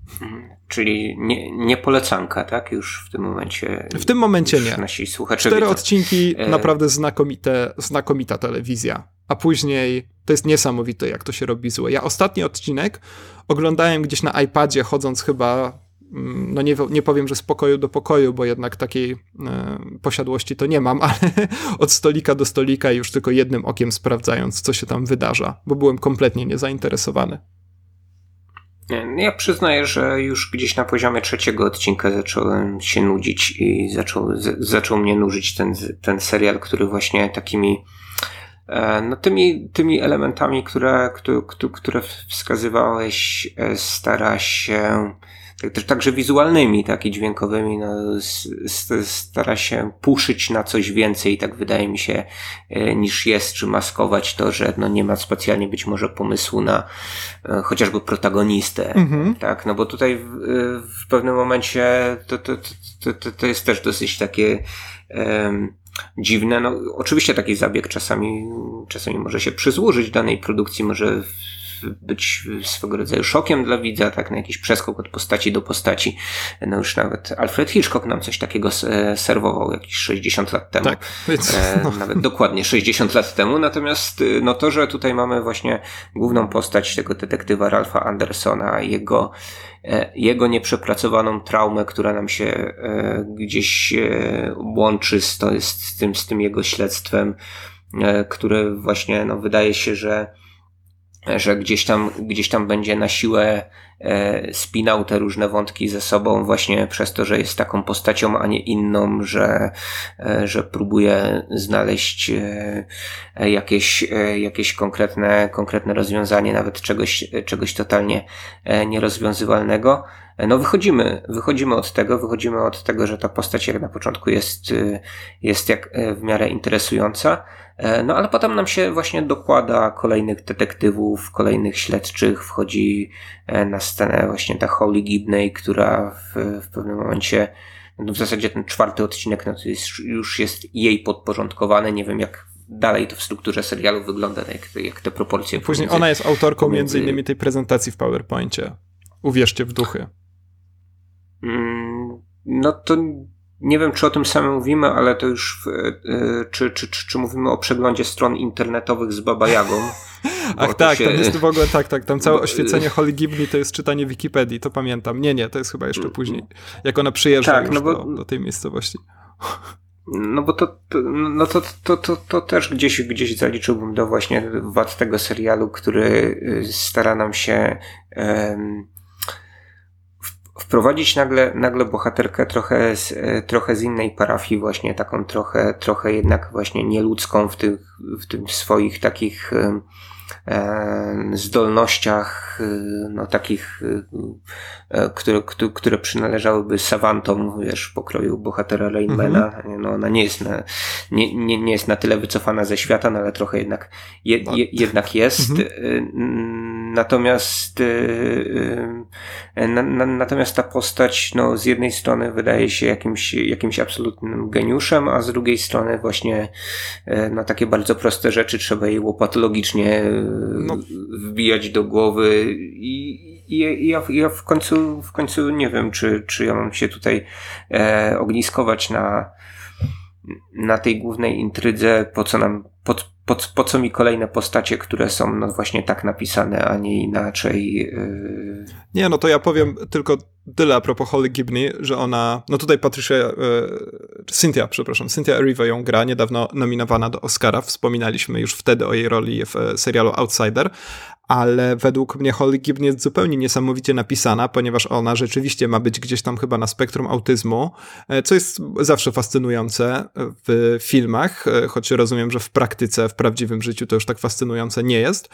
Czyli nie polecanka, tak? Już w tym momencie... W tym momencie nie. Nasi słuchacze 4 odcinki, naprawdę znakomita telewizja. A później to jest niesamowite, jak to się robi złe. Ja ostatni odcinek oglądałem gdzieś na iPadzie, chodząc chyba... No nie powiem, że z pokoju do pokoju, bo jednak takiej posiadłości to nie mam, ale od stolika do stolika już tylko jednym okiem sprawdzając, co się tam wydarza, bo byłem kompletnie niezainteresowany. Ja przyznaję, że już gdzieś na poziomie 3. odcinka zacząłem się nudzić i zaczął mnie nużyć ten serial, który właśnie takimi tymi elementami, które wskazywałeś, stara się także wizualnymi, tak, i dźwiękowymi, stara się puszyć na coś więcej, tak wydaje mi się, niż jest, czy maskować to, że nie ma specjalnie być może pomysłu na chociażby protagonistę, tak, no bo tutaj w pewnym momencie to jest też dosyć takie dziwne, no oczywiście taki zabieg czasami może się przysłużyć danej produkcji, może być swego rodzaju szokiem dla widza, tak, na jakiś przeskok od postaci do postaci. No już nawet Alfred Hitchcock nam coś takiego serwował jakieś 60 lat temu. Tak, więc, Nawet dokładnie 60 lat temu. Natomiast no to, że tutaj mamy właśnie główną postać tego detektywa Ralpha Andersona, jego nieprzepracowaną traumę, która nam się gdzieś łączy z tym jego śledztwem, które właśnie wydaje się, że gdzieś tam będzie na siłę spinał te różne wątki ze sobą właśnie przez to, że jest taką postacią, a nie inną, że próbuje znaleźć jakieś konkretne rozwiązanie, nawet czegoś totalnie nierozwiązywalnego. No wychodzimy od tego, że ta postać jak na początku jest jak w miarę interesująca, no ale potem nam się właśnie dokłada kolejnych detektywów, kolejnych śledczych, wchodzi na scenę właśnie ta Holly Gibney, która w pewnym momencie, no w zasadzie ten 4. odcinek, no to już jest jej podporządkowany, nie wiem jak dalej to w strukturze serialu wygląda, jak te proporcje. Później ona jest autorką między innymi tej prezentacji w PowerPoincie. Uwierzcie w duchy. No to nie wiem, czy o tym samym mówimy, ale to już czy mówimy o przeglądzie stron internetowych z Baba Jagą. Ach tak, tam jest w ogóle tam całe oświecenie Holly Gibney to jest czytanie Wikipedii, to pamiętam. Nie, to jest chyba jeszcze później, jak ona przyjeżdża już do tej miejscowości. No bo to też gdzieś zaliczyłbym do właśnie wad tego serialu, który stara nam się wprowadzić nagle bohaterkę trochę z innej parafii, właśnie taką trochę jednak właśnie nieludzką w tym swoich takich zdolnościach, no takich, które przynależałyby savantom, wiesz, pokroju bohatera Rainmana. No ona nie jest na tyle wycofana ze świata, no ale trochę jednak jest. Natomiast ta postać, no z jednej strony wydaje się jakimś absolutnym geniuszem, a z drugiej strony właśnie no takie bardzo proste rzeczy trzeba jej łopatologicznie wbijać do głowy i ja w końcu nie wiem, czy ja mam się tutaj ogniskować na tej głównej intrydze, po co mi kolejne postacie, które są no właśnie tak napisane, a nie inaczej. Nie, no to ja powiem tylko tyle a propos Holly Gibney, że ona, no tutaj Cynthia Erivo ją gra, niedawno nominowana do Oscara, wspominaliśmy już wtedy o jej roli w serialu Outsider, ale według mnie Holly Gibney jest zupełnie niesamowicie napisana, ponieważ ona rzeczywiście ma być gdzieś tam chyba na spektrum autyzmu, co jest zawsze fascynujące w filmach, choć rozumiem, że w praktyce, w prawdziwym życiu to już tak fascynujące nie jest,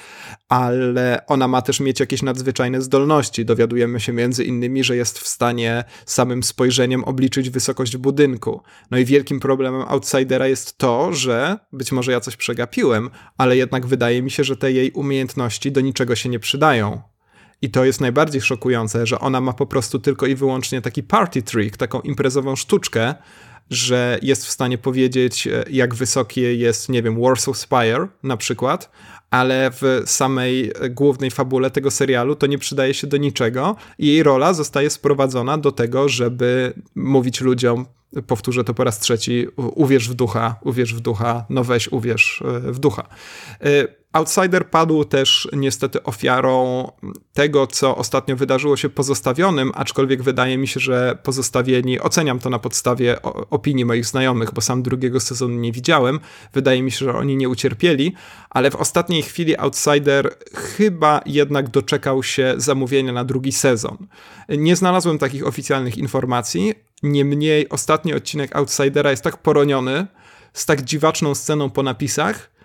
ale ona ma też mieć jakieś nadzwyczajne zdolności. Dowiadujemy się między innymi, że jest w stanie samym spojrzeniem obliczyć wysokość budynku. No i wielkim problemem Outsidera jest to, że być może ja coś przegapiłem, ale jednak wydaje mi się, że te jej umiejętności do niczego się nie przydają. I to jest najbardziej szokujące, że ona ma po prostu tylko i wyłącznie taki party trick, taką imprezową sztuczkę, że jest w stanie powiedzieć, jak wysokie jest, nie wiem, Warsaw Spire na przykład, ale w samej głównej fabule tego serialu to nie przydaje się do niczego i jej rola zostaje sprowadzona do tego, żeby mówić ludziom, powtórzę to po raz trzeci, uwierz w ducha, no weź uwierz w ducha. Outsider padł też niestety ofiarą tego, co ostatnio wydarzyło się Pozostawionym, aczkolwiek wydaje mi się, że Pozostawieni, oceniam to na podstawie opinii moich znajomych, bo sam drugiego sezonu nie widziałem, wydaje mi się, że oni nie ucierpieli, ale w ostatniej chwili Outsider chyba jednak doczekał się zamówienia na drugi sezon. Nie znalazłem takich oficjalnych informacji, niemniej ostatni odcinek Outsidera jest tak poroniony, z tak dziwaczną sceną po napisach,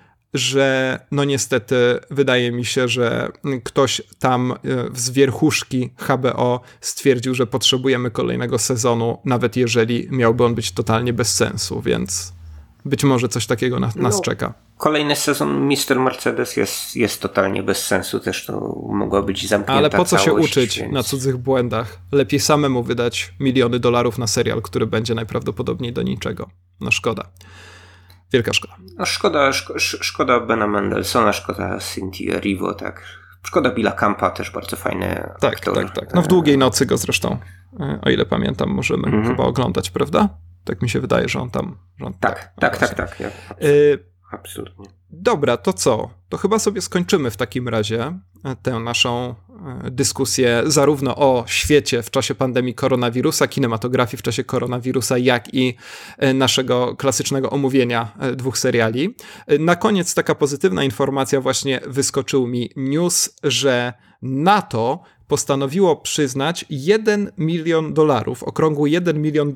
że no niestety wydaje mi się, że ktoś tam z wierchuszki HBO stwierdził, że potrzebujemy kolejnego sezonu, nawet jeżeli miałby on być totalnie bez sensu, więc być może coś takiego nas czeka. Kolejny sezon Mr. Mercedes jest totalnie bez sensu, też to mogła być zamknięta ale po co całość, się uczyć więc... na cudzych błędach? Lepiej samemu wydać miliony dolarów na serial, który będzie najprawdopodobniej do niczego. No szkoda. Wielka szkoda. No szkoda Bena Mendelssohna, szkoda Cynthia Erivo, tak. Szkoda Billa Campa, też bardzo fajny aktor. Tak. No w Długiej nocy go zresztą, o ile pamiętam, możemy chyba oglądać, prawda? Tak mi się wydaje, że on tam... Tak. Absolutnie. Dobra, to co? To chyba sobie skończymy w takim razie tę naszą dyskusję zarówno o świecie w czasie pandemii koronawirusa, kinematografii w czasie koronawirusa, jak i naszego klasycznego omówienia dwóch seriali. Na koniec taka pozytywna informacja, właśnie wyskoczył mi news, że NATO postanowiło przyznać $1 milion, okrągły $1 milion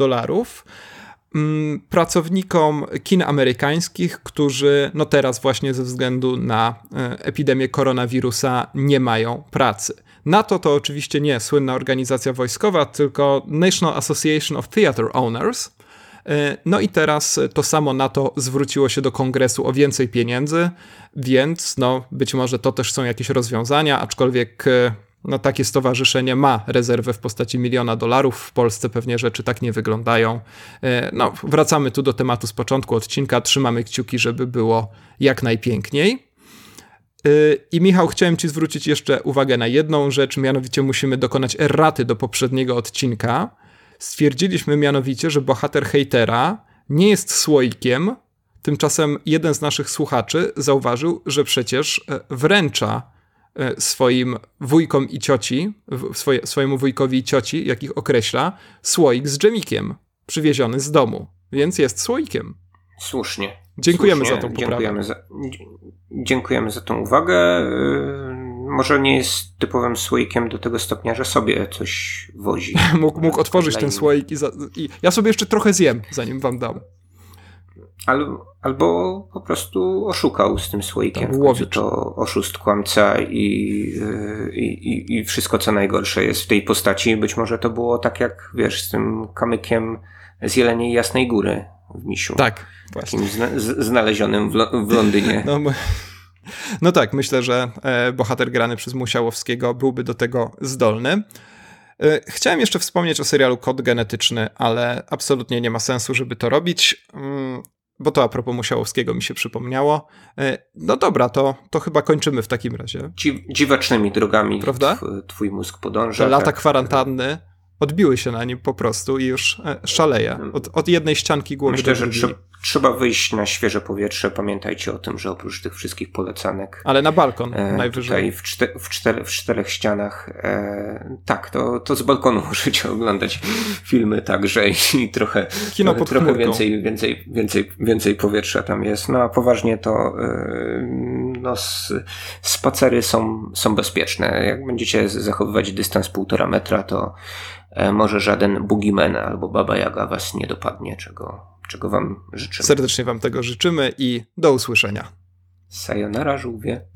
pracownikom kin amerykańskich, którzy no teraz właśnie ze względu na epidemię koronawirusa nie mają pracy. NATO to oczywiście nie słynna organizacja wojskowa, tylko National Association of Theatre Owners. No i teraz to samo NATO zwróciło się do kongresu o więcej pieniędzy, więc no być może to też są jakieś rozwiązania, aczkolwiek no takie stowarzyszenie ma rezerwę w postaci $1 miliona. W Polsce pewnie rzeczy tak nie wyglądają. No, wracamy tu do tematu z początku odcinka. Trzymamy kciuki, żeby było jak najpiękniej. I Michał, chciałem ci zwrócić jeszcze uwagę na jedną rzecz, mianowicie musimy dokonać erraty do poprzedniego odcinka. Stwierdziliśmy mianowicie, że bohater hejtera nie jest słoikiem, tymczasem jeden z naszych słuchaczy zauważył, że przecież wręcza swoim wujkom i cioci, swojemu wujkowi i cioci, jak ich określa, słoik z dżemikiem przywieziony z domu, więc jest słoikiem. Słusznie. Dziękujemy za tą poprawę. Dziękujemy za tą uwagę. Może nie jest typowym słoikiem do tego stopnia, że sobie coś wozi. mógł otworzyć ten słoik i ja sobie jeszcze trochę zjem, zanim wam dam. Albo po prostu oszukał z tym słoikiem. Tak, w końcu to oszust, kłamca i wszystko, co najgorsze jest w tej postaci. Być może to było tak jak, wiesz, z tym kamykiem z Jeleniej Jasnej Góry w Misiu. Tak, właśnie. Takim znalezionym w Londynie. No tak, myślę, że bohater grany przez Musiałowskiego byłby do tego zdolny. Chciałem jeszcze wspomnieć o serialu Kod Genetyczny, ale absolutnie nie ma sensu, żeby to robić, bo to a propos Musiałowskiego mi się przypomniało. No dobra, to chyba kończymy w takim razie. Dziwacznymi drogami, prawda? Twój mózg podąża. Te lata kwarantanny odbiły się na nim po prostu i już szaleje. Od jednej ścianki głowy Myślę, do drugiej. że trzeba wyjść na świeże powietrze. Pamiętajcie o tym, że oprócz tych wszystkich polecanek... Ale na balkon najwyżej. Tutaj w czterech ścianach. Tak, to z balkonu możecie oglądać filmy także i trochę więcej powietrza tam jest. No a poważnie to spacery są bezpieczne. Jak będziecie zachowywać dystans 1,5 metra, to może żaden boogeyman albo Baba Jaga was nie dopadnie, czego wam życzymy. Serdecznie wam tego życzymy i do usłyszenia. Sayonara, żółwie.